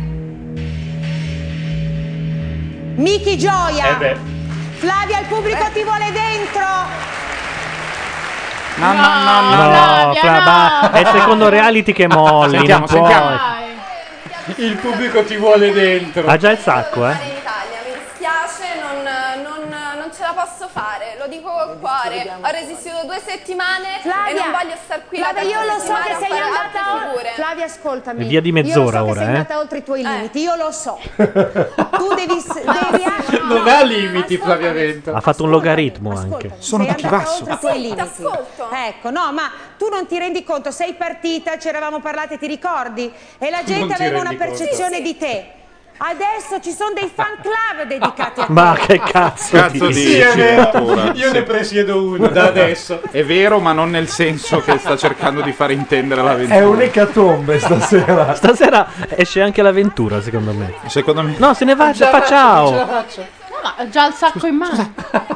Michi Gioia. eh beh. Flavia, il pubblico ti vuole dentro. No, no, no, no. No, Flavia, Fra- no. ba- è il secondo reality che molli. Sentiamo, non puoi. sentiamo. Dai. Il pubblico ti vuole dentro. Ha già il sacco, eh. in Italia, mi dispiace, non, non, non ce la posso fare, lo dico col cuore. Ho resistito due settimane Flavia, e non voglio star qui la Flavia, terza io lo so settimana che a sei fare andata altre o- figure. Flavia, ascoltami. È via di mezz'ora io lo so che ora, sei eh. andata oltre i tuoi limiti, io lo so. Tu devi, s- devi anche- Non ha limiti Flavia Vento. Ha fatto un logaritmo anche. Sono sei da andata Chivasso. oltre i tuoi Sì, limiti. t'ascolto. Ecco, no, ma tu non ti rendi conto, sei partita, ci eravamo parlate, ti ricordi? E la gente ti aveva una rendi conto. percezione di te. Adesso ci sono dei fan club dedicati a te. Ma che cazzo, Cazzo dici? dici, Sì, è vero. Artura? Io Sì. ne presiedo uno da adesso. È vero, ma non nel senso che sta cercando di far intendere l'avventura. È un'ecatombe stasera. Stasera esce anche l'avventura, secondo me. Secondo me. No, se ne va, Ce la fa faccio, ciao. ce la faccio. No, ma ho già il sacco in mano.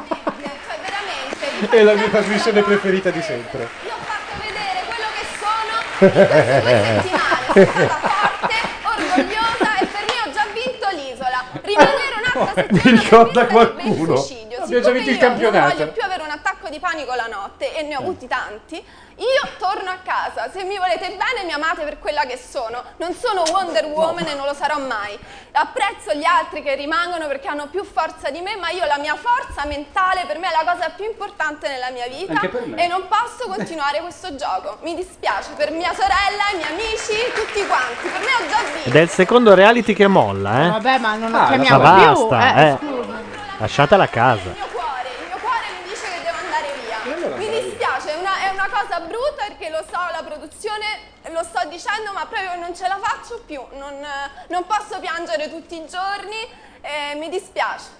È la mia trasmissione preferita di sempre. Orgogliosa e per me ho già vinto l'isola. Rimanere un'altra settimana Mi ricorda qualcuno. suicidio. Abbiamo già Siccome vinto il io campionato. non voglio più avere un attacco di panico la notte e ne ho avuti tanti, io torno a casa. Se mi volete bene mi amate per quella che sono. Non sono Wonder Woman e non lo sarò mai. Apprezzo gli altri che rimangono perché hanno più forza di me, ma io la mia forza mentale per me è la cosa più importante nella mia vita Anche per me. e non posso continuare questo gioco. Mi dispiace per mia sorella, i miei amici, tutti quanti. Per me ho già vinto. Ed è il secondo reality che molla, eh. Vabbè, ma non lo Ah, chiamiamo ma più. basta, eh, eh. scusa. Lasciatela a casa. Il mio cuore mi dice che devo andare via. Mi dispiace, è una, è una cosa brutta perché lo so, la produzione lo sto dicendo, ma proprio non ce la faccio più. Non, non posso piangere tutti i giorni e mi dispiace.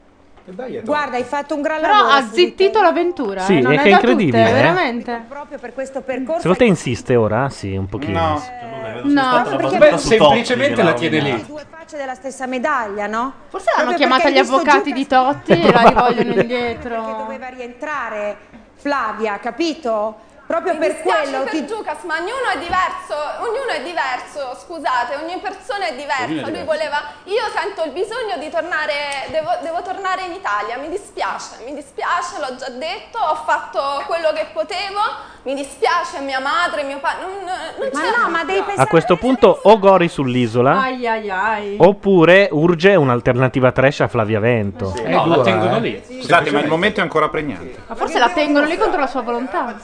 Guarda, hai fatto un gran Però lavoro. ha zittito l'avventura. Sì, eh, non è è che è da incredibile, tutte, eh. veramente. Proprio per questo percorso. Secondo te insiste ora? Sì, un pochino. No. No, perché Beh, semplicemente la tiene lì. due facce della stessa medaglia, no? Forse l'hanno Proprio chiamata perché gli hai visto avvocati giù di Totti e la rivogliono indietro. Perché doveva rientrare Flavia, capito? Proprio Mi per dispiace quello per ti... Giucas, ma ognuno è diverso, ognuno è diverso, scusate, ogni persona è diversa. Ognuno è Lui diverso. voleva, io sento il bisogno di tornare, devo, devo tornare in Italia, mi dispiace, mi dispiace, l'ho già detto, ho fatto quello che potevo, mi dispiace mia madre, mio padre, non, non Ma c'è no, ma devi A questo punto o Gori sull'isola Ai ai ai. oppure urge un'alternativa trash a Flavia Vento. Sì, No, la tengono lì. Scusate, ma il momento è ancora pregnante. Ma forse la tengono lì contro la sua volontà.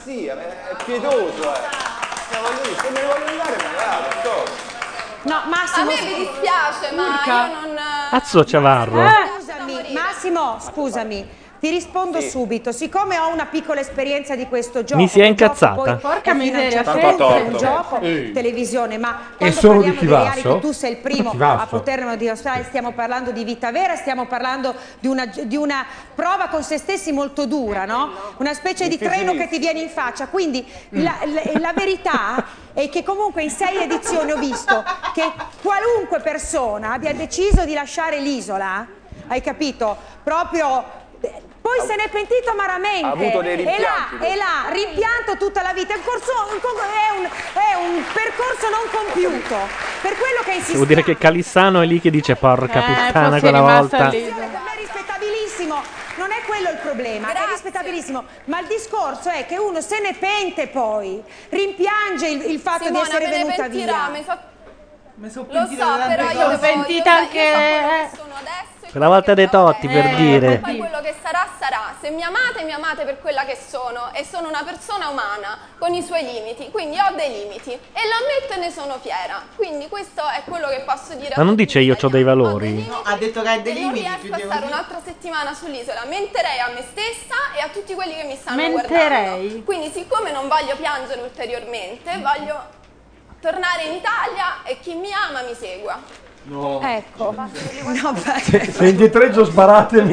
È pietoso, eh. Voglio dire, se me ne voglio andare, me ne vado. No, A Massimo, me mi dispiace, ma Urca. io non... Azzo Ciavarro. Scusami, Massimo, scusami. Ti rispondo Sì. subito. Siccome ho una piccola esperienza di questo gioco, Mi si è il gioco incazzata. poi Porca è fino a un miseria, certo Tanto punto, ha è un torto. gioco Ehi. televisione, ma E quando solo parliamo di chi di va, reality, so? tu sei il primo Chi va, a so? poterlo dimostrare. Stiamo parlando di vita vera, stiamo parlando di una, di una prova con se stessi molto dura, no? Una specie di treno che ti viene in faccia. Quindi la, la- la verità è che comunque in sei edizioni ho visto che qualunque persona abbia deciso di lasciare l'isola, hai capito? Proprio... Poi se ne è pentito amaramente. Ha avuto dei e là, rimpianti. e là, rimpianto tutta la vita. Il corso un co- è, un, è un percorso non compiuto. Per quello che insisto. Vuol dire che Calissano è lì che dice porca puttana quella volta. Per me è rispettabilissimo. Non è quello il problema, è rispettabilissimo. Ma il discorso è che uno se ne pente poi. Rimpiange il, il fatto Simona, di essere me ne venuta pentirò, via. mi so... Mi sono Lo so, però io devo, pentita io, anche- io so quello che sono adesso. Quella volta dei Totti, per E dire. poi quello che sarà sarà. Se mi amate, mi amate per quella che sono e sono una persona umana con i suoi limiti, quindi ho dei limiti e lo ammetto e ne sono fiera. Quindi questo è quello che posso dire. Ma non dice io ho dei valori. No, ha detto che hai dei E non limiti. riesco più a di stare così. un'altra settimana sull'isola, menterei a me stessa e a tutti quelli che mi stanno Menterei? guardando. Quindi siccome non voglio piangere ulteriormente, voglio tornare in Italia e chi mi ama mi segua. No. Ecco. No, Se, se indietreggio sparatemi.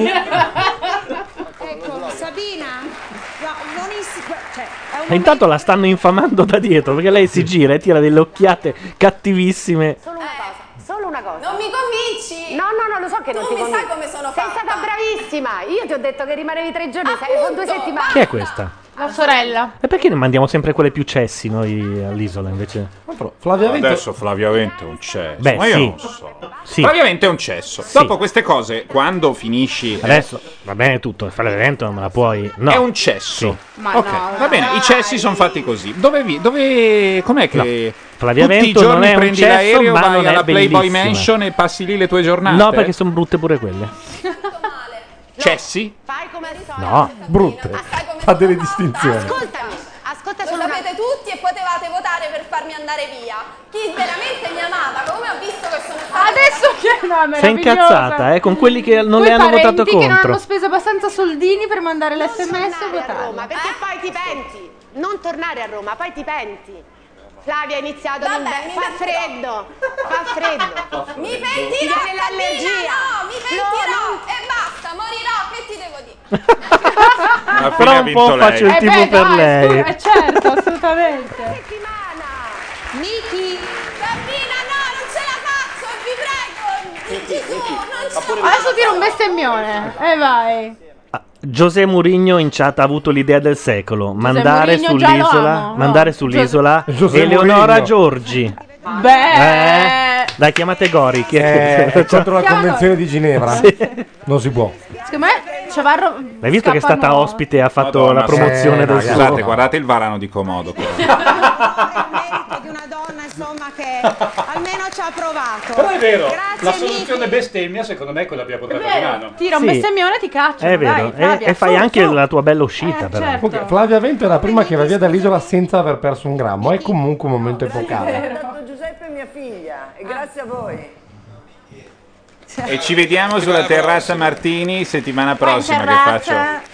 ecco, Sabina. No, non insi- cioè, è un E intanto la stanno infamando da dietro perché lei si gira e tira delle occhiate cattivissime. Solo una cosa, solo una cosa. Non mi convinci? No, no, no, lo so che non Tu ti mi convinci. sai come sono Sei fatta. stata bravissima. Io ti ho detto che rimanevi tre giorni, sei, sono due Appunto, settimane. Chi è questa? La sorella. E perché ne mandiamo sempre quelle più cessi noi all'isola invece? Flavia Vento- Adesso Flavia Vento è un cesso. Beh, ma io sì. non so. Sì. Flavia Vento è un cesso. Sì. Dopo queste cose, quando finisci. Adesso va bene tutto, fare l'evento non me la puoi. No. È un cesso. Ma ok, no, va bene, i cessi sono fatti così. Dove vi, dove com'è che Flavia tutti Vento i giorni non è un prendi cesso, l'aereo, ma vai non è alla Playboy bellissima. Mansion e passi lì le tue giornate? No, perché sono brutte pure quelle. Cessi? Fai come al solito. No, brutte. Fa delle distinzioni. Ascoltami, ascolta Lo solo una... sapete tutti e potevate votare per farmi andare via. Chi veramente mi amava, come ho visto che sono stata. Adesso che no, è Sei meravigliosa. incazzata, eh, con quelli che non Quei le hanno votato parenti che non contro. hanno speso abbastanza soldini per mandare l'esse emme esse e tornare a votare. Roma, perché poi ti penti. Non tornare a Roma, poi ti penti. Flavia ha iniziato Vabbè, l'inverno. mi Fa pentirò. freddo. Fa freddo. Mi Ti pentirò, viene l'allergia. No, mi pentirò e basta, morirò, che ti devo dire? Alla fine Però ha un vinto po' lei. faccio il Eh tipo beh, per dai, lei. scusa, eh, certo, assolutamente. Niki. Sabrina, no, non ce la faccio, vi prego. Gesù, non ce la Adesso tiro un bestemmione. E vai. José Mourinho in chat ha avuto l'idea del secolo: mandare Mourinho già lo sull'isola, amo, no. mandare sull'isola José Eleonora Mourinho. Giorgi. Beh. Eh, dai, chiamate Gori. Chi È, è contro la Chiama- convenzione di Ginevra. Sì. Non si può. Secondo me Ciavarro. Hai visto che è stata scappano- ospite e ha fatto Madonna, la promozione sì. del Eh, suo. Scusate, guardate il varano di Comodo. però. Di una donna, insomma, che almeno ci ha provato. Però è vero, Grazie, la Niki. soluzione bestemmia secondo me è quella abbia portato di mano. Tira un Sì. bestemmione e ti caccia. È vero, e, e fai anche la tua bella uscita, però. certo. Comunque, Flavia Vento è la prima che va via dall'isola senza aver perso un grammo. È comunque un momento epocale. Tanto Giuseppe è mia figlia e grazie a voi. E ci vediamo sulla terrazza Martini settimana prossima che faccio.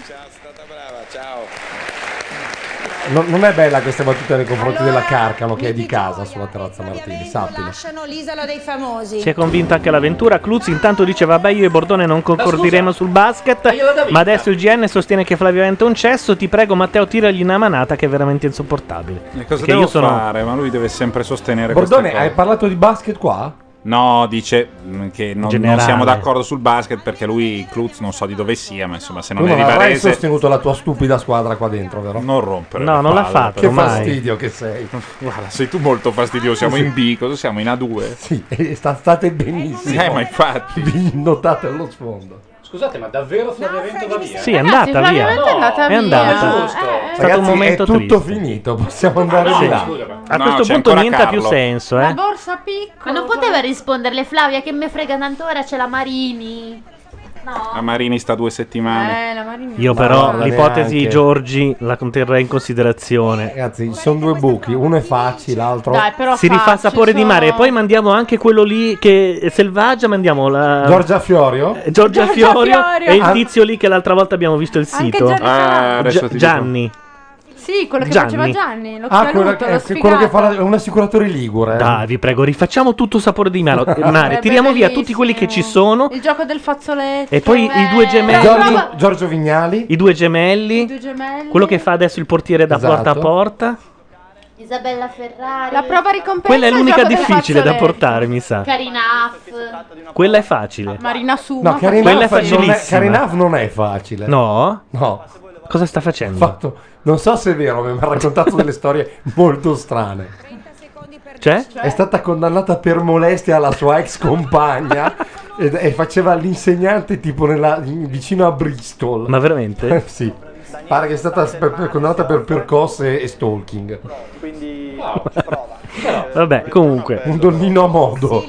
Non, non è bella questa battuta nei confronti della Carcano che è di casa sulla terrazza Martini, sappilo. Lasciano l'isola dei famosi. Si è convinta anche l'avventura. Cluz intanto dice: vabbè, io e Bordone non concordiremo sul basket. Ma adesso il G N sostiene che Flavio Vento è un cesso. Ti prego, Matteo, tiragli una manata che è veramente insopportabile. E cosa Perché devo io sono. fare? Ma lui deve sempre sostenere Bordone, queste hai cose. parlato di basket qua? No, dice mm, che non, non Generale. siamo d'accordo sul basket perché lui, Cluz, non so di dove sia, ma insomma, se non Tu è non di avrai Varese, sostenuto la tua stupida squadra qua dentro, vero? non rompere. No, le non l'ha palle, fatto, Che però. mai. fastidio che sei. Guarda, sei tu molto fastidioso. Siamo Sì. in B, cosa siamo in A due? Sì, e sta- state benissimo. Eh, ma infatti. Vi notate allo sfondo. Scusate, ma davvero Flavia Vento va via? Sì, è Ragazzi, andata Flavia via. Vento è andata È via. andata. Eh, Giusto. eh. È stato Ragazzi, un momento è tutto triste. finito, possiamo andare No, di là. scusa, ma- A No, questo c'è punto ancora niente ha più Carlo. senso, La eh. borsa piccola. Ma non poteva risponderle Flavia, che me frega tanto, ora c'è la Marini. No. La Marini sta due settimane. Eh, la Marini. Io però Guarda, l'ipotesi neanche. Giorgi la conterrei in considerazione. Ragazzi, ci sono due buchi, uno è facile, l'altro... Dai, però Si rifà facci, sapore di sono- mare e poi mandiamo anche quello lì che è selvaggia, mandiamo la Giorgia Fiorio? eh, Giorgia Giorgia Fiorio, Fiorio. e il Ah. tizio lì che l'altra volta abbiamo visto il Anche sito. Gianni Ah, adesso Gia- ti dico. Gianni. Sì, quello che Gianni. faceva Gianni. Lo Ah, saluto, quello, lo che- sfigato. quello che fa la- è un assicuratore ligure. Dai, vi prego, rifacciamo tutto sapore di mare. mare. Sarebbe Tiriamo via tutti quelli che ci sono Il gioco del fazzoletto. e poi i due gemelli. Giorgio, Giorgio Vignali. I due gemelli. I due gemelli. Quello che fa adesso il portiere da Esatto. porta a porta. Isabella Ferrari. La prova ricompensa. Quella è il l'unica gioco del difficile da fazzoletto. portare, mi sa. Carina Aff. Quella è facile. Marina Suma. No, Quella è Carinaf non è, facilissima. Carinaf non è facile. No? No. Cosa sta facendo? Fatto, non so se è vero, ma mi ha raccontato delle storie molto strane. C'è? È stata condannata per molestia alla sua ex compagna e, e faceva l'insegnante tipo nella, vicino a Bristol. Ma veramente? Sì. Pare che è stata per- per- condannata per percosse e stalking. Quindi Vabbè, comunque. Un donnino a modo.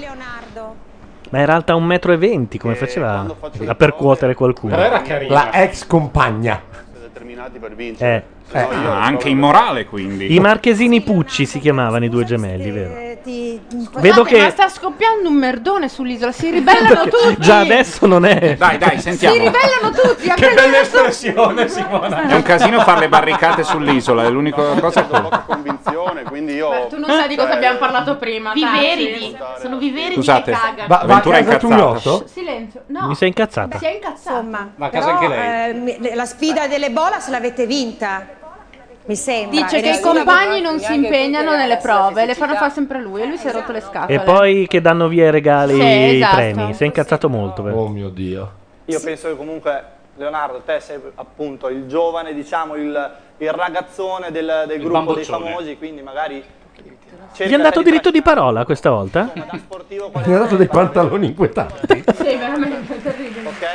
Ma era alta un metro e venti, come faceva a percuotere qualcuno? Però era carina. La ex compagna. Determinati per vincere. Eh. Eh. Ah, anche immorale, quindi. I Marchesini Pucci si chiamavano i due gemelli, vero? Ti- Vedo Scusate, ma che sta scoppiando un merdone sull'isola. Si ribellano tutti. già adesso non è. Dai, dai, Si sentiamo. ribellano tutti. anche Che bella adesso. espressione, Simona. È un casino fare le barricate sull'isola, è l'unica cosa che... Poca convinzione, quindi io... Tu non sai di cosa abbiamo parlato prima. Viveridi. Sono viveridi Scusate, che cagano. Va, va a Avventura casa incazzata. Tugnotto? Silenzio. No. Mi sei incazzata? Si è incazzato. Insomma, Ma a casa però, anche lei? eh, mi- la sfida dell'Ebola se l'avete vinta. Mi sembra. Dice E che i nessuno- compagni non si impegnano nelle prove, le fanno fare sempre lui e lui si è rotto le scatole. E poi che danno via i regali, Sì, i esatto. premi. Si è incazzato molto, vero? Oh mio Dio. io penso che comunque Leonardo, te sei appunto il giovane, diciamo il, il ragazzone del, del Il gruppo dei bamboccione. famosi, quindi magari Gli hanno dato diritto di parola questa volta? Mi ha dato dei pantaloni inquietanti. Sì, veramente terribile. Ok?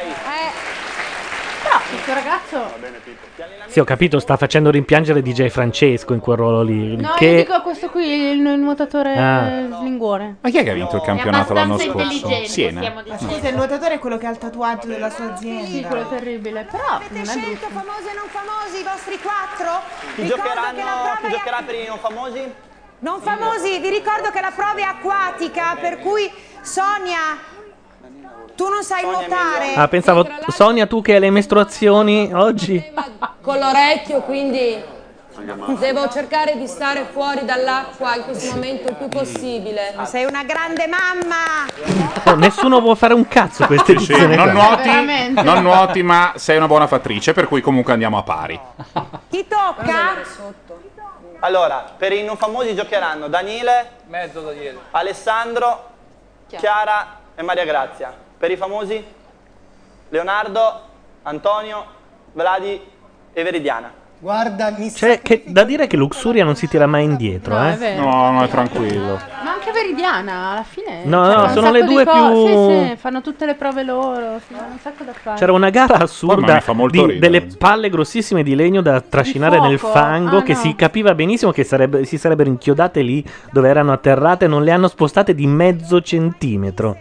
Però questo ragazzo. Sì, ho capito, sta facendo rimpiangere D J Francesco in quel ruolo lì. No, che... io dico questo qui, il, il nuotatore Ah. slinguore. Ma chi è che ha vinto il campionato l'anno abbastanza scorso? intelligente, Siena. possiamo dire. Scusa, il nuotatore è quello che ha il tatuaggio della sua azienda. Sì, quello terribile, però Avete non è scelto brutto. famosi e non famosi, i vostri quattro? Chi, Ricordo giocheranno, che la prova chi è- giocherà per i non famosi? Non famosi, vi ricordo che la prova è acquatica, per cui Sonia, tu non sai nuotare. Ah, pensavo, Sonia, tu che hai le mestruazioni oggi? Con l'orecchio, quindi Devo cercare di stare fuori dall'acqua in questo momento il più possibile. Sei una grande mamma! Oh, nessuno può fare un cazzo questa Sì, sì, edizione non qua. nuoti, non nuoti, ma sei una buona fattrice, per cui comunque andiamo a pari. Chi tocca? Allora, per i non famosi giocheranno Daniele, Mezzo da ieri. Alessandro, Chiara e Maria Grazia. Per i famosi Leonardo, Antonio, Vladi e Veridiana. Guarda, mi Cioè, che, da dire che Luxuria non si tira mai indietro, No, eh? è vero. No, no, è tranquillo. Ma anche Veridiana, alla fine. No, cioè, no, fa un sono le sacco di due co- più- Sì, sì, fanno tutte le prove loro. Sì, hanno un sacco da fare. C'era una gara Poi assurda mi fa molto di ridere. delle palle grossissime di legno da trascinare fuoco? nel fango Ah, che no. si capiva benissimo che sarebbe- si sarebbero inchiodate lì dove erano atterrate, non le hanno spostate di mezzo centimetro.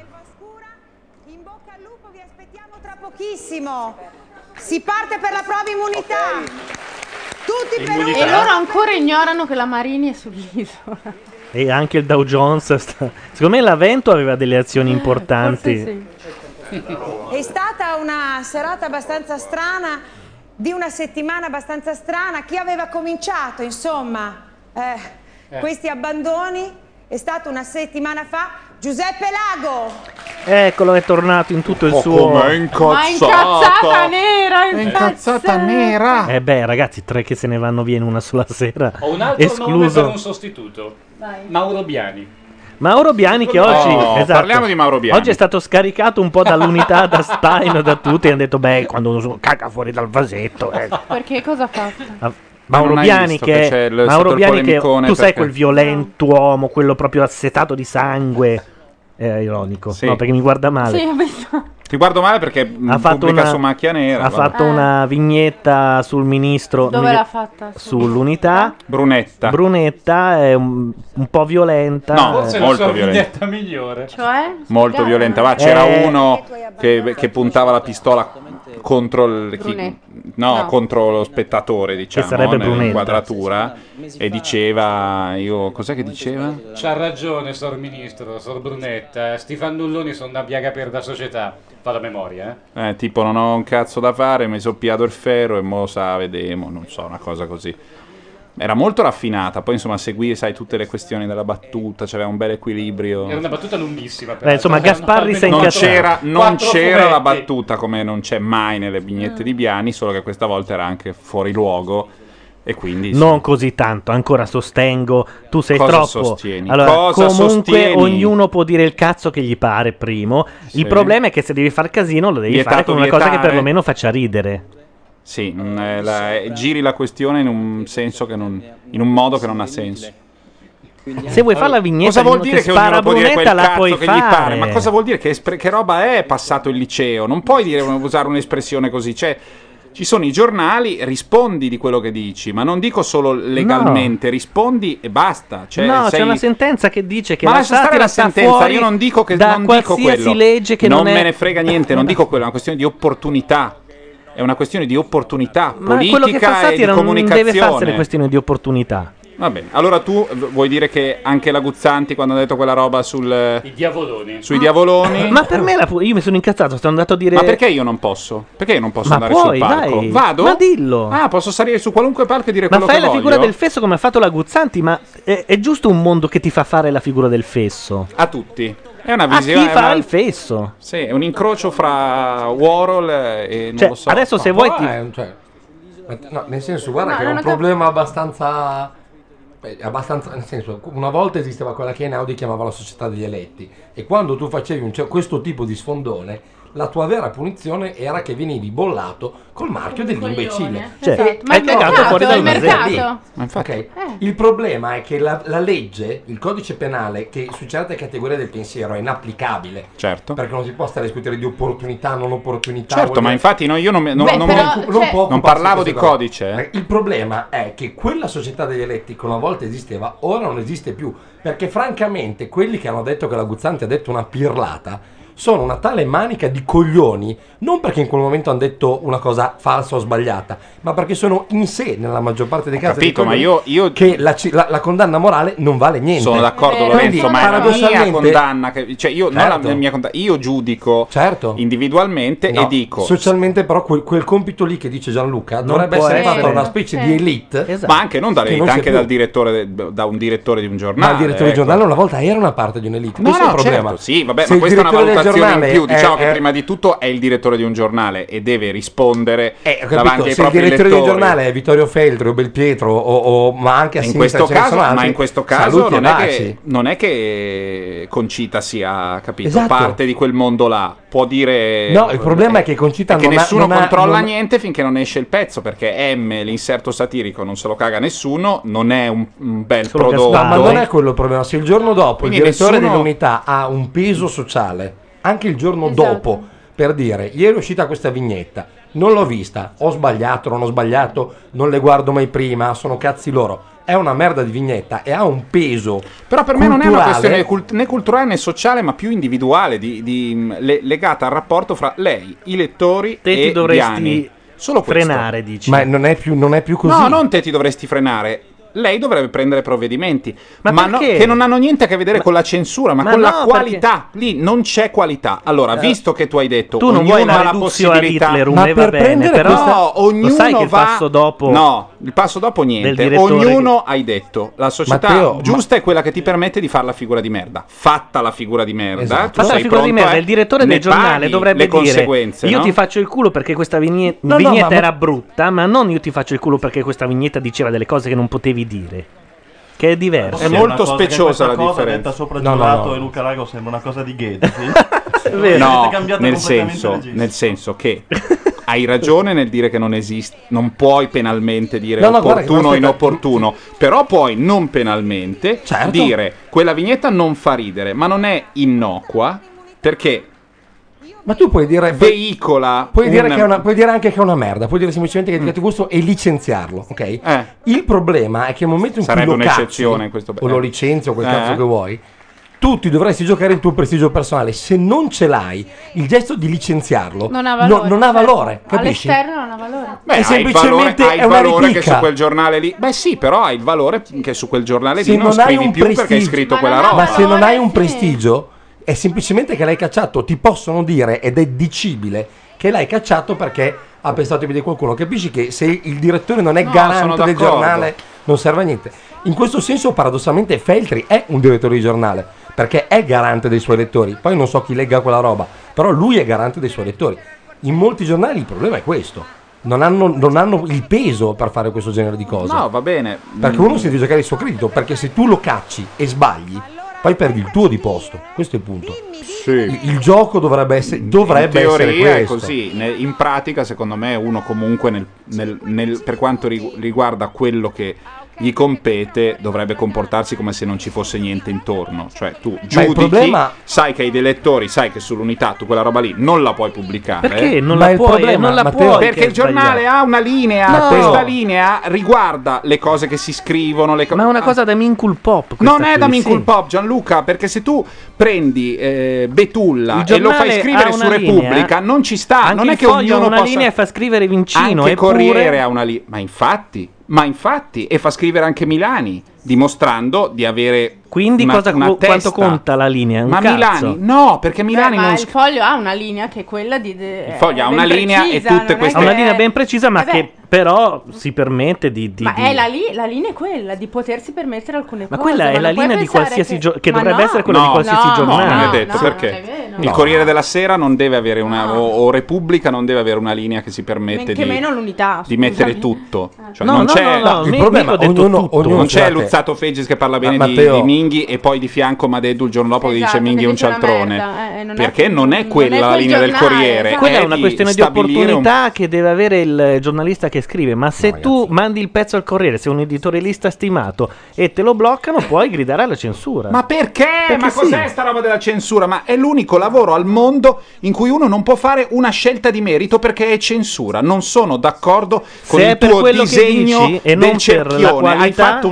Tra pochissimo. Si parte per la prova immunità. Tutti per E loro ancora ignorano che la Marini è sull'isola. E anche il Dow Jones sta- secondo me l'Avento aveva delle azioni importanti. Forse sì. È stata una serata abbastanza strana, di una settimana abbastanza strana. Chi aveva cominciato, insomma, eh, Eh. questi abbandoni è stata una settimana fa. Giuseppe Lago! Eccolo, è tornato in tutto il Oh, suo. com'è incazzato. Ma incazzata nera, È incazzata nera. Eh beh, ragazzi, tre che se ne vanno via in una sola sera. Ho un altro nome Escluso per un sostituto. Mauro Biani. Mauro Biani che oggi No, esatto, parliamo di Mauro Biani. Oggi è stato scaricato un po' dall'unità, da Stein, da tutti e hanno detto beh, quando uno caga fuori dal vasetto, eh. Perché cosa ha fatto? Ah, Mauro non hai Biani visto che, che c'è il- Mauro stato il Biani che polemicone tu sai perché- quel violento uomo, quello proprio assetato di sangue. È ironico. Sì. No, perché mi guarda male. Sì, ho visto. Ti guardo male perché mh, Ha fatto pubblica una, su Macchia Nera. ha vabbè. fatto una vignetta sul ministro Dove mi- l'ha fatta? Su- sull'unità. Brunetta. Brunetta è un, un po' violenta. No, eh. Forse la molto sua violenta. vignetta migliore. Cioè? Molto violenta. Va, c'era Eh. uno che, che puntava la pistola contro il chi- Brunetta. no, No. contro lo spettatore, diciamo, sarebbe Brunetta. nell'inquadratura e diceva io cos'è che diceva? C'ha ragione, sor ministro, sor Brunetta. eh. Sti fannulloni sono una piaga per la società. Fa la memoria, eh. Eh, tipo non ho un cazzo da fare, mi sono piato il ferro e mo sa vedemo, non so, una cosa così. Era molto raffinata, poi insomma seguì, sai, tutte le questioni della battuta, c'aveva un bel equilibrio. Era una battuta lunghissima. Beh, insomma, peraltro. Gasparri si è non incazzato. c'era, non Quattro c'era la fumetti. battuta come non c'è mai nelle vignette di Biani, solo che questa volta era anche fuori luogo e quindi Non così tanto, ancora sostengo. Tu sei Cosa troppo. sostieni? Allora, Cosa comunque sostieni? ognuno può dire il cazzo che gli pare, primo. Sì. Il problema è che se devi far casino lo devi Vietato fare con una cosa che vietare. perlomeno faccia ridere. sì, non è la- eh, giri la questione in un senso che non, in un modo che non ha senso. Se vuoi fare la vignetta Cosa di vuol uno dire che che ognuno spara può dire Brunetta, quel la cazzo puoi che fare. gli pare? Ma cosa vuol dire? Che, espre- che roba è passato il liceo? Non puoi dire, usare un'espressione così. Cioè, ci sono i giornali, rispondi di quello che dici, ma non dico solo legalmente, rispondi e basta. Cioè, no, sei- c'è una sentenza che dice che Ma la lascia stare satira la sta sentenza, fuori io non dico che da non dico qualsiasi quello. legge che non, non è... me ne frega niente, non dico quello, è una questione di opportunità. È una questione di opportunità Ma quello che fa politica e di satira non deve comunicazione. farsene questione di opportunità. Va bene, allora tu v- vuoi dire che anche la Guzzanti quando ha detto quella roba sul, I diavoloni. sui diavoloni... Ma per me la pu- io mi sono incazzato, sono andato a dire Ma perché io non posso? Perché io non posso Ma andare puoi, sul palco? dai. Vado? Ma dillo. Ah, posso salire su qualunque palco e dire Ma quello fai che la voglio? figura del fesso come ha fatto la Guzzanti, ma è, è giusto un mondo che ti fa fare la figura del fesso? A tutti. È una A visione... chi è fa una- il fesso? Sì, è un incrocio fra Warhol e non Cioè, lo so. adesso se Ma vuoi qua ti... è un- cioè, no, nel senso, guarda No, che è non un ho cap- problema abbastanza. beh, abbastanza. Nel senso, una volta esisteva quella che Einaudi chiamava la società degli eletti. E quando tu facevi un, cioè, questo tipo di sfondone, la tua vera punizione era che venivi bollato col marchio dell'imbecille. Cioè, E- hai no, cagato cazzo, fuori è dal il vasetto. mercato. Ma infatti... Ok. Il problema è che la, la legge, il codice penale, che su certe categorie del pensiero è inapplicabile. Certo. Perché non si può stare a discutere di opportunità, non opportunità. Certo, vuol ma dire- infatti no, io non, mi- non, Beh, non, però, non- cioè- non non può occuparsi parlavo di queste cose. codice. eh. Eh, Il problema è che quella società degli eletti che una volta esisteva, ora non esiste più. Perché francamente quelli che hanno detto che la Guzzanti ha detto una pirlata sono una tale manica di coglioni, non perché in quel momento hanno detto una cosa falsa o sbagliata, ma perché sono in sé, nella maggior parte dei casi, capito, dei ma coglioni, io- io- che la, ci- la- la condanna morale non vale niente. Sono d'accordo, Quindi, Lorenzo, ma è la mia paradossalmente- condanna. Che, cioè, io, non Certo. la mia condanna, io giudico Certo. individualmente No, e dico. socialmente però quel, quel compito lì che dice Gianluca dovrebbe può essere fatto essere. da una specie Sì. di elite, Ma anche non che dall'elite, non c'è anche più. dal direttore de- da un direttore di un Ma giornale. il direttore del ecco. giornale una volta era una parte di un'elite. No, Questo no, è il problema. certo, sì, vabbè, Se ma il questa è una direttore del valutazione in giornale più. Diciamo è- che è- prima di tutto è il direttore di un giornale e deve rispondere Eh, ho capito, davanti ai se il propri direttore lettori. del giornale è Vittorio Feltri o Belpietro o, o- ma anche a In sinistra questo ce ne caso, sono altri, ma in questo caso saluti e non è, baci. che, non è che Concita sia, capito, Esatto. parte di quel mondo là. Può dire. No, il problema è che Concita è che non ha- nessuno non ha- controlla non- niente finché non esce il pezzo. Perché M, l'inserto satirico, non se lo caga nessuno. Non è un, un bel Solo che prodotto. sta- ma non è quello il problema. Se il giorno dopo Quindi il direttore nessuno- dell'unità ha un peso sociale, anche il giorno Esatto. dopo, per dire ieri è uscita questa vignetta, non l'ho vista, ho sbagliato, non ho sbagliato, non le guardo mai prima, sono cazzi loro. È una merda di vignetta e ha un peso. Però per me non è una culturale. questione cult- né culturale né sociale, ma più individuale, di, di- le- legata al rapporto fra lei, i lettori Te e ti dovresti Diani. Solo questo. frenare, dici. Ma non è più, non è più così. No, non te ti dovresti frenare. Lei dovrebbe prendere provvedimenti, Ma ma, no- perché? che non hanno niente a che vedere con la censura, ma, ma con no, la qualità. Lì non c'è qualità. Allora, Eh, visto che tu hai detto tu non ognuno vuoi la ha la reduzione possibilità, ad Hitler, un me va bene, però no, ognuno lo sai che il va- passo dopo No, il passo dopo del niente. direttore Ognuno hai detto, la società Matteo, giusta è quella che ti permette di fare la figura di merda. Fatta la figura di merda, Esatto. tu Fatta la sei figura di pronto, merda, eh, il direttore ne del giornale paghi dovrebbe le dire conseguenze, io no? ti faccio il culo perché questa vigne- No, no, vignetta ma- era brutta, ma non io ti faccio il culo perché questa vignetta diceva delle cose che non potevi dire. Che è diverso. È Sì, molto una cosa che speciosa questa la cosa differenza. detta sopra No, no, Giurato no. e Luca Rago sembra una cosa di Ghedi. Sì? No, Avete cambiato nel completamente senso, registro. nel senso che hai ragione nel dire che non esiste, non puoi penalmente dire No, no, guarda che opportuno o aspetta- inopportuno, però puoi non penalmente Certo. dire quella vignetta non fa ridere, ma non è innocua perché Ma tu puoi dire veicola Puoi dire, un- che è una- puoi dire anche che è una merda, puoi dire semplicemente che è di cattivo gusto e licenziarlo, ok? Il problema è che nel momento in cui Eh. Sarebbe lo cazzi, un'eccezione in questo- o lo eh. licenzi o quel Eh. cazzo che vuoi, tu ti dovresti giocare il tuo prestigio personale. Se non ce l'hai, il gesto di licenziarlo Non ha no- valore. non ha certo. valore, capisci? All'esterno non ha valore. Beh, È hai il valore, semplicemente hai il è una valore che ripicca. su quel giornale lì. Beh, sì, però hai il valore che su quel giornale Se lì non, non hai scrivi un più perché hai prestigio- scritto Ma quella non roba. Ma se non hai un prestigio, è semplicemente che l'hai cacciato. Ti possono dire, ed è dicibile, che l'hai cacciato perché ha pensato di qualcuno. Capisci che se il direttore non è No, sono garante del d'accordo. giornale, non serve a niente. In questo senso, paradossalmente, Feltri è un direttore di giornale perché è garante dei suoi lettori. Poi non so chi legga quella roba, però lui è garante dei suoi lettori. In molti giornali il problema è questo. Non hanno, non hanno il peso per fare questo genere di cose. No, va bene. Perché Mm. uno si deve giocare il suo credito, perché se tu lo cacci e sbagli, poi perdi il tuo di posto. Questo è il punto. Il, il gioco dovrebbe essere, dovrebbe in teoria essere è questo. così. Ne- in pratica, secondo me, uno comunque nel- nel- nel- per quanto rig- riguarda quello che gli compete dovrebbe comportarsi come se non ci fosse niente intorno. Cioè tu giudichi, problema- sai che hai dei lettori, sai che sull'unità tu quella roba lì non la puoi pubblicare. Perché non Ma la il puoi? problema, non la Matteo- puoi Perché che il è giornale sbagliato. ha una linea, No. questa linea riguarda le cose che si scrivono. Le co- Ma è una cosa da Minkul Pop. questa Non è qui, da Minkul sì. Pop, Gianluca, perché se tu prendi eh, Betulla Il e lo fai giornale scrivere ha su una Repubblica, linea. non ci sta. Anche non è il che Foglio ha ognuno una possa... linea e fa scrivere Vincino. Anche eppure... Corriere ha una linea. Ma infatti, ma infatti, e fa scrivere anche Milani, dimostrando di avere Quindi una, cosa, una quanto testa. conta la linea? Un Ma cazzo. Milani, no, perché Milani Beh, ma non il sc- foglio ha una linea che è quella di. de- Il Foglio è ha ben una linea e precisa, tutte non è queste- Ha una che- linea ben precisa, ma Eh beh, che però si permette di. di- Ma di- è la, li- la linea è quella di potersi permettere alcune Ma cose. quella è non la puoi linea di pensare qualsiasi che... gio- che Ma dovrebbe no, essere quella di No, qualsiasi no, giornale. No, non è No, detto no, perché non è vero. il No. Corriere della Sera non deve avere una o, o Repubblica non deve avere una linea che si permette Men che di, meno l'unità. di mettere scusami. tutto. Cioè, No, non no, c'è, no, no, il mi- problema, mica ho detto ognuno- tutto. ognuno- non c'è scusate. Luzzato Fegis che parla bene Ma di, Matteo- di Minghi e poi di fianco Madeddu il giorno dopo che Esatto, dice Minghi che è un dice una cialtrone. merda, eh, non è- perché non è non quella è la quel linea del giornale, Corriere. esatto. Quella è una di questione di stabilire un- opportunità che deve avere il giornalista che scrive. Ma se tu mandi il pezzo al Corriere, sei un editorialista stimato e te lo bloccano, puoi gridare alla censura. Ma perché? Perché Ma sì. cos'è sta roba della censura? Ma è l'unico lavoro al mondo in cui uno non può fare una scelta di merito perché è censura. Non sono d'accordo con Se è il per tuo quello che disegno dici e del non per la cerchione. Hai qualità- fatto un cerchione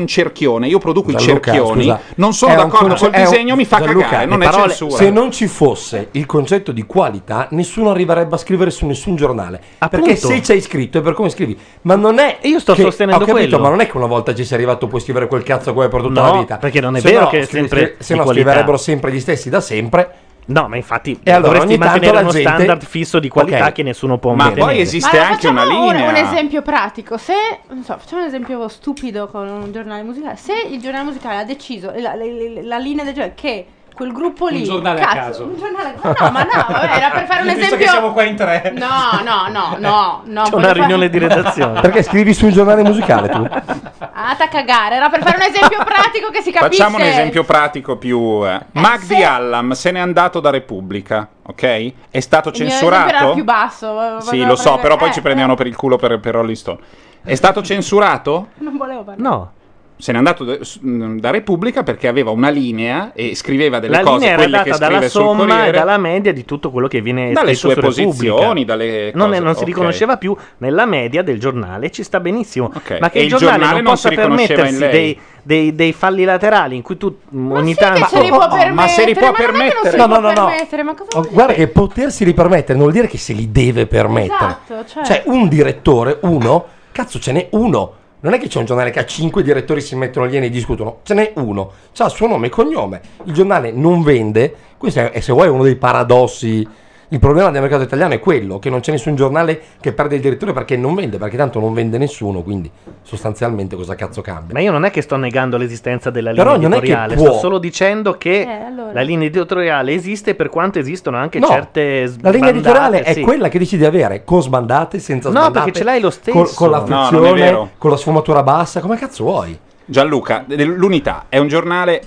cerchione, io produco i Gianluca, cerchioni, scusa, non sono è un d'accordo conce- col è un- disegno, mi fa Gianluca, cagare, non le è parole- censura. Se non ci fosse il concetto di qualità, nessuno arriverebbe a scrivere su nessun giornale. Appunto. Perché se c'hai scritto è per come scrivi. Ma non è. Io sto che- sostenendo ho capito, quello. ma non è che una volta ci sei arrivato puoi scrivere quel cazzo che vuoi per tutta No, la vita. perché non è Se vero no, che è scrivi- sempre Se di no qualità. scriverebbero sempre gli stessi da sempre. No, ma infatti E allora dovresti ogni tanto mantenere la uno gente- standard fisso di qualità Ok. che nessuno può Ma mantenere. poi esiste Ma anche una facciamo un- linea. Un, esempio pratico. Se, non so, facciamo un esempio stupido con un giornale musicale. Se il giornale musicale ha deciso, la, la- la- la linea del giornale, che quel gruppo lì... Un giornale a cazzo, caso. Un giornale No, no, ma no, vabbè, era per fare un Visto esempio... che siamo qua in tre. No, no, no, no, no. C'è voglio una fare- riunione di redazione. Perché scrivi su un giornale musicale tu? Ah, a cagare, era per fare un esempio pratico che si capisce. Facciamo un esempio pratico più. Eh. Magdi Allam se n'è andato da Repubblica, ok? È stato Il mio esempio censurato? era più basso. Sì, volevo lo so, prendere- però poi eh, ci prendevano per il culo per, per Rolling Stone. È stato censurato? Non volevo parlare. No. Se n'è andato da, da Repubblica perché aveva una linea e scriveva delle La cose, linea era quelle che data dalla scrive sul somma e Corriere, dalla media di tutto quello che viene dalle scritto sue su Repubblica. posizioni, dalle Non, è- cose, non si ok. riconosceva più nella media del giornale, ci sta benissimo. Ma che E il il giornale, giornale non non possa si riconosceva in permettersi lei? dei, dei, dei falli laterali in cui tu mh, ogni tanto... se li può permettere, ma se li può ma non è che non permettere? se li No, può no, no, no. permettere, ma cosa Oh, vuol guarda che poterseli permettere non vuol dire che se li deve permettere. Esatto, cioè. Cioè, un direttore, uno, cazzo, ce n'è uno. Non è che c'è un giornale che ha cinque direttori, si mettono lì e ne discutono. Ce n'è uno, c'ha il suo nome e cognome. Il giornale non vende. Questo è, e se vuoi, è uno dei paradossi. Il problema del mercato italiano è quello, che non c'è nessun giornale che perde il direttore perché non vende, perché tanto non vende nessuno, quindi sostanzialmente cosa cazzo cambia? Ma io non è che sto negando l'esistenza della linea Però non è che editoriale, può- sto solo dicendo che Eh, allora. la linea editoriale esiste per quanto esistono anche No, certe la linea sbandate, editoriale è sì. quella che decidi di avere, con sbandate, senza No, sbandate. perché ce l'hai lo stesso. Con, con la No, non è frizione, vero. con la sfumatura bassa, come cazzo vuoi? Gianluca, l'Unità è un giornale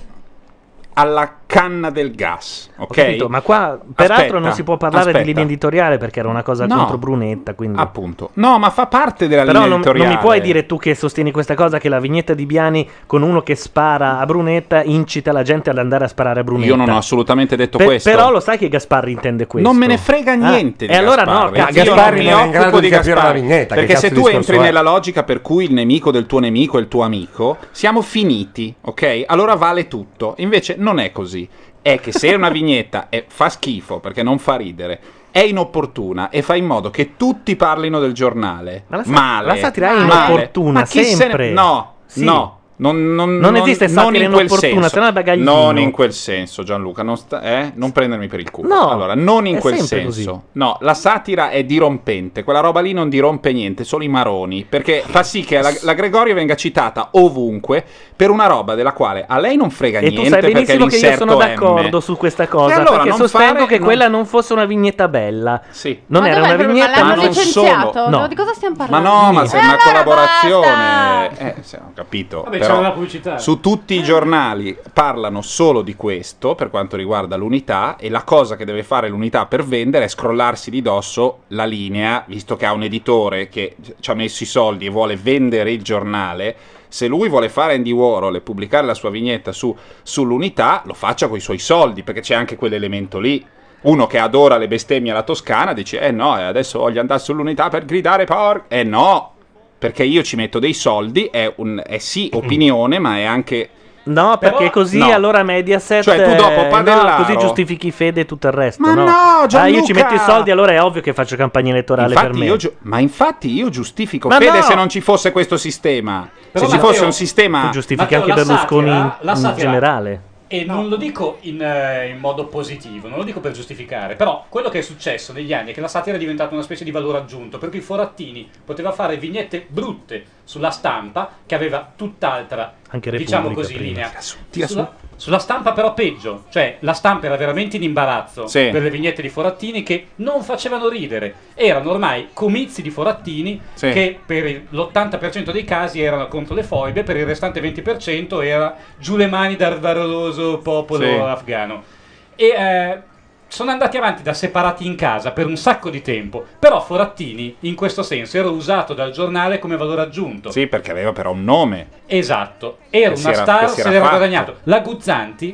alla canna del gas, ok? Ho capito, ma qua peraltro Aspetta, non si può parlare aspetta. di linea editoriale perché era una cosa No. contro Brunetta, quindi... Appunto. No, ma fa parte della Però linea non, non editoriale. mi puoi dire tu che sostieni questa cosa, che la vignetta di Biani con uno che spara a Brunetta incita la gente ad andare a sparare a Brunetta. Io non ho assolutamente detto Per- questo. Però lo sai che Gasparri intende questo. Non me ne frega niente Ah, di e allora no, Gasparri. cazzo, Io Gasparri non non è mi in grado occupo di di capire Gasparri. la vignetta, che Perché cazzo se di tu discorso entri è? nella logica per cui il nemico del tuo nemico è il tuo amico, siamo finiti, ok? Allora vale tutto. Invece non è così. È che se una vignetta è- fa schifo perché non fa ridere, è inopportuna e fa in modo che tutti parlino del giornale Ma la sa- male. la satira è male. inopportuna, Ma chi se ne- sempre. No, Sì. no. Non, non- Non esiste non satira in quel inopportuna, senso. se no è bagaglino. Non in quel senso, Gianluca, non, sta- eh? non prendermi per il culo. No, allora, non in è quel sempre senso. così. No, la satira è dirompente, quella roba lì non dirompe niente, solo i maroni, perché fa sì che la, la Gregorio venga citata ovunque per una roba della quale a lei non frega E tu niente sai perché benissimo che io l'inserto sono M. d'accordo su questa cosa, E allora perché non sostengo fare- che non- quella non fosse una vignetta bella. Sì. Non Ma era dov'è una il problema? vignetta, L'hanno ma non licenziato? solo. No. Di cosa stiamo Ma parlando? no, ma se è E una allora collaborazione. Eh, sì, ho capito. Vabbè, Però c'era la pubblicità. su tutti i giornali parlano solo di questo per quanto riguarda l'Unità, e la cosa che deve fare l'Unità per vendere è scrollarsi di dosso la linea, visto che ha un editore che ci ha messo i soldi e vuole vendere il giornale. Se lui vuole fare Andy Warhol e pubblicare la sua vignetta su, sull'Unità, lo faccia con i suoi soldi, perché c'è anche quell'elemento lì. Uno che adora le bestemmie alla Toscana dice eh no, eh, adesso voglio andare sull'Unità per gridare por... Eh no, perché io ci metto dei soldi, è, un, è sì opinione, ma è anche... No, perché così no. allora Mediaset Cioè, tu dopo eh, Padellaro- no, così giustifichi Fede e tutto il resto. Ma no, no, Ah, io Gianluca! ci metto i soldi, allora è ovvio che faccio campagna elettorale per Infatti me. io giu- ma infatti io giustifico Ma Fede no! se non ci fosse questo sistema. Però, se ci Matteo, fosse un sistema... Tu giustifichi Matteo, anche la Berlusconi satira- la in, in satira- generale. E non lo dico in, eh, in modo positivo, non lo dico per giustificare, però quello che è successo negli anni è che la satira è diventata una specie di valore aggiunto, per cui Forattini poteva fare vignette brutte sulla stampa che aveva tutt'altra, Anche diciamo Repubblica così, prima. linea. tira su. Sulla, sulla stampa però peggio, cioè la stampa era veramente in imbarazzo Sì. per le vignette di Forattini che non facevano ridere, erano ormai comizi di Forattini Sì. che per il- l'ottanta per cento dei casi erano contro le foibe, per il restante venti per cento era giù le mani dal valoroso popolo Sì. afghano. E eh, sono andati avanti da separati in casa per un sacco di tempo, però Forattini in questo senso era usato dal giornale come valore aggiunto. Sì, perché aveva però un nome. Esatto, era Che si una era- star, che si se era l'era fatto. guadagnato. La Guzzanti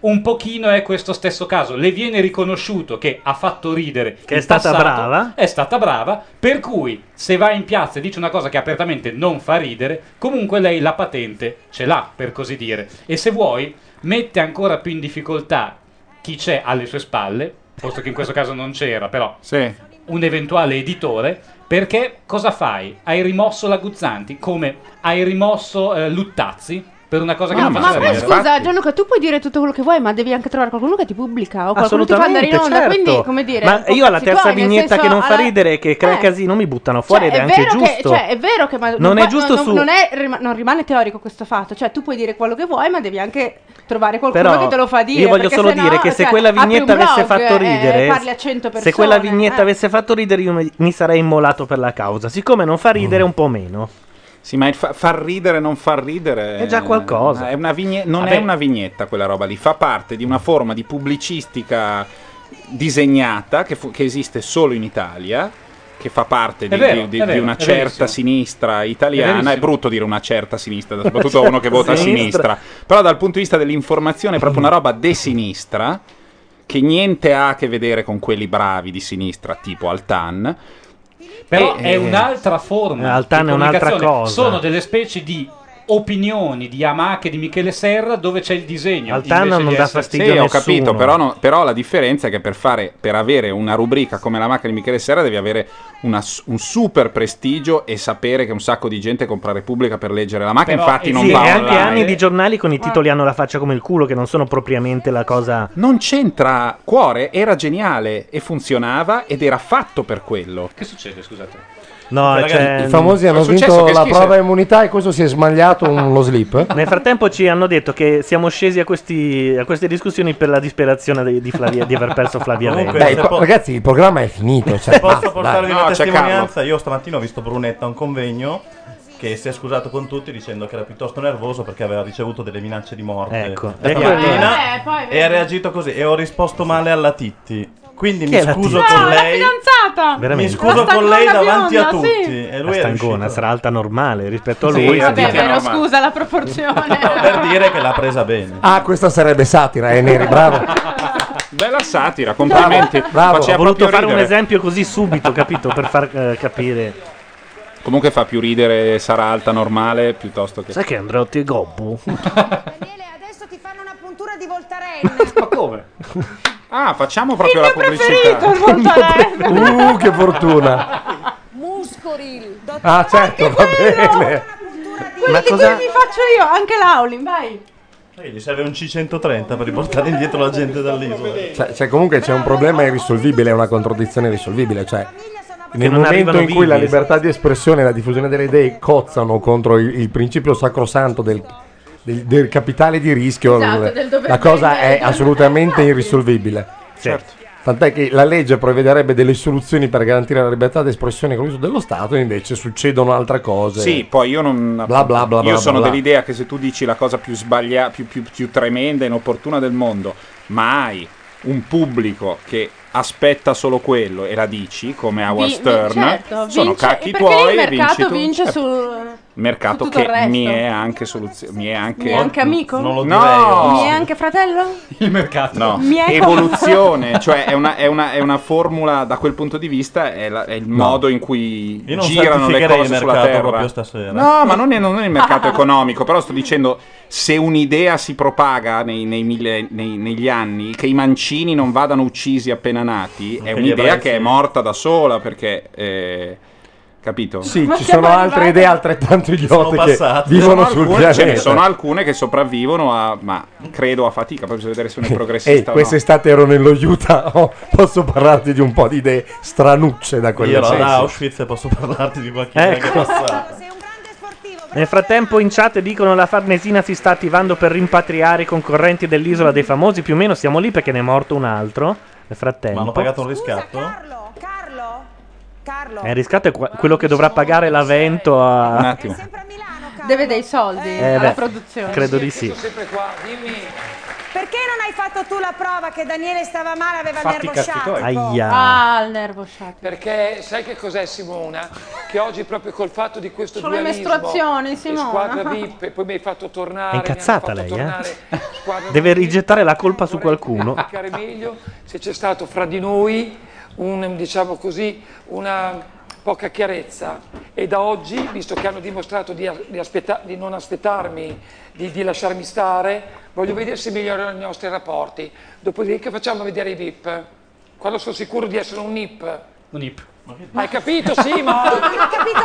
un pochino è questo stesso caso. Le viene riconosciuto che ha fatto ridere, Che in è stata passato, brava. È stata brava, per cui se va in piazza e dice una cosa che apertamente non fa ridere, comunque lei la patente ce l'ha, per così dire. E se vuoi, mette ancora più in difficoltà chi c'è alle sue spalle, posto che in questo caso non c'era, però Sì. un eventuale editore, perché cosa fai? Hai rimosso la Guzzanti, come hai rimosso eh, Luttazzi per una cosa che No, non ma fa poi ridere. scusa Gianluca, tu puoi dire tutto quello che vuoi, ma devi anche trovare qualcuno che ti pubblica o qualcuno che ti fa andare in onda, certo. quindi come dire, Ma un po' io alla cazzi terza tuoi, nel vignetta senso, che non fa alla- ridere e che crea Eh. casino mi buttano fuori Cioè, ed è, è anche vero che, giusto. cioè, è vero che ma Non è può- giusto non, su- non è rima- non rimane teorico questo fatto, cioè tu puoi dire quello che vuoi, ma devi anche trovare qualcuno Però che te lo fa dire. io voglio perché solo sennò, dire che se cioè, quella apri vignetta un avesse blog fatto e ridere, parli a cento persone, se quella vignetta eh. avesse fatto ridere io mi, mi sarei immolato per la causa. Siccome non fa ridere un po' meno. Sì, ma il fa- far ridere non far ridere È già qualcosa. È una vigne- non Vabbè. è una vignetta quella roba lì, fa parte di una forma di pubblicistica disegnata che, fu- che esiste solo in Italia, che fa parte di, È vero, di- di- è di vero, una è certa verissimo. sinistra È italiana. È, verissimo. brutto dire una certa sinistra, soprattutto uno che vota a Sinistra. sinistra. Però dal punto di vista dell'informazione è proprio una roba de sinistra, che niente ha a che vedere con quelli bravi di sinistra, tipo Altan. Però E- è un'altra forma. Eh, Altan di è un'altra comunicazione. cosa. Sono delle specie di opinioni di Amache di Michele Serra dove c'è il disegno. Altan invece non di dà essere- fastidio Sì, a ho nessuno. capito, però, no- però la differenza è che per, fare, per avere una rubrica come la macchina di Michele Serra devi avere una s- un super prestigio e sapere che un sacco di gente compra Repubblica per leggere la macchina, Però, infatti eh non sì, va e anche online. anni di giornali con i titoli hanno la faccia come il culo, che non sono propriamente la cosa. Non c'entra, Cuore era geniale e funzionava ed era fatto per quello. Che succede, scusate? No, Ragazzi, cioè, i famosi hanno è successo vinto che la Schifo- prova immunità e questo si è smagliato un- lo slip. Nel frattempo ci hanno detto che siamo scesi a, questi, a queste discussioni per la disperazione di, di Flavia- di aver perso Flavia Comunque, Venti. Beh, se po- po- ragazzi, il programma è finito. Cioè, Se posso basta, portarvi dai. una No, c'è testimonianza, io stamattina ho visto Brunetta a un convegno che si è scusato con tutti dicendo che era piuttosto nervoso perché aveva ricevuto delle minacce di morte Ecco. stamattina Eh, poi e ha reagito così e ho risposto male alla Titti. Quindi Chi mi è la scuso Titti? con Ah, la lei. fidanzata! Mi Veramente? scuso La con lei stangona davanti a bionda, tutti. sì. E La lui è stangona riuscito. sarà alta normale rispetto a Sì, lui. vabbè, si dice- Vabbè, però ma- scusa la proporzione. Per dire che l'ha presa bene. Ah, questa sarebbe satira, eh, Neri, bravo. Bella satira, complimenti. Bravo. Faceva Ho voluto proprio fare un ridere. esempio così subito, capito? Per far eh, capire. Comunque fa più ridere Sara Alta normale piuttosto che... Sai che Andreotti è gobbo? Daniele, adesso ti fanno una puntura di Voltaren. Ma come? Ah, facciamo proprio la Preferito pubblicità. il Voltaren. Uh, che fortuna. Muscoril. Ah, certo, va bene. Quelli Ma di cosa- cui mi faccio io, anche Laulin, vai. Sai che Gli serve un C centotrenta per riportare indietro la gente dall'isola. Cioè, cioè, comunque c'è un problema irrisolvibile, è una contraddizione irrisolvibile. Cioè, nel non momento arrivano in cui la vivi. libertà di espressione e la diffusione delle idee cozzano contro il, il principio sacrosanto del, del- del capitale di rischio, Esatto, l- del dover la cosa vendere. è assolutamente irrisolvibile. Certo. Tant'è che la legge prevederebbe delle soluzioni per garantire la libertà di espressione con l'uso dello Stato, e invece succedono altre cose. Sì, poi io non. Bla bla bla io bla sono bla. dell'idea che se tu dici la cosa più sbagliata, più, più, più tremenda e inopportuna del mondo, ma hai un pubblico che aspetta solo quello e la dici, come Howard Vi- Stern, certo, sono vince- cacchi perché tuoi il e vinci mercato tu. vince Certo. sul Mercato su tutto che il resto. mi è anche soluzione, mi è anche, Mi è anche amico? Non lo No! direi. Mi è anche fratello? Il mercato. No, Mi è evoluzione, cioè è una, è, una, è una formula da quel punto di vista, è, la- è il modo in cui Io non girano le certificherei cose il sulla mercato terra. proprio stasera. No, ma non è, non è il mercato economico, però sto dicendo, se un'idea si propaga nei, nei mille- nei- negli anni, che i mancini non vadano uccisi appena nati, è Anche gli un'idea ebrei, che sì. è morta da sola, perché... eh, capito? Sì, Ma ci siamo sono arrivati- altre idee altrettanto idiote che passate. vivono Sono sul alcune- pianeta. ce ne sono alcune che sopravvivono a, ma credo a fatica, poi bisogna vedere se uno è Ehi, progressista o no. quest'estate ero nello Utah, oh, posso parlarti di un po' di idee stranucce da quelle Io ero ad sì, sì. Auschwitz e posso parlarti di qualche idea Ecco. che è passata. Nel frattempo in chat dicono la Farnesina si sta attivando per rimpatriare i concorrenti dell'isola dei famosi, più o meno siamo lì perché ne è morto un altro. Nel frattempo. Ma hanno pagato un riscatto? Carlo, Carlo, Carlo. Eh, il riscatto è qua- quello che dovrà pagare l'avento Un a... attimo. Deve dei soldi Eh, alla beh, produzione. credo di sì. Sempre qua, dimmi. Perché non hai fatto tu la prova che Daniele stava male, aveva il Fatti nervo i cazzi tuoi. sciatico? Aia. Ah, il nervo sciatico. Perché sai che cos'è, Simona? Che oggi proprio col fatto di questo Sono le dualismo, mestruazioni, e Simona. squadra V I P, e poi mi hai fatto tornare, È incazzata mi hanno fatto lei, eh? tornare squadra Deve V I P. rigettare la colpa su qualcuno. Spiegare meglio se c'è stato fra di noi un, diciamo così, una poca chiarezza, e da oggi, visto che hanno dimostrato di, di, aspetta, di non aspettarmi, di, di lasciarmi stare, voglio vedere se migliorano i nostri rapporti. Dopodiché facciamo vedere i V I P. Quando sono sicuro di essere un N I P. Un I P. Hai capito, Simo? Non ho capito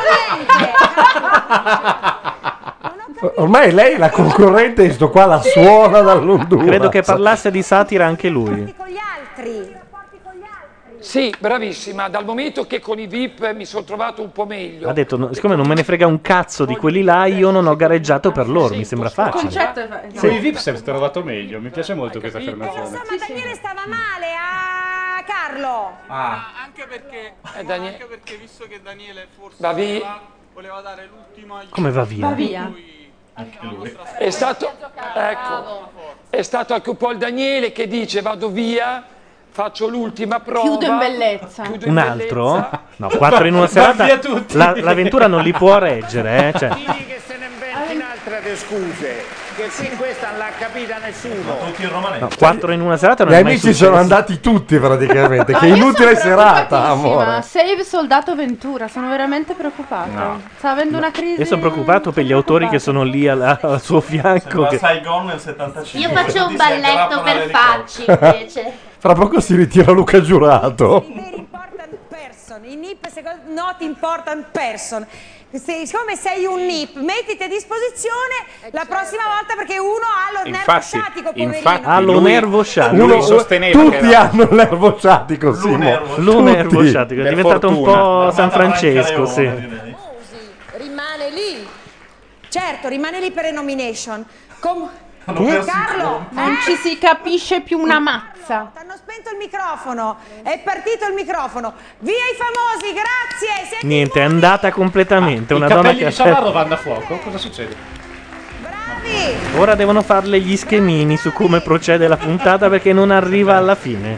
niente. Ormai lei la concorrente sto qua la suona dall'Honduras. Credo che parlasse di satira anche lui. Con gli altri. Sì, bravissima. Dal momento che con i V I P mi sono trovato un po' meglio. Ha detto, no, siccome non me ne frega un cazzo di quelli là, io non ho gareggiato per loro, mi sembra facile. concetto è fa- Con i V I P si è trovato meglio, mi piace molto questa affermazione. Ma Daniele stava male a Carlo. Ah. Anche perché, Eh, Daniele- anche perché visto che Daniele forse Va via. voleva, voleva dare l'ultimo aiuto. Come va via? Va via. Anche lui. È stato, ecco, è stato anche un po' il Daniele che dice vado via, faccio l'ultima prova. Chiudo in bellezza. chiudo in Un bellezza. altro? No, quattro in una Va serata. via tutti. la- l'avventura non li può reggere, eh. Cioè. Che se ne inventi un'altra di scuse, che qui questa non l'ha capita nessuno. Tutti in romanese. No, quattro in una serata non Gli è mai amici successo. sono andati tutti praticamente. No, che io inutile sono serata, preoccupatissima. amore. Save Soldato Ventura, sono veramente preoccupata. No. Sta avendo una crisi. Io sono preoccupato per gli autori che sono lì al, al suo fianco. Sembra Che... Saigon nel settantacinque. Io faccio un Tutti si balletto aggrappano per all'elicottero. facci invece. Fra poco si ritira Luca Giurato. Person, i N I P secondo not important person. Se, siccome sei un N I P, mettiti a disposizione la prossima volta perché uno ha lo nervo Infatti, sciatico, poverino. infatti Ha lo lui- nervo sciatico. lui Uno- sosteneva tutti che era- hanno il nervo sciatico, Simo. Lo nervo Tutti. sciatico, è Per diventato un fortuna. po' San Armata Francesco, sì. Brancaleone, Rimane lì. Certo, rimane lì per le nomination. Com- Hanno Eh, perso i Carlo, Non ci si capisce più una mazza. hanno spento il microfono. È partito il microfono. Via i famosi, grazie. Siete Niente, è andata completamente. I Una donna capelli che di Savarro vanno a fuoco? Cosa succede? bravi. ora devono farle gli schemini su come procede la puntata perché non arriva alla fine.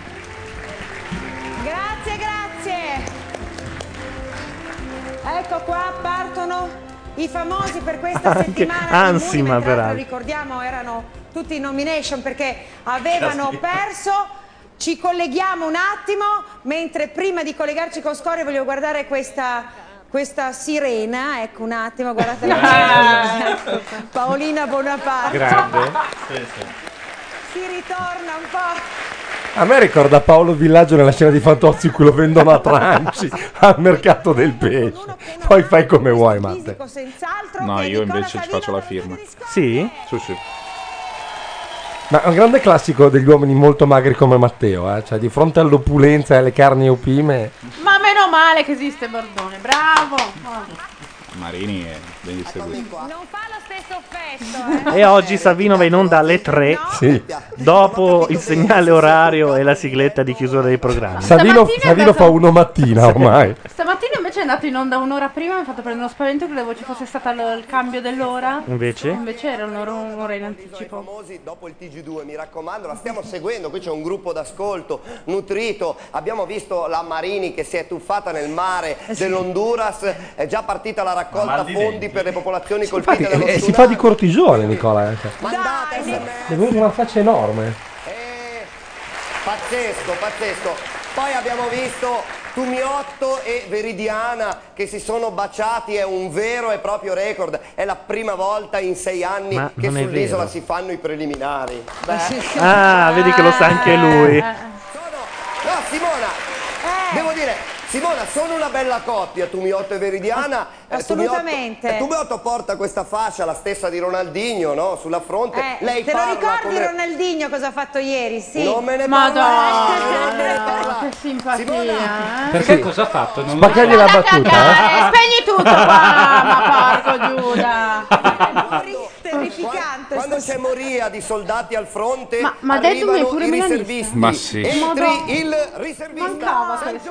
Grazie, grazie. Ecco qua partono i famosi per questa Anche settimana. di Ansima, Movie, tra l'altro, peraltro. ricordiamo, erano tutti in nomination perché avevano Caspita. perso. Ci colleghiamo un attimo, mentre prima di collegarci con Scoria voglio guardare questa, questa sirena. Ecco un attimo, guardate la sirena. Paolina Bonaparte. Grande. Si ritorna un po'. A me ricorda Paolo Villaggio nella scena di Fantozzi in cui lo vendono a tranci al mercato del pesce. Poi fai come vuoi, Matte. No, io invece ci faccio la firma. Sì? Sì, sì. Ma è un grande classico degli uomini molto magri come Matteo, eh? Cioè di fronte all'opulenza e alle carni opime. Ma meno male che esiste Bordone, bravo. Oh. Marini è ben distribuito. Non fa lo stesso effetto, eh. E oggi Savino va in onda alle tre, Sì. dopo il segnale orario e la sigletta di chiusura dei programmi. Savino, Stamattina è Savino andato- fa uno mattina ormai. Stamattina invece è andato in onda un'ora prima, mi ha fatto prendere uno spavento, credevo ci fosse stato il, il cambio dell'ora. Invece? Invece era un'ora, un'ora in anticipo. Famosi dopo il T G due, mi raccomando, la stiamo seguendo, qui c'è un gruppo d'ascolto nutrito, abbiamo visto la Marini che si è tuffata nel mare dell'Honduras, è già partita la raccolta fondi per le popolazioni colpite Infatti, dallo eh, si tsunami. fa di cortisone, Nicola. eh, cioè. Mandate S M S. È venuta una faccia enorme. Pazzesco, pazzesco. Poi abbiamo visto Tumiotto e Veridiana che si sono baciati, è un vero e proprio record, è la prima volta in sei anni Ma che non è sull'isola vero. si fanno i preliminari. Beh. Ah, vedi che lo sa anche lui. No, Simona, devo dire, Simona, sono una bella coppia, Tumiotto e Veridiana. Eh, Assolutamente. Tumiotto, eh, Tumiotto porta questa fascia, la stessa di Ronaldinho, no? Sulla fronte. Eh, Lei te lo parla ricordi come... Ronaldinho cosa ha fatto ieri? Sì. Non me ne parla. Madonna, che simpatia. Eh? Perché cosa ha fatto? Non Spaccagli la battuta, Eh, spegni tutto qua, ma porco Giuda. Terrificante. Quando c'è moria di soldati al fronte, Ma- ma Dedum è arrivano pure i milanista. riservisti. Ma sì. Entri Madonna. il riservista. Mancava questo.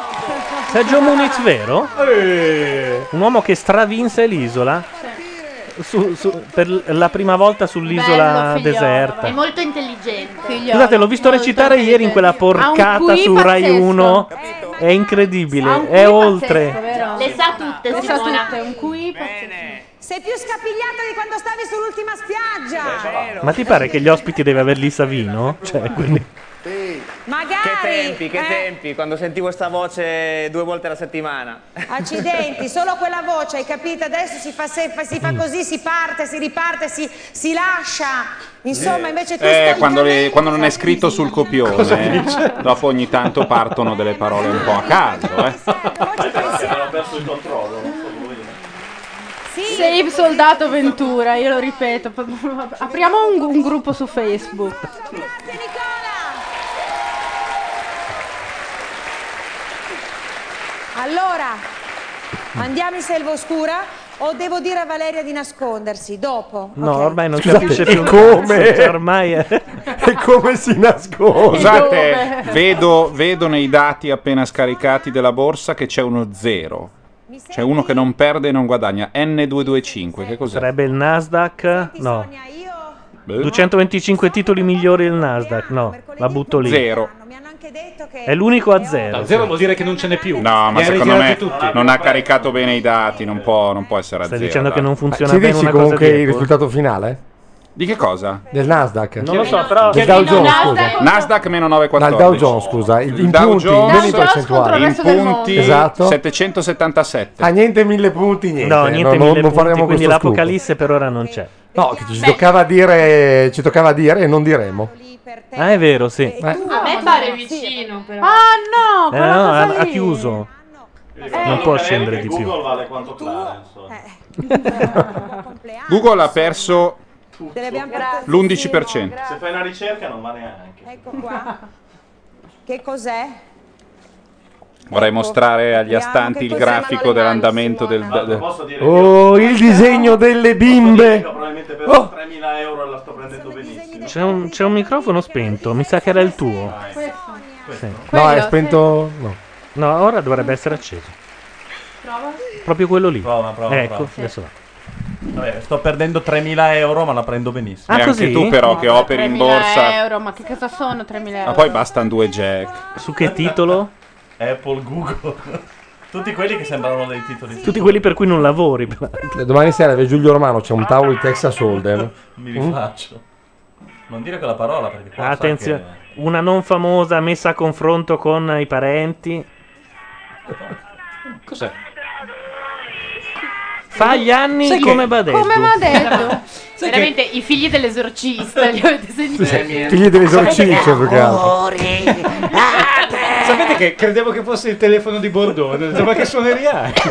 Sergio Muniz, vero? Un uomo che stravinse l'isola. su- su- per l- la prima volta sull'isola Bello, figliolo. deserta. È molto intelligente. Scusate, l'ho visto recitare ieri in quella porcata Ha un Q I su Rai pazzesco. uno. È incredibile, è oltre. Le sa tutte, Le sa Simona. tutte, un Q I pazzesco. Sei più scapigliato di quando stavi sull'ultima spiaggia. Ma ti pare che gli ospiti deve averli Savino? Cioè, quindi... Magari. Che tempi, che eh, tempi, quando sentivo sta voce due volte alla settimana. Accidenti, solo quella voce, hai capito? Adesso si fa, se- si fa così, si parte, si riparte, si, si lascia. Insomma, invece tu Eh, stai quando, le- quando non è scritto sul Cosa copione, dice? dopo ogni tanto partono delle parole un po' a caso, eh. Hanno perso il controllo, non so voi. Save Soldato Ventura, io lo ripeto. Apriamo un, un gruppo su Facebook. Allora, andiamo in selva oscura o devo dire a Valeria di nascondersi dopo? No, ormai non Scusate, capisce e più un come? cazzo, cioè, ormai è... E come si nasconde? Scusate, vedo, vedo nei dati appena scaricati della borsa che c'è uno zero. C'è uno che non perde e non guadagna. N duecentoventicinque, che cos'è? Sarebbe il Nasdaq? No. duecentoventicinque titoli migliori del Nasdaq? No, la butto lì. Zero. È l'unico a zero. Da zero vuol dire che non ce n'è più. No, ma Li ha secondo me ritirati tutti. non ha caricato bene i dati, non può, non può essere a Stai zero. dicendo dai. che non funziona Ci bene dici una cosa comunque di il Apple? risultato finale? Di che cosa? Del Nasdaq. Non lo so, però... Del Dow Jones, scusa. Nasdaq meno Dal novecentoquattordici. Dow Jones, scusa. Il- In Dow punti, Jones non in percentuali. in punti Esatto. settecentosettantasette. Ah, niente mille punti, niente. No, niente non, mille non, non punti, faremo quindi questo scoop. l'Apocalisse per ora non c'è. No, che ci toccava dire, ci toccava dire e non diremo. Ah, è vero, sì. Eh. A me pare vicino, però. Ah no, Eh, quella no, cosa ha, ha lì. chiuso. Eh, Non può scendere di più. Google vale quanto Clarence. Google ha perso l'undici per cento. Se fai una ricerca non va neanche. Ecco qua. Che cos'è? Vorrei mostrare agli astanti il grafico dell'andamento del... del- Posso dire Oh, il disegno delle bimbe. probabilmente per Oh. tremila euro la sto prendendo benissimo. C'è un, c'è un microfono spento, mi sa che era il tuo. Sì. No, è spento. No. No, ora dovrebbe essere acceso. Proprio quello lì. Prova, prova, ecco, prova. adesso va. Vabbè, sto perdendo tremila euro ma la prendo benissimo. Ah, e così? anche tu però che operi in tremila borsa... euro, ma che cosa sono tremila euro? Ma poi bastano due jack. Su che titolo? Apple, Google. Tutti quelli che sembrano dei titoli. Tutti quelli per cui non lavori. peraltro. Domani sera a Giulio Romano c'è un tavolo di Texas Hold'em. Mi rifaccio. Non dire quella parola perché qua sa Attenzione, una non famosa messa a confronto con i parenti. Cos'è? Fa gli anni Sai che- come Badetto. Come mi ha detto? Veramente, i figli dell'esorcista, li avete sentiti? Figli dell'esorcista, più che altro. Sapete che credevo che fosse il telefono di Bordone. Ma che suoneria è?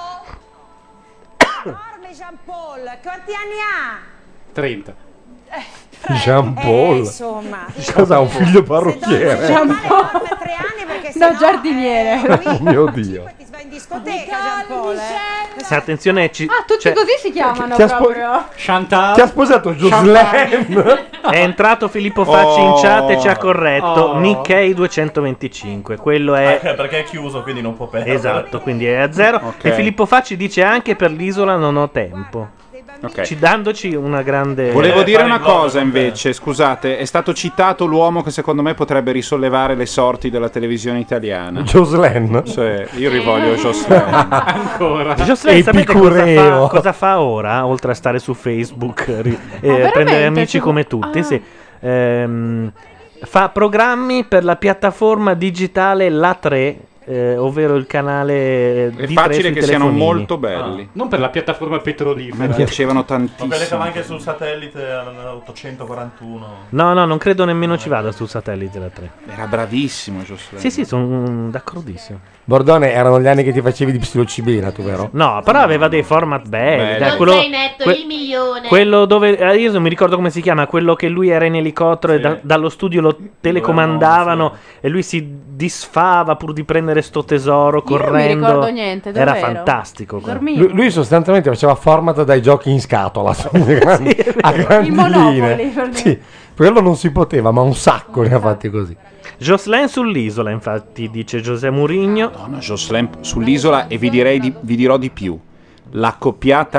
Orme Jean Paul, quanti anni ha? trenta. Jean Eh, Paul. insomma. Cosa ha un figlio parrucchiere? Jean Paul. No, giardiniere. Oh mio Dio. Ti va in discoteca Jean Paul, eh? Attenzione, ci, Ah, tutti c'è- così si chiamano Ti ha spo- proprio. Chantal. Ti ha sposato Jocelyn. è entrato Filippo Facci in chat e ci ha corretto. Oh. Nikkei duecentoventicinque. Quello è... Eh, perché è chiuso quindi non può perdere. Esatto, quindi è a zero. Ok. E Filippo Facci dice anche per l'isola non ho tempo. Ok. Ci dandoci una grande... Volevo Eh, dire fai una il blog cosa con te. invece, scusate, è stato citato l'uomo che secondo me potrebbe risollevare le sorti della televisione italiana. Jocelyn. Cioè, io rivoglio Jocelyn. Ancora. Jocelyn, sapete cosa fa, Epicureo. cosa fa ora, oltre a stare su Facebook ri- e veramente? prendere amici Cioè, come tutti? ah. Sì. Ehm, fa programmi per la piattaforma digitale La tre, eh, ovvero il canale È di facile tre che sui siano telefonini. molto belli. Non per la piattaforma Mi petrolifera. piacevano Ma quelli che tantissimo. va anche sul satellite all'ottocentoquarantuno. No, no, non credo nemmeno ci vada sul satellite La tre. Era bravissimo Jocelyn. Sì, sì, sono d'accordissimo. Bordone, erano gli anni che ti facevi di psilocibina, tu vero? No, però aveva dei format belli. Belli. dai, Lo quello, zainetto, que- il milione. quello dove eh, io non mi ricordo come si chiama, quello che lui era in elicottero e da- dallo studio lo telecomandavano e lui si disfava pur di prendere sto tesoro Io non mi correndo. ricordo niente, Era dov'ero? fantastico. quello. Dormivo. Lui, lui sostanzialmente faceva format dai giochi in scatola a grandi, a grandi Il Monopoli, linee. per Sì, quello non si poteva, ma un sacco ne ha fatti così. Jocelyn sull'isola, infatti, dice José Mourinho. Madonna, Jocelyn sull'isola e vi, direi di- vi dirò di più. L'accoppiata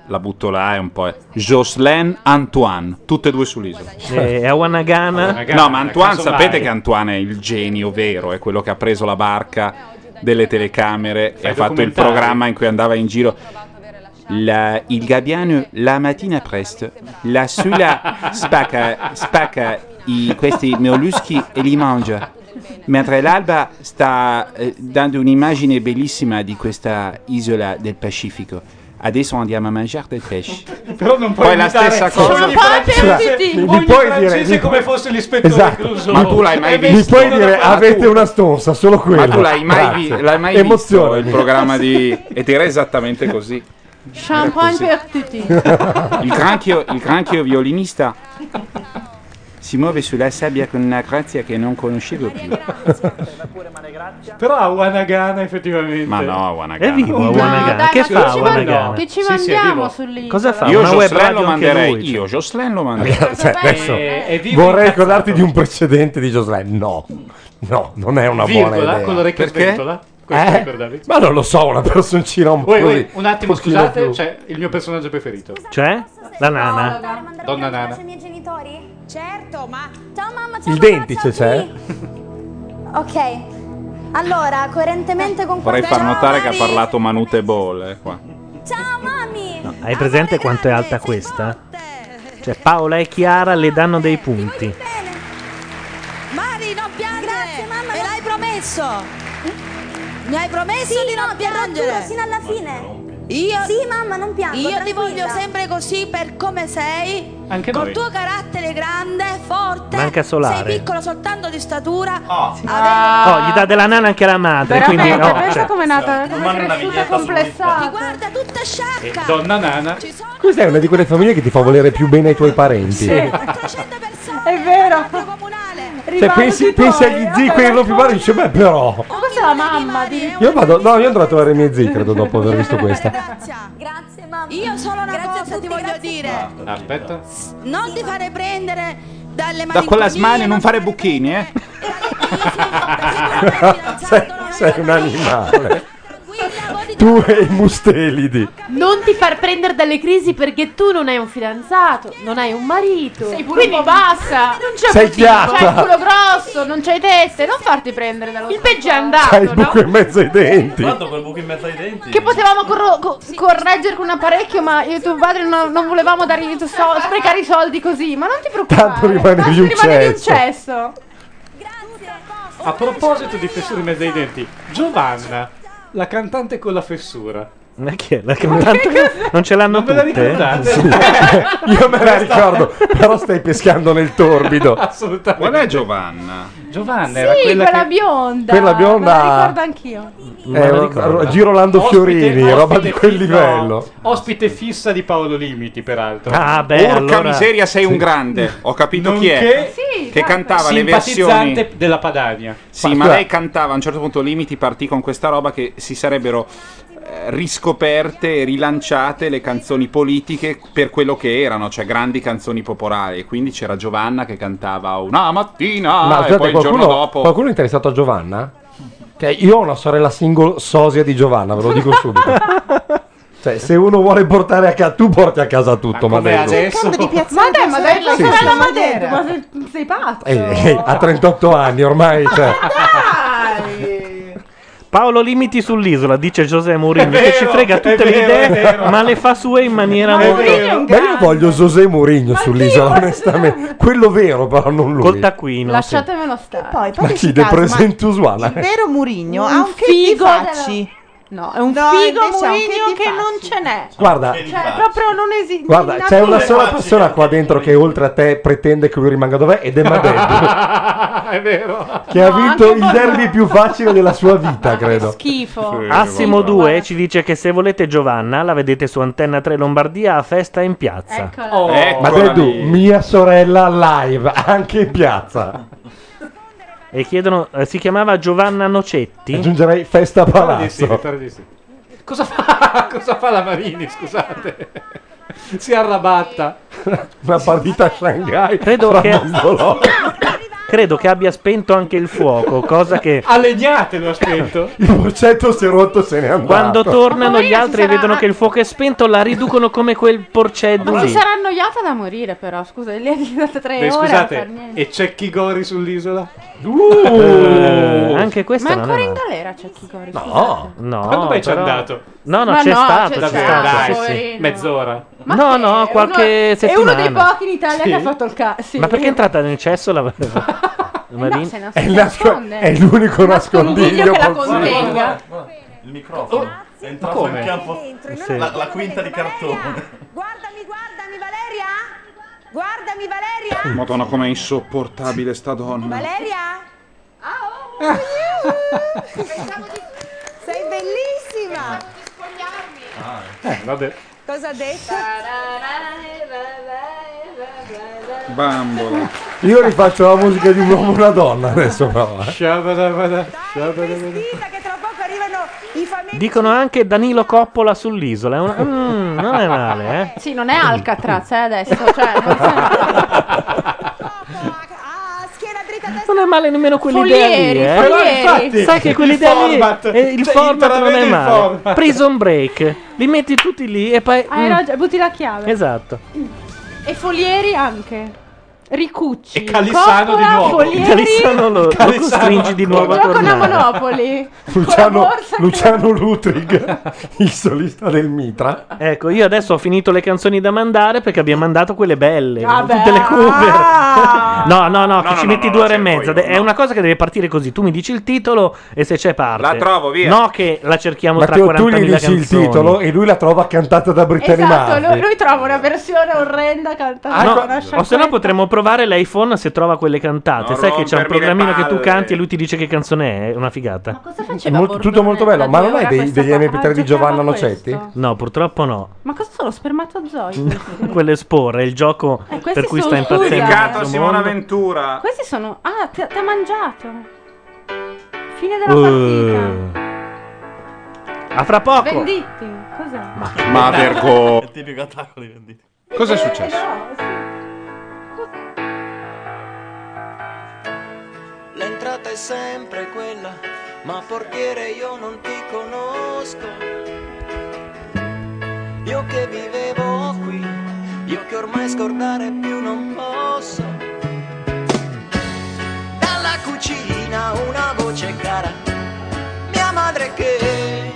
la butto là, è un po'. Jocelyn Antoine, tutte e due sull'isola. E a Wanagana? No, ma Antoine, sapete che Antoine è il genio vero, è quello che ha preso la barca delle telecamere e ha fatto il documentari. programma in cui andava in giro. La- il gabbiano la mattina presto, la sula spacca, spacca i- questi molluschi e li mangia, mentre l'alba sta eh, dando un'immagine bellissima di questa isola del Pacifico. Adesso andiamo a mangiare del pesce. Però non puoi Poi la imitare stessa cosa. ogni francese, Mi- mi ogni puoi dire- francese mi come puoi- fosse l'ispettore Esatto. Clouseau. Ma tu l'hai mai È visto? Mi puoi vestito dire da- avete una stonza, solo quella. Ma tu l'hai mai, vi- Grazie. l'hai mai Emozione. visto il programma di... ed era esattamente così. Champagne così. per tutti. Il granchio, il granchio violinista si muove sulla sabbia con una grazia che non conoscevo più. Però a Wanagana effettivamente. Ma no, Wanagana. È vivo a No, Wanagana. dai, Che ma fa che ci a man- Wanagana? che ci Sì, sì, è mandiamo vivo. sull'isola? Cosa fa? Io Una web Jocelyn radio lo anche manderei. lui, cioè. Io Jocelyn lo manderei. Cioè, adesso È- è vivo vorrei incazzato. ricordarti di un precedente di Jocelyn. No, no, non è una buona Virgola, idea. con l'orecchio Perché? sventola? Questo Eh? ricordavi? Ma non lo so, una personcina un po' Oi, così. oi, un attimo, pochino scusate, più. c'è il mio personaggio preferito. Cioè? La nana? Donna Nana. I miei genitori? Certo, ma... Ciao mamma, Il dentice c'è? Ok. Allora, coerentemente con Vorrei far notare che ha parlato Manute Ball. Eh, qua. Ciao mami! No, hai presente quanto è alta questa? Cioè Paola e Chiara le danno dei punti. Mari, non piangere! Grazie mamma! Me l'hai promesso! Mi hai promesso Sì, di non no, te lo piangere? giuro, sino alla fine. Io? Sì, mamma, non piango, Io ti tranquilla. voglio sempre così per come sei. Anche col noi. tuo carattere grande, forte. Manca Solare. Sei piccolo soltanto di statura. Oh, gli dà della nana anche la madre, quindi Veramente, no, pensa cioè, com'è nata, Non come manda è una cresciuta vignetta su complessata. Guarda, tutta E sciacca. Donna Nana. Questa è una di quelle famiglie che ti fa volere più bene ai tuoi parenti. È vero. Cioè, pensi, pensi agli zii, quelli non più pari, dice, beh, però. Ma questa è la mamma di... Io vado, no, io andrò a trovare i miei zii, credo, dopo aver visto questa. Grazie, mamma. Io solo una Grazie a cosa tutti, ti voglio grazie. dire. Aspetta. Non ti fare prendere dalle Da quella malinconie, smania non fare buchini, eh? sei, sei un animale. Tu e i mustelidi. Non ti far prendere dalle crisi perché tu non hai un fidanzato, non hai un marito. Sei pure Quindi un po' bassa. Non c'è Sei motivo. chiatta. C'hai il culo grosso, non c'hai teste, non farti prendere dallo Il peggio è andato, C'hai il no? buco in mezzo ai denti. Tanto quel buco in mezzo ai denti. Che potevamo corro- co- correggere con un apparecchio, ma io e tuo padre non, non volevamo dargli tu so- sprecare i soldi così. Ma non ti preoccupare. Tanto rimanevi tanto un rimanevi un cesso. cesso. A proposito di fessure in mezzo ai denti, Giovanna, la cantante con la fessura. Ma chi è? La cantante? Non ce l'hanno Non ve la tutte? ricordate? Sì. Io me la ricordo, però stai pescando nel torbido. Assolutamente. Qual è Giovanna? Giovanna Sì, era quella, quella che... bionda. Quella bionda- Me la ricordo anch'io. Eh, ro- Girolando Ospite- Fiorini, roba di ospite quel fi- livello. no, ospite fissa di Paolo Limiti, peraltro. Ah, beh, Porca allora... miseria, sei un grande. Ho capito chi è. Nonché Sì, Che dai. cantava le versioni. simpatizzante della Padania. Sì, ma lei cantava a un certo punto Limiti partì con questa roba che si sarebbero eh, riscoperte e rilanciate le canzoni politiche per quello che erano, cioè grandi canzoni popolari. E quindi c'era Giovanna che cantava una mattina Ma e scusate, poi il giorno qualcuno, dopo. qualcuno è interessato a Giovanna? Che io ho una sorella single sosia di Giovanna, ve lo dico subito. Cioè, se uno vuole portare a casa, tu porti a casa tutto, ma, come vedo. adesso? Di Piazza Ma dai, ma dai, la Sì, sorella sì. Madera. Ma sei, sei pazzo. Eh, eh, ha trentotto anni ormai, cioè. Paolo Limiti sull'isola, dice José Mourinho, È che ci vero, frega è tutte le vero, è idee, vero. ma le fa sue in maniera Ma molto... Mourinho è un Ma io grande. voglio José Mourinho sull'isola, onestamente. Quello vero, però non lui. Col taccuino. sì. Lasciatemelo stare. Poi, Ma fateci chi, caso, De Presentusuala? il vero Murigno Un ha un che figo di della- facci. No, è un No, figo invece ha un Mourinho che ti che non facci. ce n'è. Guarda, Cioè, proprio non esiste. guarda, c'è una sola persona qua dentro che oltre a te pretende che lui rimanga dov'è ed è Madeddu, È vero. che ha No, vinto anche il Bo- derby più facile della sua vita, credo. Schifo. Assimo due ci dice che se volete Giovanna la vedete su Antenna tre Lombardia a Festa in Piazza. Eccola. Oh, Eccola Madeddu, lì. mia sorella live, anche in piazza. E chiedono, eh, si chiamava Giovanna Nocetti? Aggiungerei festa Pare di sì, palazzo. pare di sì. Cosa fa? Cosa fa la Marini, scusate? Si arrabatta. Una partita a Shanghai Credo fra che- Mondolò credo che abbia spento anche il fuoco, cosa che A legnate lo ha spento. Il porcetto si è rotto, se n'è andato. quando tornano gli Poverina, altri si e sarà- vedono che il fuoco è spento la riducono come quel porceddu Ma si lì. sarà annoiata da morire, però. Scusa, lì è diventata tre Beh, ore. a far scusate, niente. e c'è chi gori sull'isola? Eh, anche questa Ma non ancora è in male. galera c'è chi corre. No, no. Quando mai c'è però- andato? No, no, Ma c'è no, stato, c'è c'è stato, stato. sì, sì. poverino. Mezz'ora. Ma No, che no, è qualche uno- settimana. È uno dei pochi in Italia Sì? che ha fatto il cazzo. Sì. Ma perché è entrata nel cesso la No, Marini? se non È, si il nasco- nasconde. è l'unico Nascondiglio nascondiglio che la possibile. contenga. Il microfono è entrato come? in campo Sì. la, la quinta di cartone. Guardami, guardami, Valeria! Guardami, Valeria! Madonna, com'è insopportabile sta donna. Valeria? Sei bellissima! Eh, vabbè. Cosa ha detto? Bambola. Io rifaccio la musica di un uomo e una donna adesso, però. eh. Shabadabada, shabadabada. Che tra poco arrivano i famosi. Dicono anche Danilo Coppola sull'isola. È una- Mm, non è male, eh? Sì, non è Alcatraz, eh, adesso. Cioè, non Non è male nemmeno quell'idea lì, Folieri, eh? Folieri. Però, infatti, Sai che il quell'idea lì, format, eh, il cioè, format non è intravede il male. format. Prison Break, li metti tutti lì e poi Hai mm, ragione, butti la chiave. esatto. E Folieri anche. Ricucci. E Calissano di Coppola, nuovo. Folieri. Calissano lo, lo Calissano costringi di nuovo a Gioco a tornare. Monopoli. Luciano, Luciano Lutrig, il solista del Mitra. Ecco, io adesso ho finito le canzoni da mandare perché abbiamo mandato quelle belle, Vabbè. tutte le cover. Ah! no, no, no, che No, ci no, metti no, due no, ore e c'è mezza. poi, È una cosa che deve partire così. Tu mi dici il titolo e se c'è parte. La trovo, via. No, che la cerchiamo tra Matteo, tu gli quarantamila dici il canzoni. titolo e lui la trova cantata da Brittany Esatto, Murphy. lui, lui trova una versione orrenda cantata No, con una o se no sciacquetta. potremmo provare l'iPhone se trova quelle cantate. Non Sai che c'è un rompermi le programmino che tu palle. canti e lui ti dice che canzone è. È una figata. Cosa faceva Molto- tutto molto bello, ma non è dei- degli emme pi tre di Giovanna Nocetti? No, purtroppo no. Ma cosa sono spermatozoi? Quelle spore, il gioco Eh, questi per cui sta sono- impazzendo. Dedicato a questo Simona mondo. Ventura. Questi sono... Ah, ti ti ha mangiato. Fine della Uh. partita. A fra poco. Venditti. Cos'è? Ma vergogna. È il tipico attacco di vendita. Cos'è successo? L'entrata è sempre quella, ma portiere io non ti conosco. Io che vivevo qui, io che ormai scordare più non posso. Dalla cucina una voce cara, mia madre che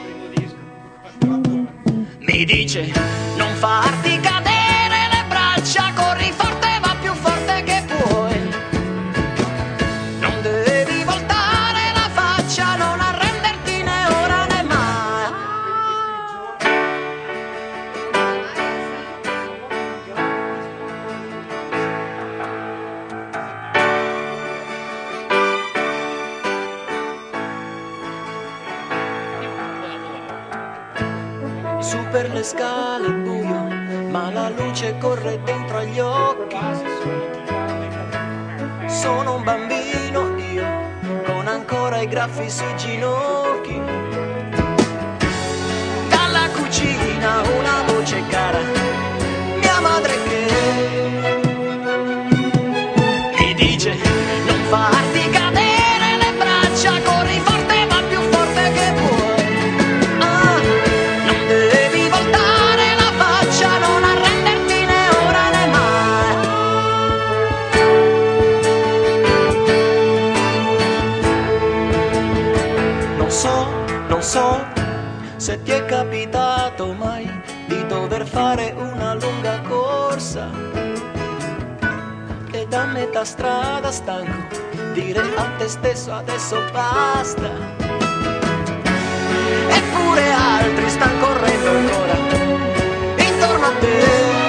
mi dice non farti cadere le braccia, corri forte, va più forte che puoi. Non devi voltare la faccia, non arrenderti né ora né mai. Su per le scale buio, ma la luce corre dentro agli occhi. Sono un bambino io, con ancora i graffi sui ginocchi. Dalla cucina una voce cara, mia madre che mi dice non farti cadere le braccia, corri forte, va più forte che puoi. Ah, non devi voltare la faccia, non arrenderti né ora né mai. Non so, non so se ti è capitato mai di dover fare una lunga corsa e da metà strada stanco dire a te stesso adesso basta. Eppure altri stanno correndo ancora intorno a te.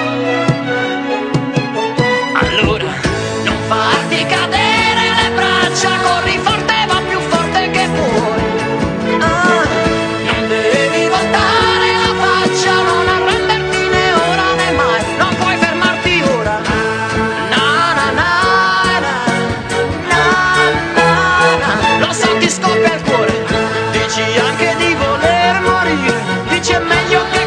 Allora non farti cadere le braccia, corri forte, va più forte che puoi. Ah, non devi voltare la faccia, non arrenderti né ora né mai. Non puoi fermarti ora. Na na na na, na na na. Lo so ti scoppia il cuore, dici anche di voler morire, dici è meglio che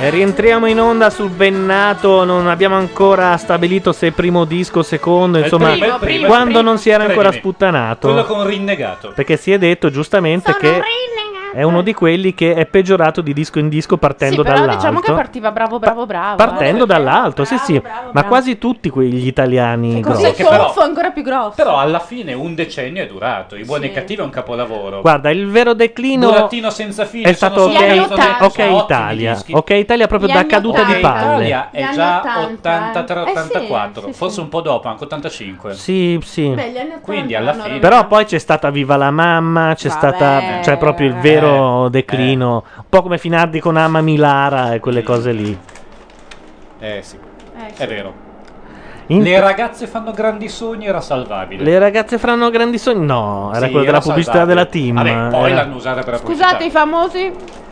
E rientriamo in onda sul Bennato, non abbiamo ancora stabilito se primo disco o secondo, È il insomma, primo, il primo, quando il primo. non si era ancora Credimi. sputtanato. Quello con Rinnegato. Perché si è detto giustamente che è uno di quelli che è peggiorato di disco in disco partendo Sì, però dall'alto. diciamo che partiva bravo, bravo, bravo. Partendo dall'alto, sì, sì, ma quasi tutti quegli italiani Così grossi. il tonfo è ancora più grosso. Però alla fine un decennio è durato. I buoni e i cattivi è un capolavoro. Guarda, il vero declino Burattino senza fine. è stato sono ok, solo detto, ok sono Italia. ottimi dischi. Ok Italia proprio Gli da anni caduta di ottanta. palle. Italia è Gli anni già ottanta. ottantatré Eh sì, ottantaquattro, sì, sì. forse un po' dopo, anche ottantacinque. Sì, sì. Beh, gli anni ottanta Quindi alla hanno fine. Però poi c'è stata Viva la mamma, c'è Vabbè. stata cioè proprio il vero declino, un po' come Finardi con Amma Milara e quelle cose lì. Eh sì, Eh, sì. è vero. In- Le ragazze fanno grandi sogni era salvabile. Le ragazze faranno grandi sogni? No, era Sì, quella della era pubblicità salvabile. della Team. Vabbè, poi era- l'hanno usata per la pubblicità. Scusate i famosi.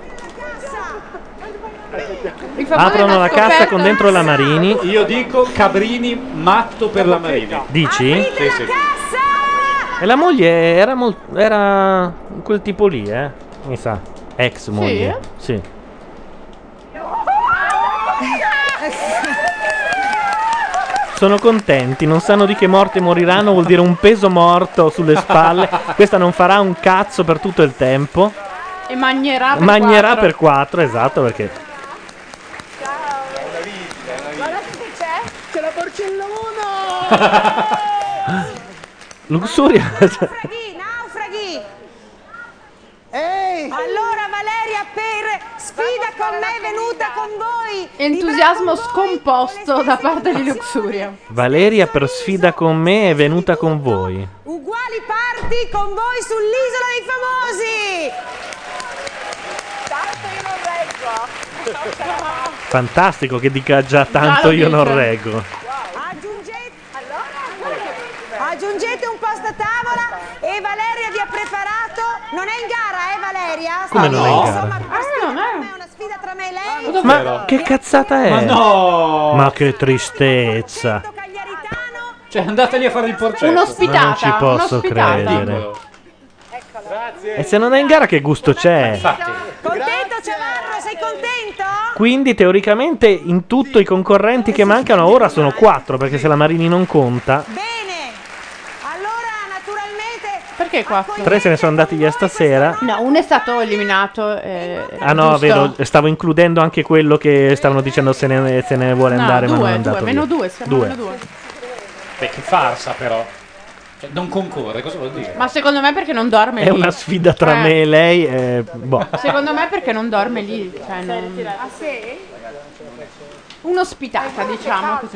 I famosi Aprono hanno la cassa scoperto- con dentro la Marini. Io dico Cabrini matto per la Marini. Dici? Sì, sì. E la moglie era mol- era quel tipo lì, eh? Mi sa. Ex moglie. Sì. Sono contenti, non sanno di che morte moriranno, vuol dire un peso morto sulle spalle. Questa non farà un cazzo per tutto il tempo. E magnerà per Magnerà quattro. per quattro, esatto, perché Guardate che c'è, c'è la porcellona! Luxuria. Naufraghi, naufraghi. Allora Valeria per sfida con me è venuta con voi. Entusiasmo scomposto da parte di Luxuria. Valeria per sfida con me è venuta con voi. Uguali parti con voi sull'isola dei famosi. Tanto io non reggo. Fantastico che dica già tanto io non reggo. Aggiungete, aggiungete un posto a tavola e Valeria vi ha preparato. Non è in gara, eh Valeria? Come non è in gara? Insomma, per sfida tra me è una sfida tra me e lei. Ma che cazzata è? Ma no! Ma che tristezza. Cioè, andateli a fare il porcetto. Un'ospitata. Ma non ci posso un'ospitata. credere. E se non è in gara che gusto c'è? Contento Ciavarro, sei contento? Quindi teoricamente in tutto i concorrenti che mancano ora sono quattro, perché se la Marini non conta, Perché quattro? tre se ne sono andati via stasera. No, uno è stato eliminato. eh, Ah no, giusto? vero, stavo includendo anche quello che stavano dicendo se ne, se ne vuole No, andare, ma non è due, andato due, via. meno due, siamo Due. meno due. Beh, che farsa però. Cioè, non concorre, cosa vuol dire? Ma secondo me perché non dorme È lì. una sfida tra Eh. me e lei. eh, boh. Secondo me perché non dorme lì. Cioè, non... Ah sì? Un'ospitata, diciamo così.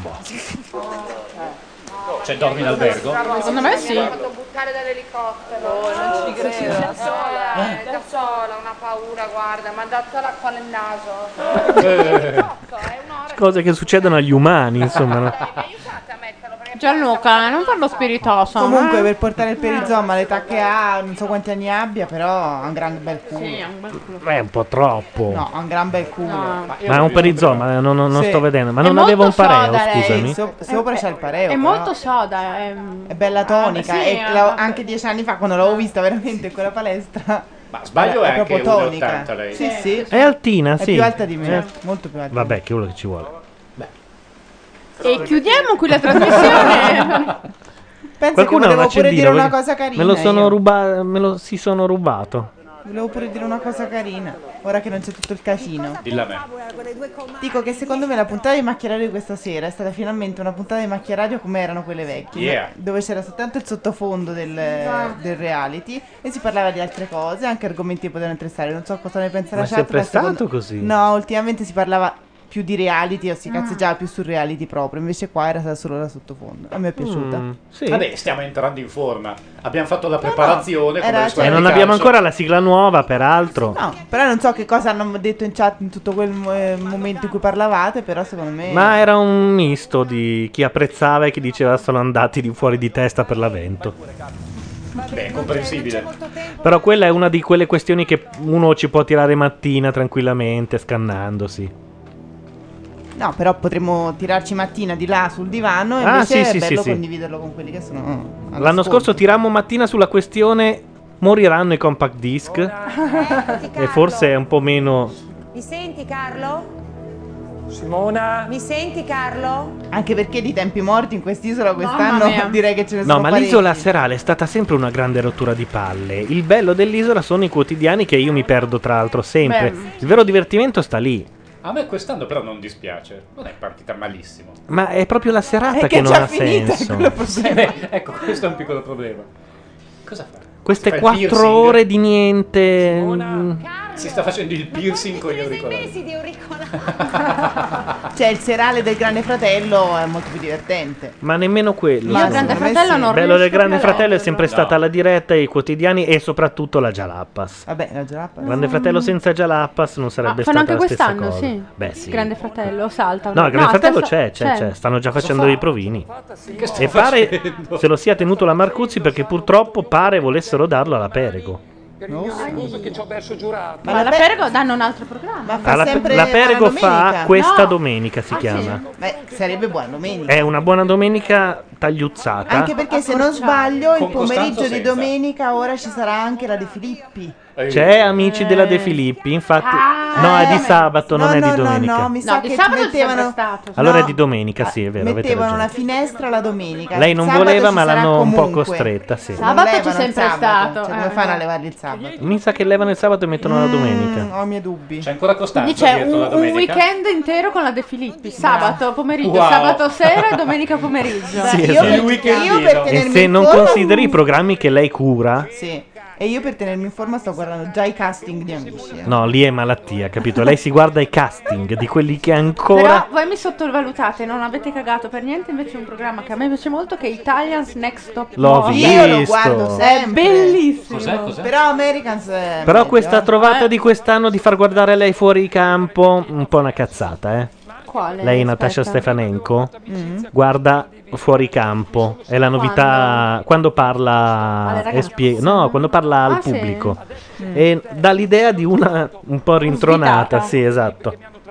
Cioè, dormi in albergo? Secondo me sì. Mi ha fatto buttare dall'elicottero. non ci credo. Da sola, eh, da sola, una paura, guarda, mi ha dato l'acqua nel naso. Eh. Cose che succedono agli umani, insomma. no? Gianluca, non farlo spiritoso. Comunque eh? per portare il perizoma all'età che ha, non so quanti anni abbia, però ha un gran bel culo. Sì, ha un bel culo. È un po' troppo. No, ha un gran bel culo. Ma è un perizoma, eh, non, non- non Sì. sto vedendo. Ma È non aveva un molto pareo, soda lei. scusami. So- sopra c'è il pareo. È però. molto soda. È, È bella tonica. Ah, sì, e eh, la- vabbè. anche dieci anni fa, quando l'avevo vista veramente in quella palestra. Ma sbaglio è, è anche proprio uno e tonica. ottanta lei. Sì, sì. È altina, È sì. più alta di me, Eh. molto più alta. Vabbè, che quello che ci vuole. E chiudiamo qui la trasmissione. Pensa Qualcuno che ha un volevo pure accendino, dire una perché cosa carina. Me lo sono io. rubato, me lo si sono rubato. Volevo pure dire una cosa carina, ora che non c'è tutto il casino. Dilla a me. Dico che secondo me la puntata di Macchia Radio di questa sera è stata finalmente una puntata di Macchia Radio come erano quelle vecchie, Yeah. dove c'era soltanto il sottofondo del, del reality e si parlava di altre cose, anche argomenti che potevano interessare. Non so cosa ne pensa Ma la si è chat. ma prestato secondo- così? No, ultimamente si parlava più di reality o si Ah. cazzeggiava più sul reality proprio, invece qua era stata solo la sottofondo. A me è piaciuta. Mm, sì. Vabbè, stiamo entrando in forma. Abbiamo fatto la preparazione. come era- le squadre E non di abbiamo calcio. ancora la sigla nuova, peraltro. No, però non so che cosa hanno detto in chat in tutto quel eh, momento in cui parlavate, però secondo me... Ma era un misto di chi apprezzava e chi diceva sono andati di fuori di testa per l'avvento. Beh, è comprensibile. Però quella è una di quelle questioni che uno ci può tirare mattina tranquillamente, scannandosi. No, però potremmo tirarci mattina di là sul divano e Ah, invece sì, è sì, bello sì, sì. condividerlo con quelli che sono all'ascolto. L'anno scorso tirammo mattina sulla questione moriranno i compact disc e forse è un po' meno Mi senti, Carlo? Simona? Mi senti, Carlo? Anche perché di tempi morti in quest'isola quest'anno mia. direi che ce ne sono No, ma parecchi. l'isola serale è stata sempre una grande rottura di palle. Il bello dell'isola sono i quotidiani che io mi perdo tra l'altro sempre. Beh. Il vero divertimento sta lì. A me quest'anno però non dispiace, non è partita malissimo. Ma è proprio la serata È che, che non già ha finita, è senso. quello il problema. Beh, ecco, questo è un piccolo problema. Cosa fa? Queste Fa il quattro piercing? ore di niente. mm, Si sta facendo il piercing con gli auricolari. Mesi di auricolari. Cioè il serale del Grande Fratello è molto più divertente. Ma nemmeno quello. Io secondo Grande me. Fratello non Il bello del riesco Grande più a Fratello è sempre leggerlo. stata la diretta, i quotidiani e soprattutto la Jalapas. Vabbè, la Jalapas. Grande Fratello senza Jalapas non sarebbe Ah, fanno stata anche la stessa quest'anno, cosa. sì. Beh, sì. Grande Fratello, salta. No, il Grande Fratello aspetta, c'è, c'è, c'è. Stanno già facendo fa? i provini. Che sta E pare facendo? se lo sia tenuto la Marcuzzi perché purtroppo pare volessero darlo alla Perego. Per il mio discorso che ci ho verso giurato. Ma alla Perego danno un altro programma. fa Alla- sempre la Perego la fa domenica. questa No. domenica si Ah, chiama. sì? Beh, sarebbe buona domenica. È una buona domenica tagliuzzata. Anche perché se non sbaglio il Con Costanzo pomeriggio di senza. domenica ora ci sarà anche la De Filippi. C'è Amici della De Filippi, infatti. no, è di sabato, non no, è no, di domenica. No, no, mi sa No, che di sabato c'è mettevano, sempre stato. Allora no, è di domenica, sì, è vero, avete mettevano ragione. una finestra la domenica. Lei Il non sabato voleva, ci ma sarà l'hanno un po' comunque. costretta, sì. Non Sabato c'è levano il sempre sabato. stato, Cioè, eh, come fanno no. a levarli il sabato? Mi sa che levano il sabato e mettono la domenica. Mm, ho i miei dubbi. C'è ancora Costanzo Quindi c'è dietro un, la un domenica? weekend intero con la De Filippi. Sabato pomeriggio, Wow. sabato sera e domenica pomeriggio. Sì, io esatto. per- io per E tenermi se in non forma- consideri i programmi che lei cura, Sì. E io per tenermi in forma sto guardando già i casting di Amici. eh. no, lì è malattia, capito? Lei si guarda i casting di quelli che ancora. Però voi mi sottovalutate, non avete cagato per niente. Invece è un programma che a me piace molto, che è Italians Next Top L'ho Model. visto. Io lo guardo È sempre. bellissimo. Cos'è, cos'è? Però Americans è Però meglio, questa eh. trovata di quest'anno di far guardare lei fuori campo, un po' una cazzata, eh. Quale? Lei, Natasha Aspetta. Stefanenko, Mm. guarda fuori campo. È la novità quando, parla Alle e ragazze? spie- no, quando parla al Ah, sì? pubblico. Mm. E dà l'idea di una un po' rintronata, Svitata. sì, esatto.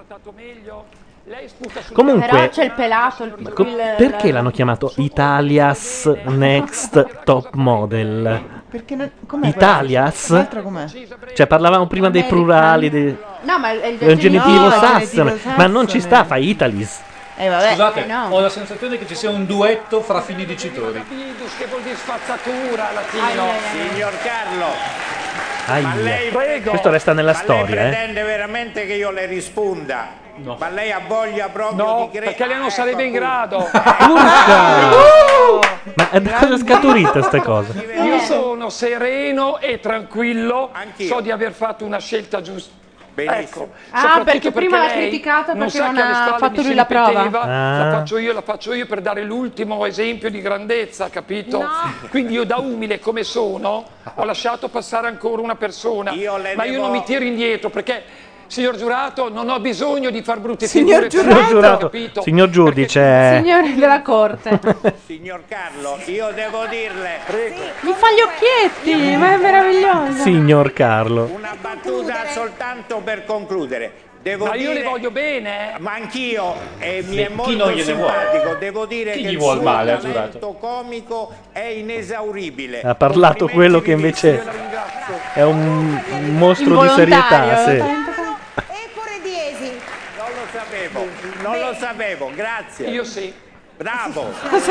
Però Comunque, c'è il pelato, il, co- il- perché il- l'hanno chiamato Italias Next Top Model? Perché non, com'è Italias? quella? L'altro com'è? Cioè parlavamo prima dei plurali, dei- No, ma è il è un genitivo No, è sassone, genitivo ma non ci sassone. sta, fa Italis. Eh, vabbè. Scusate, Eh, no. ho la sensazione che ci sia un duetto fra figli dicitori. Fidus, che vuol dire spazzatura latino. Signor Carlo, Aia. ma lei, Questo resta nella ma storia, lei eh. pretende veramente che io le risponda? No. Ma lei ha voglia proprio No, di credere? perché lei non sarebbe in grado. Ma da cosa è scaturita sta cosa? Io sono sereno e tranquillo, so di aver fatto una scelta giusta. Ecco, Ah, soprattutto perché prima l'ha lei criticato non perché sa non che alle ha spalle fatto mi lui si la prova. ripeteva, Ah. La faccio io, la faccio io per dare l'ultimo esempio di grandezza, capito? Quindi io da umile come sono ho lasciato passare ancora una persona, Io le ma io devo- non mi tiro indietro perché, signor giurato, non ho bisogno di far brutte Signor figure. per Signor lei, giurato, capito? signor giudice. Signori della corte. Signor Carlo, io devo dirle Mi fa gli occhietti, ma è meraviglioso. Signor Carlo. una battuta soltanto per concludere. Devo Ma io dire, le voglio bene, eh. ma anch'io, e mi Sì, è chi molto non gliene vuole? simpatico, devo dire Chi che gli il vuol suo male al talento giurato? comico è inesauribile. Ha parlato quello che invece è un un mostro di serietà, sì. Epore Diesi. Non lo sapevo, non lo sapevo, grazie. Io sì. Bravo.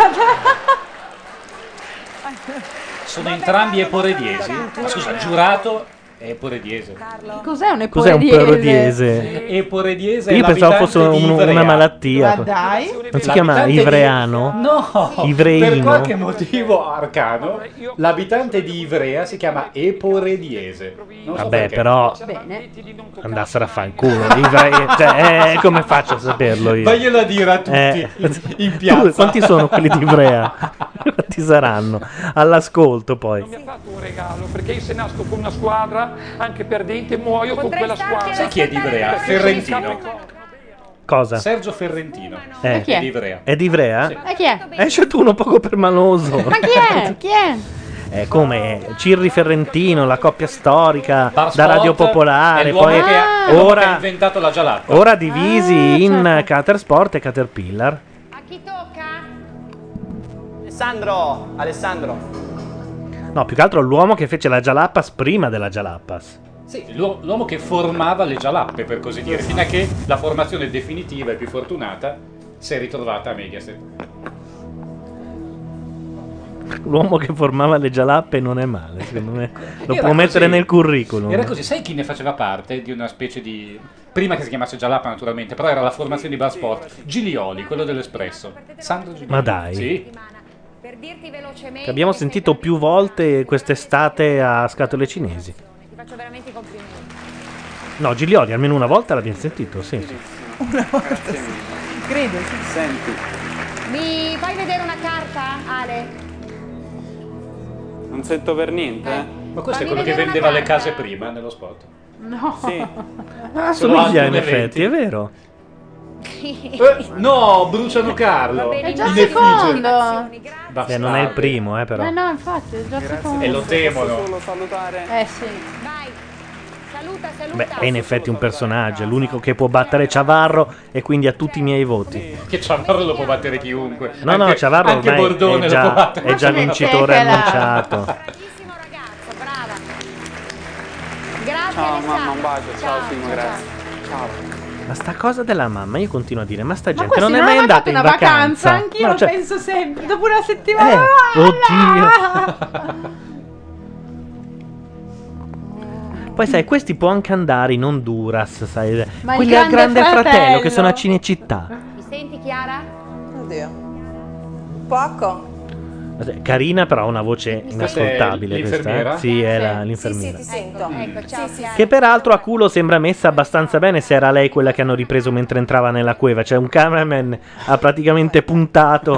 Sono entrambi eporediesi. Ma scusa, giurato è eporediese. Cos'è un Cos'è un eporediese? perodiese? Eporediese è Io pensavo fosse l'abitante un- di una Ivrea. malattia. Ma dai. Non si chiama L'abitante di- ivreano? No, Ivreino? per qualche motivo arcano, l'abitante di Ivrea si chiama eporediese. Non so Vabbè, perché. però Bene. andassero a fanculo. Ivrei, cioè, eh, come faccio a saperlo io? Vaglielo a dire a tutti Eh, in piazza. tu- quanti sono quelli di Ivrea? Quanti saranno? All'ascolto poi. Non mi ha fatto un regalo, perché io se nasco con una squadra, anche perdente, muoio con quella squadra. Sai chi è di Ivrea? Perché sono Ferrentino. Capricorno. Cosa? Sergio Ferrentino. Eh. E chi è? Di Ivrea. È di Ivrea? Sì. E chi è? Esce tu uno poco permaloso. Ma chi è? Chi è? Eh, come Cirri Ferrentino, la coppia storica Bar da Sport Radio è Popolare, l'uomo poi che ha- è l'uomo che ha ora, inventato la Jalappa. ora divisi Ah, in certo. Catersport e Caterpillar. A chi tocca? Alessandro, Alessandro. No, più che altro l'uomo che fece la Jalapas prima della Jalapas. Sì, l'uo- l'uomo che formava le gialappe, per così dire, fino a che la formazione definitiva e più fortunata si è ritrovata a Mediaset. L'uomo che formava le gialappe non è male, secondo me. Lo Era può mettere così. nel curriculum. Era così, sai chi ne faceva parte? Di una specie di... Prima che si chiamasse Gialappa, naturalmente, però era la formazione di Bar Sport. Giglioli, quello dell'Espresso. Sandro Giglioli. Ma dai. Sì. Per dirti velocemente, Che abbiamo sentito più volte quest'estate a Scatole Cinesi. ti faccio veramente i complimenti. No, Giglioli almeno una volta l'abbiamo sentito, sì. sì. Una volta sì. Credo, sì. Senti, Mi fai vedere una carta, Ale? non sento per niente. eh. Ma questo è Fammi quello che vedere vendeva una le case prima nello spot. No. Sì. Ah, Sono somiglia in alcuni effetti, è vero. Eh, no, bruciano Carlo. È già In il effigie. secondo. Beh, non è il primo, eh, però. Eh no, infatti, è già il secondo. E lo temono. Posso solo salutare. Eh sì. Vai. Saluta, saluta. Beh, è in effetti un personaggio, è l'unico che può battere Ciavarro e quindi ha tutti i miei voti. Che Ciavarro lo può battere chiunque. No, no, Anche- Ciavarro anche ormai Bordone è lo può già, battere. è già vincitore annunciato. Grazie Ciao Alessandro. mamma, un bacio. Ciao, Simo, grazie. Ciao. Ma sta cosa della mamma, io continuo a dire, ma sta Ma gente questi non è non mai hanno andata fatto in una vacanza, vacanza. anch'io No, lo cioè- penso sempre. Dopo una settimana. Eh, oddio. Poi sai, questi può anche andare in Honduras, sai, Ma il quelli al Grande Grande fratello. Fratello che sono a Cinecittà. Mi senti Chiara? Oddio. Poco. Carina, però ha una voce inascoltabile. Questa, eh? l'infermiera? Sì, è la- l'infermiera. Sì, ti sento. Ecco, ciao Sì, sì, Chiara. Che peraltro a culo sembra messa abbastanza bene se era lei quella che hanno ripreso mentre entrava nella cueva. Cioè un cameraman ha praticamente puntato.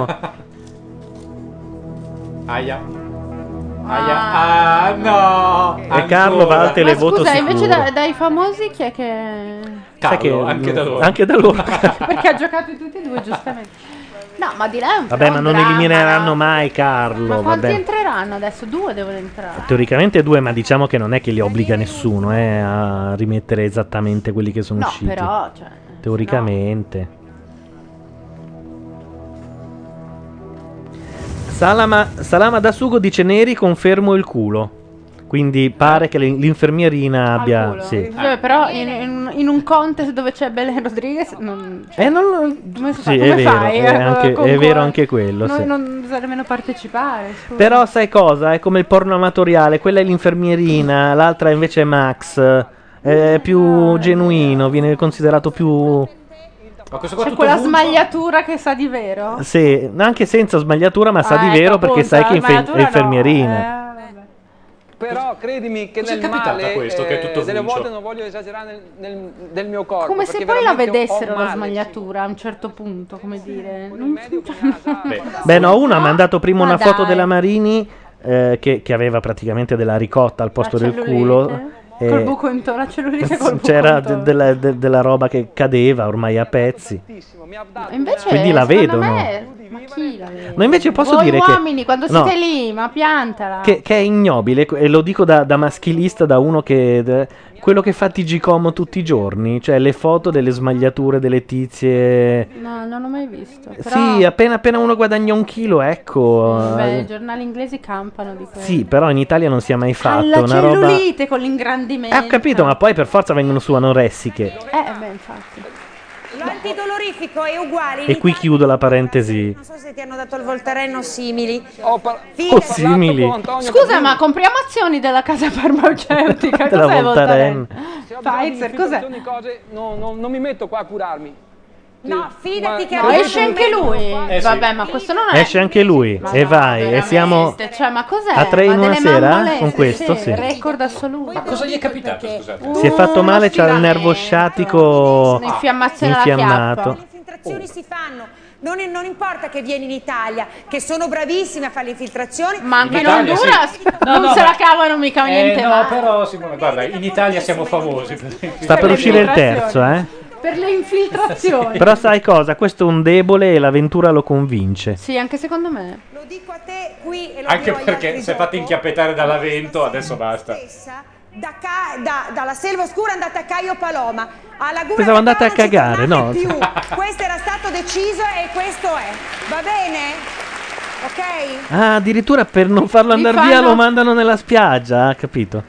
Aia. Aia. Ah, no. E Carlo va al Ma televoto scusa, sicuro. invece da- dai famosi chi è che... Sai che- Carlo, anche da loro. Anche da loro. Perché ha giocato tutti e due, giustamente. No, ma di lei è un Vabbè, ma non dramma, elimineranno no? mai Carlo. Ma quanti Vabbè. entreranno adesso? Due devono entrare. Teoricamente due, ma diciamo che non è che li obbliga nessuno eh, a rimettere esattamente quelli che sono No, usciti. però, cioè, Teoricamente. Salama, Salama da Sugo dice Neri, confermo il culo. Quindi pare che l'in- l'infermierina abbia... Culo. Sì. Vabbè, però in, in- in un contest dove c'è Belen Rodriguez non, cioè, Eh, non- come si fa? Sì, Come è vero, fai? è eh, anche- con- è vero anche quello, Noi sì. non bisogna nemmeno partecipare. scusa. Però sai cosa? È come il porno amatoriale. Quella è l'infermierina, l'altra invece è Max. È più genuino, viene considerato più... Ma questo qua C'è tutto quella vulso? smagliatura che sa di vero. Sì, anche senza smagliatura, ma sa Ah, di ecco, vero perché appunto, sai che è la infer- smagliatura è no, infermierina. eh. Però credimi che Cos'è nel capitato male, a questo, che è eh, tutto delle vulcio? volte non voglio esagerare nel, nel- del mio corpo. Come se perché poi la veramente ho vedessero la male. smagliatura a un certo punto, come dire. Non... Beh, no, uno ha mandato prima Ma una foto dai. della Marini eh, che, che aveva praticamente della ricotta al posto La del cellulite? culo. e Col buco intorno, la cellulite col buco c'era intorno. de- della, de- della roba che cadeva ormai a pezzi. Invece, Quindi la secondo vedono. me- ma chi la vede? No, invece posso Voi dire che- uomini, quando no. siete lì, ma piantala. Che, che è ignobile, e lo dico da, da maschilista, da uno che... de- quello che fa T G Com tutti i giorni, cioè le foto delle smagliature delle tizie... No, non l'ho mai visto. Però, Sì, appena appena uno guadagna un chilo, ecco... beh, eh, i giornali inglesi campano di quello. sì, però in Italia non si è mai fatto Alla una roba... cellulite con l'ingrandimento. Eh, ho capito, ma poi per forza vengono su anoressiche. Eh, beh, infatti. L'antidolorifico è uguale. in E qui Italia- chiudo la parentesi. Non so se ti hanno dato il Voltaren o simili. O Fidati. simili. Scusa, ma compriamo azioni della casa farmaceutica. Della Cos'è Voltaren. Voltaren? Pfizer, cos'è? Cose, no, no, non mi metto qua a curarmi. No, fidati che No, esce anche lui. Eh, sì. Vabbè, ma questo non è. Esce anche lui, Ma e no, vai, e veramente, siamo... Cioè, ma cos'è? a tre Ma in una delle sera? mammolette, Con questo, sì. Record assoluto. Ma cosa gli è capitato, scusate? Si è fatto male, c'ha il nervo sciatico Un'infiammazione alla infiammato. le infiltrazioni si fanno. Non, non importa che vieni in Italia, che sono bravissimi a fare le infiltrazioni. Ma anche in Italia, Honduras sì. non No, no, se ma- la cavano mica niente Eh, no, male. però Simone, guarda, in Italia siamo famosi. Per Sta per uscire il terzo, eh? Per le infiltrazioni. Però sai cosa? Questo è un debole e l'avventura lo convince. Sì, anche secondo me. Lo dico a te qui e lo Anche dirò agli perché altri si è dopo. fatto inchiappettare dall'avvento, adesso basta. Da Ca- da- dalla selva oscura andate a Caio Paloma. A Laguna Pensavo de andate a Pao non ci cagare, tornate no? più. Questo era stato deciso e questo è. Va bene? Ok? Ah, addirittura per non farlo Li andare via fanno- lo mandano nella spiaggia, ha capito?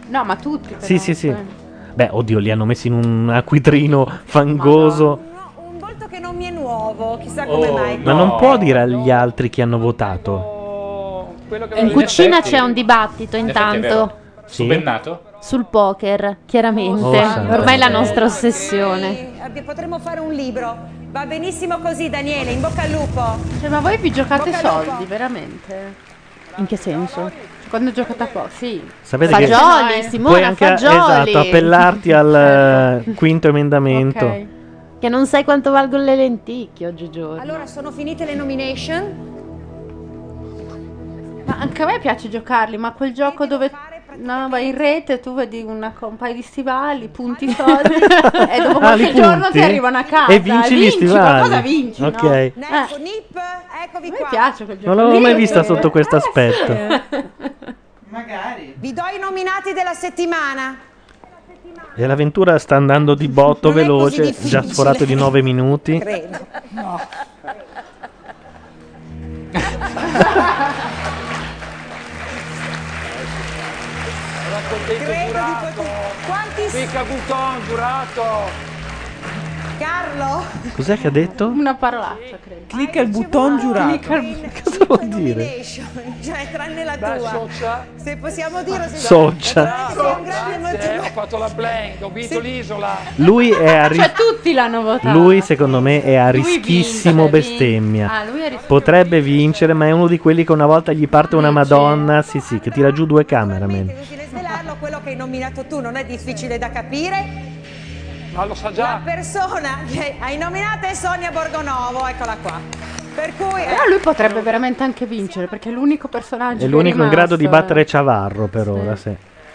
No, ma tutti. Però. Sì, sì, sì. Beh, oddio, li hanno messi in un acquitrino fangoso. Un volto che non mi è nuovo, chissà Oh, come mai. Ma non può dire agli altri che hanno votato. In cucina c'è un dibattito intanto. Sì? Bennato? Sul poker, chiaramente. Oh, santo. Ormai è la nostra ossessione. Eh, Potremmo fare un libro. Va benissimo così, Daniele, in bocca al lupo. Cioè, ma voi vi giocate Bocca al lupo. soldi, veramente? In che senso? Quando giocate a po', sì. Sapete Fagioli, che Simona, puoi anche fagioli. esatto, appellarti al eh, quinto emendamento. Ok. Che non sai quanto valgono le lenticchie oggigiorno. Allora, sono finite le nomination? Ma anche a me piace giocarli, ma quel gioco dove no, vai in rete, tu vedi una, un paio di stivali, punti i soldi e dopo Ah, li qualche giorno punti? ti arrivano a casa E vinci gli stivali. qualcosa vinci, Ok. no? Eh. Eh. Eccovi A me qua. piace quel gioco Non l'avevo lì, mai vista perché- sotto questo Eh, aspetto. sì. Magari. Vi do i nominati della settimana. E l'avventura sta andando di botto Non è così veloce, difficile. già sforato di nove minuti. Credo. No. Raccontento giurato. Quanti Clicca button, giurato. Carlo? Cos'è che ha detto? Una parolaccia, credo. Clicca il button giurato. Clicca il Cosa vuol dire? Cioè, tranne la Beh, tua. socia. Se possiamo dire se Socia. sei un grande Grazie, ho fatto la blank, ho vinto l'isola. Lui è a ris- Cioè tutti l'hanno votato. Lui secondo me è a Lui rischissimo vince, bestemmia. Ah, lui è ris- Potrebbe vincere, ma è uno di quelli che una volta gli parte una Madonna, sì sì, che tira giù due cameraman. utile svelarlo, quello che hai nominato tu non è difficile da capire. Ma lo sa La già. persona che hai nominato è Sonia Borgonovo, eccola qua. Per cui Però lui potrebbe veramente anche vincere perché è l'unico personaggio. È che l'unico in grado di rimasto, battere eh. Ciavarro per ora, sì.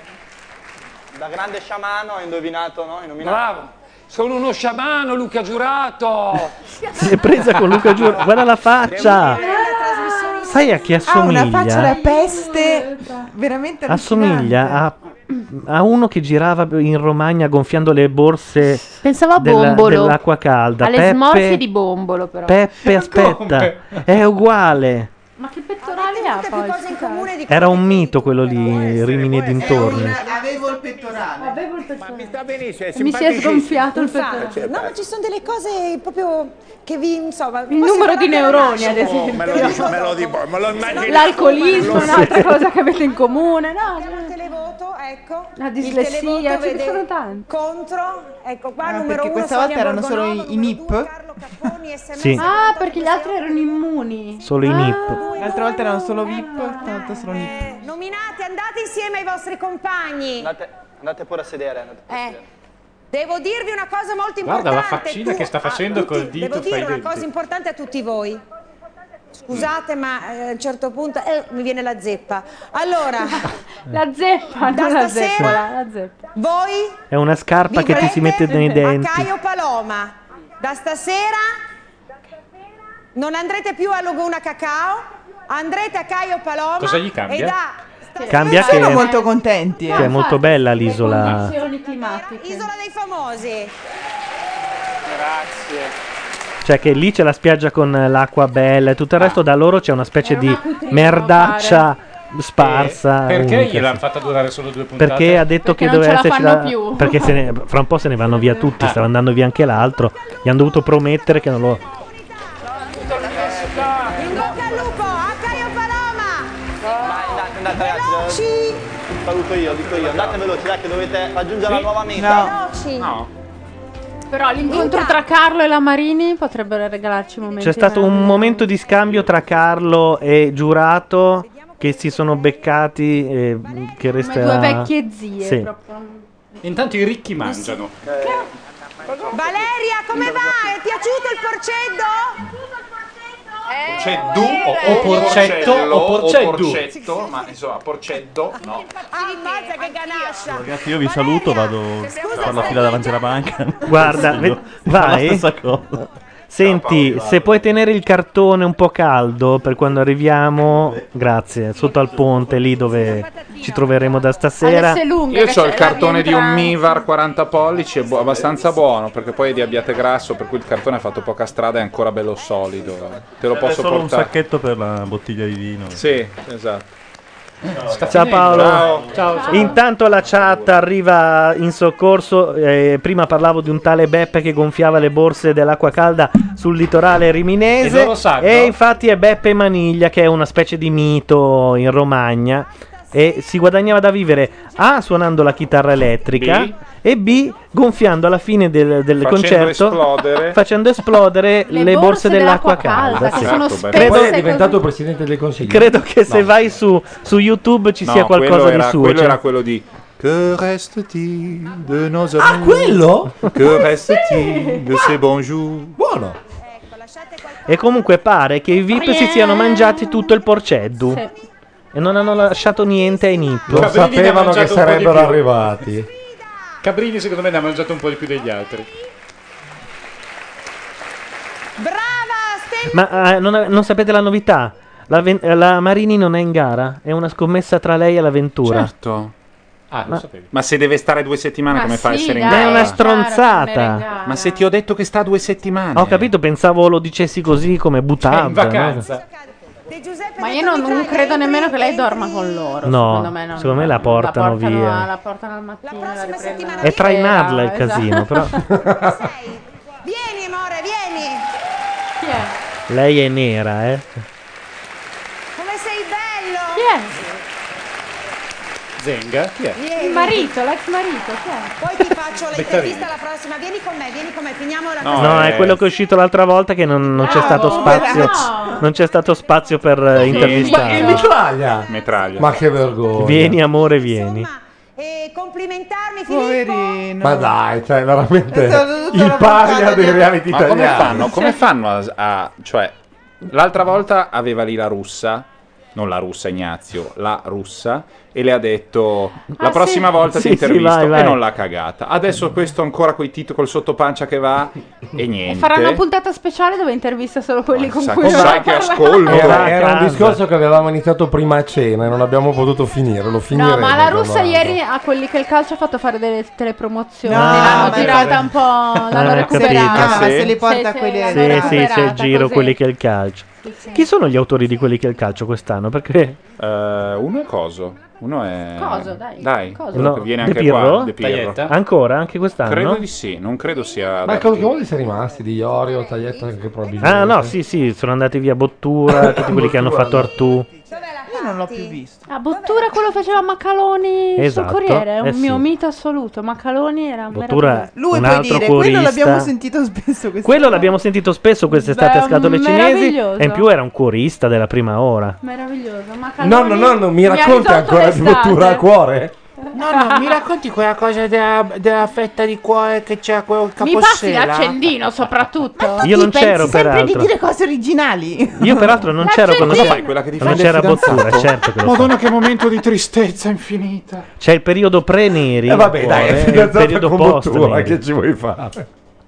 Da grande sciamano hai indovinato, no? Hai nominato. Bravo. Sono uno sciamano, Luca Giurato. Si è presa con Luca Giuro. Guarda la faccia! Sai a chi Ha una faccia da assomiglia? peste veramente Assomiglia a, a uno che girava in Romagna gonfiando le borse Pensavo a della- Bombolo. dell'acqua calda. Alle Peppe, smorfie di Bombolo, però. Peppe, aspetta, è uguale. Ma che pettorali ha poi? cose in comune di Era un mito quello lì, Rimini e dintorni. Avevo il pettorale. Avevo il pettorale. Mi sta benissimo, è Mi si è sgonfiato il Infatti, pettorale. no, ma ci sono delle cose proprio che vi insomma. Il numero di neuroni, ad esempio. Me lo dico, me lo dico, me lo immagino. L'alcolismo è Lo un'altra so. cosa che avete in comune, no? Il televoto, ecco. La Il dislessia, televoto ce ne vede sono tanti. Contro, ecco qua Ah, numero perché uno questa Sonia volta erano solo Borgonovo, i, i N I P. Sì, Ah, perché gli altri erano immuni. solo i N I P. L'altra volta erano solo V I P, stavolta solo N I P. Eh, nominati, andate insieme ai vostri compagni. Andate, andate pure a sedere. Andate pure a Eh, sedere. devo dirvi una cosa molto Guarda importante. la faccina Tu- che sta a facendo tutti- col dito Devo fra i dire una denti. cosa importante a tutti voi. Scusate, ma eh, a un certo punto eh, mi viene la zeppa. Allora, La zeppa, da non la stasera zeppola, la zeppa. voi È una scarpa che ti si mette nei a denti. Caio Paloma. Da stasera non andrete più a Laguna Cacao, andrete a Caio Paloma. Cosa gli cambia? E da Cambia Sono che, molto contenti. che è eh. molto bella l'isola. Condizioni climatiche. Isola dei Famosi. Grazie. Cioè che lì c'è la spiaggia con l'acqua bella e tutto il resto, da loro c'è una specie di merdaccia sparsa. Perché ovunque. gliel'hanno fatta durare solo due puntate? Perché ha detto Perché che non doveva ce la esserci fanno la... più. Perché se ne- fra un po' se ne vanno via tutti, stava andando via anche l'altro. Gli hanno dovuto promettere che non lo... In bocca al lupo, a Caio Paloma. Vai, andate, andate ragazzi. Veloci. Saluto io, dico io. Andate veloci, dai che dovete raggiungere la nuova meta. Veloci. No. Però l'incontro tra Carlo e la Marini potrebbero regalarci momenti. C'è stato un momento di scambio tra Carlo e Giurato che si sono beccati e che come resterà... due vecchie zie. Sì. Proprio. Intanto i ricchi mangiano. Valeria, come va? È piaciuto il porceddo? Porceddu o- o porcetto, o porceddu. porcetto, ma insomma porceddo no. Ammazza che ganascia. Ragazzi, io vi saluto, vado a fare la fila davanti alla banca. Guarda, ve- vai. La stessa cosa. Senti, se puoi tenere il cartone un po' caldo per quando arriviamo, grazie, sotto al ponte, lì dove ci troveremo da stasera. Io ho il cartone di un Mivar quaranta pollici, è bu- abbastanza buono perché poi è di abbiate grasso, per cui il cartone ha fatto poca strada e è ancora bello solido. Te lo È posso solo un portare. sacchetto per la bottiglia di vino. Sì, esatto. Sta Ciao finendo. Paolo. Ciao. Ciao, ciao. Intanto la chat arriva in soccorso. eh, prima parlavo di un tale Beppe che gonfiava le borse dell'acqua calda sul litorale E riminese. loro sanno? E infatti è Beppe Maniglia, che è una specie di mito in Romagna. E si guadagnava da vivere A suonando la chitarra elettrica B. e B gonfiando alla fine del, del Facendo concerto esplodere. facendo esplodere le, Le borse borse dell'acqua, dell'acqua calda, calda. che sì. sono Esatto, spesse Poi è così. diventato presidente del consiglio. Credo che se No. vai su, su YouTube ci No, sia qualcosa quello di era, suo. quello cioè- era quello di Que reste-t-il de nos Ah, amours? quello? Que reste-t-il de ces bons jours? Buono. E comunque pare che i V I P si siano mangiati tutto il porceddu. Sì. E non hanno lasciato niente ai N I P. Lo Cabrini ne ha sapevano che mangiato un po' di sarebbero più. arrivati. Cabrini secondo me ne ha mangiato un po' di più degli altri. Ma eh, non, non sapete la novità? La, Ven- la Marini non è in gara. È una scommessa tra lei e l'avventura. Certo. Ah, non Ma- sapevi. Ma se deve stare due settimane, Ma come fa a sì, essere in dai, Ma è gara? una stronzata. Ma se ti ho detto che sta due settimane. Ho capito, pensavo lo dicessi così come È buttato. in vacanza. Ma io non, non credo nemmeno che lei dorma con loro. No, secondo me, non- secondo me la portano via. La portano al mattino, la, riprendono È trainarla il sera, casino, esatto. però. Vieni, amore, vieni. Chi è? Lei è nera, eh. Come sei bello. Chi è? Zenga? Chi è? Vieni. Il marito, l'ex marito, chi è? Poi ti faccio l'intervista la prossima. Vieni con me, vieni con me. Finiamo la No, No, eh. è quello che è uscito l'altra volta che non, non c'è No, stato spazio. no. Non c'è stato spazio per eh, Ma il intervistarlo. mitraglia. Metraglia. Ma che vergogna. Vieni, amore, vieni. E complimentarmi, Filippo. Poverino. Ma dai, cioè veramente È stato tutto il una paria puntata dei di- reality Ma come italiani. fanno? Come fanno a, a- Cioè, l'altra volta aveva lì la russa, non la russa Ignazio, la russa, e le ha detto la Ah, prossima sì? volta Sì, ti sì, intervisto vai, vai. e non l'ha cagata. Adesso questo ancora coi titoli col sottopancia che va e niente. Faranno una puntata speciale dove intervista solo quelli con sai- cui sai non che parla. ascolto. Era, era un casa. discorso che avevamo iniziato prima a cena e non abbiamo potuto finire. Lo finiremo. No, ma la tra russa l'altro. ieri a quelli che il calcio ha fatto fare delle telepromozioni. No, l'hanno ma girata è- un po'. L'hanno Eh, recuperata. capito, Ah, sì. se li porta Sì, quelli sì, ai- Sì, l'hanno sì, c'è il recuperata giro, così. quelli che è il calcio. Sì, sì. Chi sono gli autori di quelli che è il calcio quest'anno? Perché Eh, uno è coso, uno è Coso, dai. Dai, Coso. quello No, che viene De anche Pirro? qua, De Pirro. Taglietta? ancora, anche quest'anno? Credo di sì, non credo sia Ma da- con che molti sono rimasti di Iorio, Taglietta anche probabilmente. Ah, no, sì, sì, sono andati via Bottura, tutti quelli che hanno fatto Artù. Io non l'ho più visto. A Bottura quello faceva Maccaloni Esatto, sul Corriere, è un eh mio sì. mito assoluto. Maccaloni era un Bottura meraviglioso. Lui un puoi altro dire, corista. quello l'abbiamo sentito spesso quest'anno. Quello l'abbiamo sentito spesso quest'estate Beh, a scatole cinesi meraviglioso. e in più era un corista della prima ora. Meraviglioso. Maccaloni No, no, no, no, mi ha racconti risolto ancora di l'estate. Bottura a cuore? No, no, mi racconti quella cosa della, della fetta di cuore che c'è quel Mi passi capossela? l'accendino soprattutto. Io non Ti c'ero pensi sempre peraltro. di dire cose originali. Io peraltro non c'ero quando Cosa c'era, fai? Quella che ti quando fa del c'era fidanzato? Bottura, certo che lo so. Madonna, che momento di tristezza infinita. C'è il periodo pre-neri. E vabbè, dai, è e il fidanzato periodo con post Bottura, neri. che ci vuoi fare?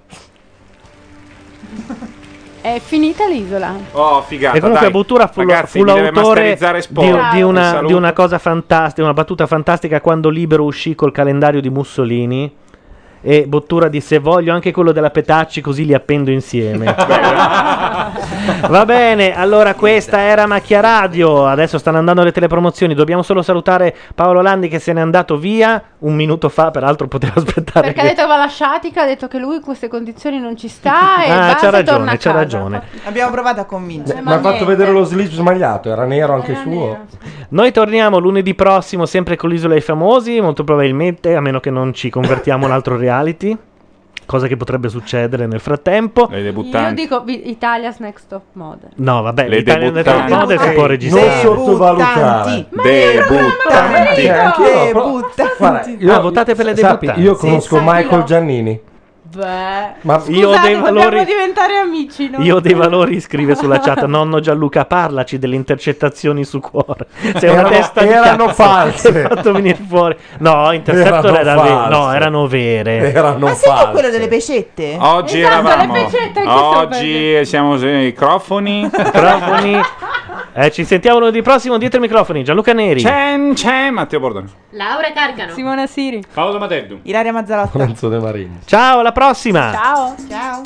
È finita l'isola. Oh, figata. E comunque dai. Bottura fu, Ragazzi, fu mi deve l'autore masterizzare di, Sport. di Vi una, saluto. di una cosa fantastica, una battuta fantastica quando Libero uscì col calendario di Mussolini. E Bottura disse: voglio anche quello della Petacci, così li appendo insieme. Va bene, allora questa era Macchia Radio. Adesso stanno andando le telepromozioni. Dobbiamo solo salutare Paolo Landi che se n'è andato via un minuto fa, peraltro poteva aspettare. Perché ha che- detto che va la sciatica, ha detto che lui in queste condizioni non ci sta e Ah, basta c'ha e torna ragione, a c'ha casa. ragione. Abbiamo provato a convincere. Mi ha fatto vedere lo slip smagliato, era nero anche Era suo. nero. Noi torniamo lunedì prossimo sempre con l'Isola dei Famosi, molto probabilmente, a meno che non ci convertiamo in un altro reality, cosa che potrebbe succedere nel frattempo. Le Io debuttanti. dico vi- Italia's Next Top Model. No, vabbè, Le l'Italia del debuttanti. Model si Ehi, può non registrare. sottovalutare. Debuttanti. Eh, anch'io, Che però- buttanti. guarda, io- Ah, votate per le sappi, debuttanti. io conosco Sì, Michael sai, no. Giannini. Beh, Ma Io ho scusate, dei dobbiamo valori- diventare amici, no? Io ho dei valori, scrive sulla chat nonno Gianluca, parlaci delle intercettazioni su cuore. Sei una Erano- testa di erano cazzo. false. Hai fatto venire fuori. No, Interceptor Erano era ve- false. no, erano vere. Erano Ma sei tu false. quello delle pescette? Oggi Esatto, eravamo. le pecette, anche sto Oggi siamo sui microfoni. Microfoni. Eh, ci sentiamo lunedì prossimo dietro i microfoni. Gianluca Neri. C'è, c'è Matteo Bordone. Laura Carcano. Simona Siri. Paolo Madeddu. Ilaria Mazzalotta. Lorenzo De Marini. Ciao, alla prossima. Ciao. Ciao.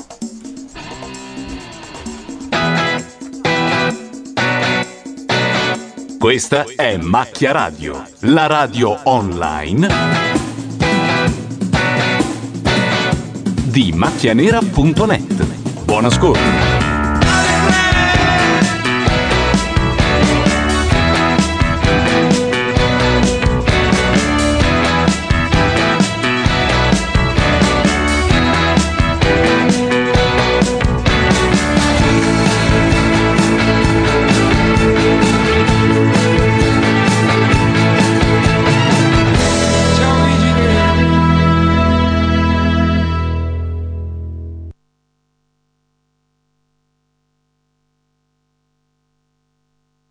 Questa è Macchia Radio, la radio online di macchianera punto net. Buon ascolto.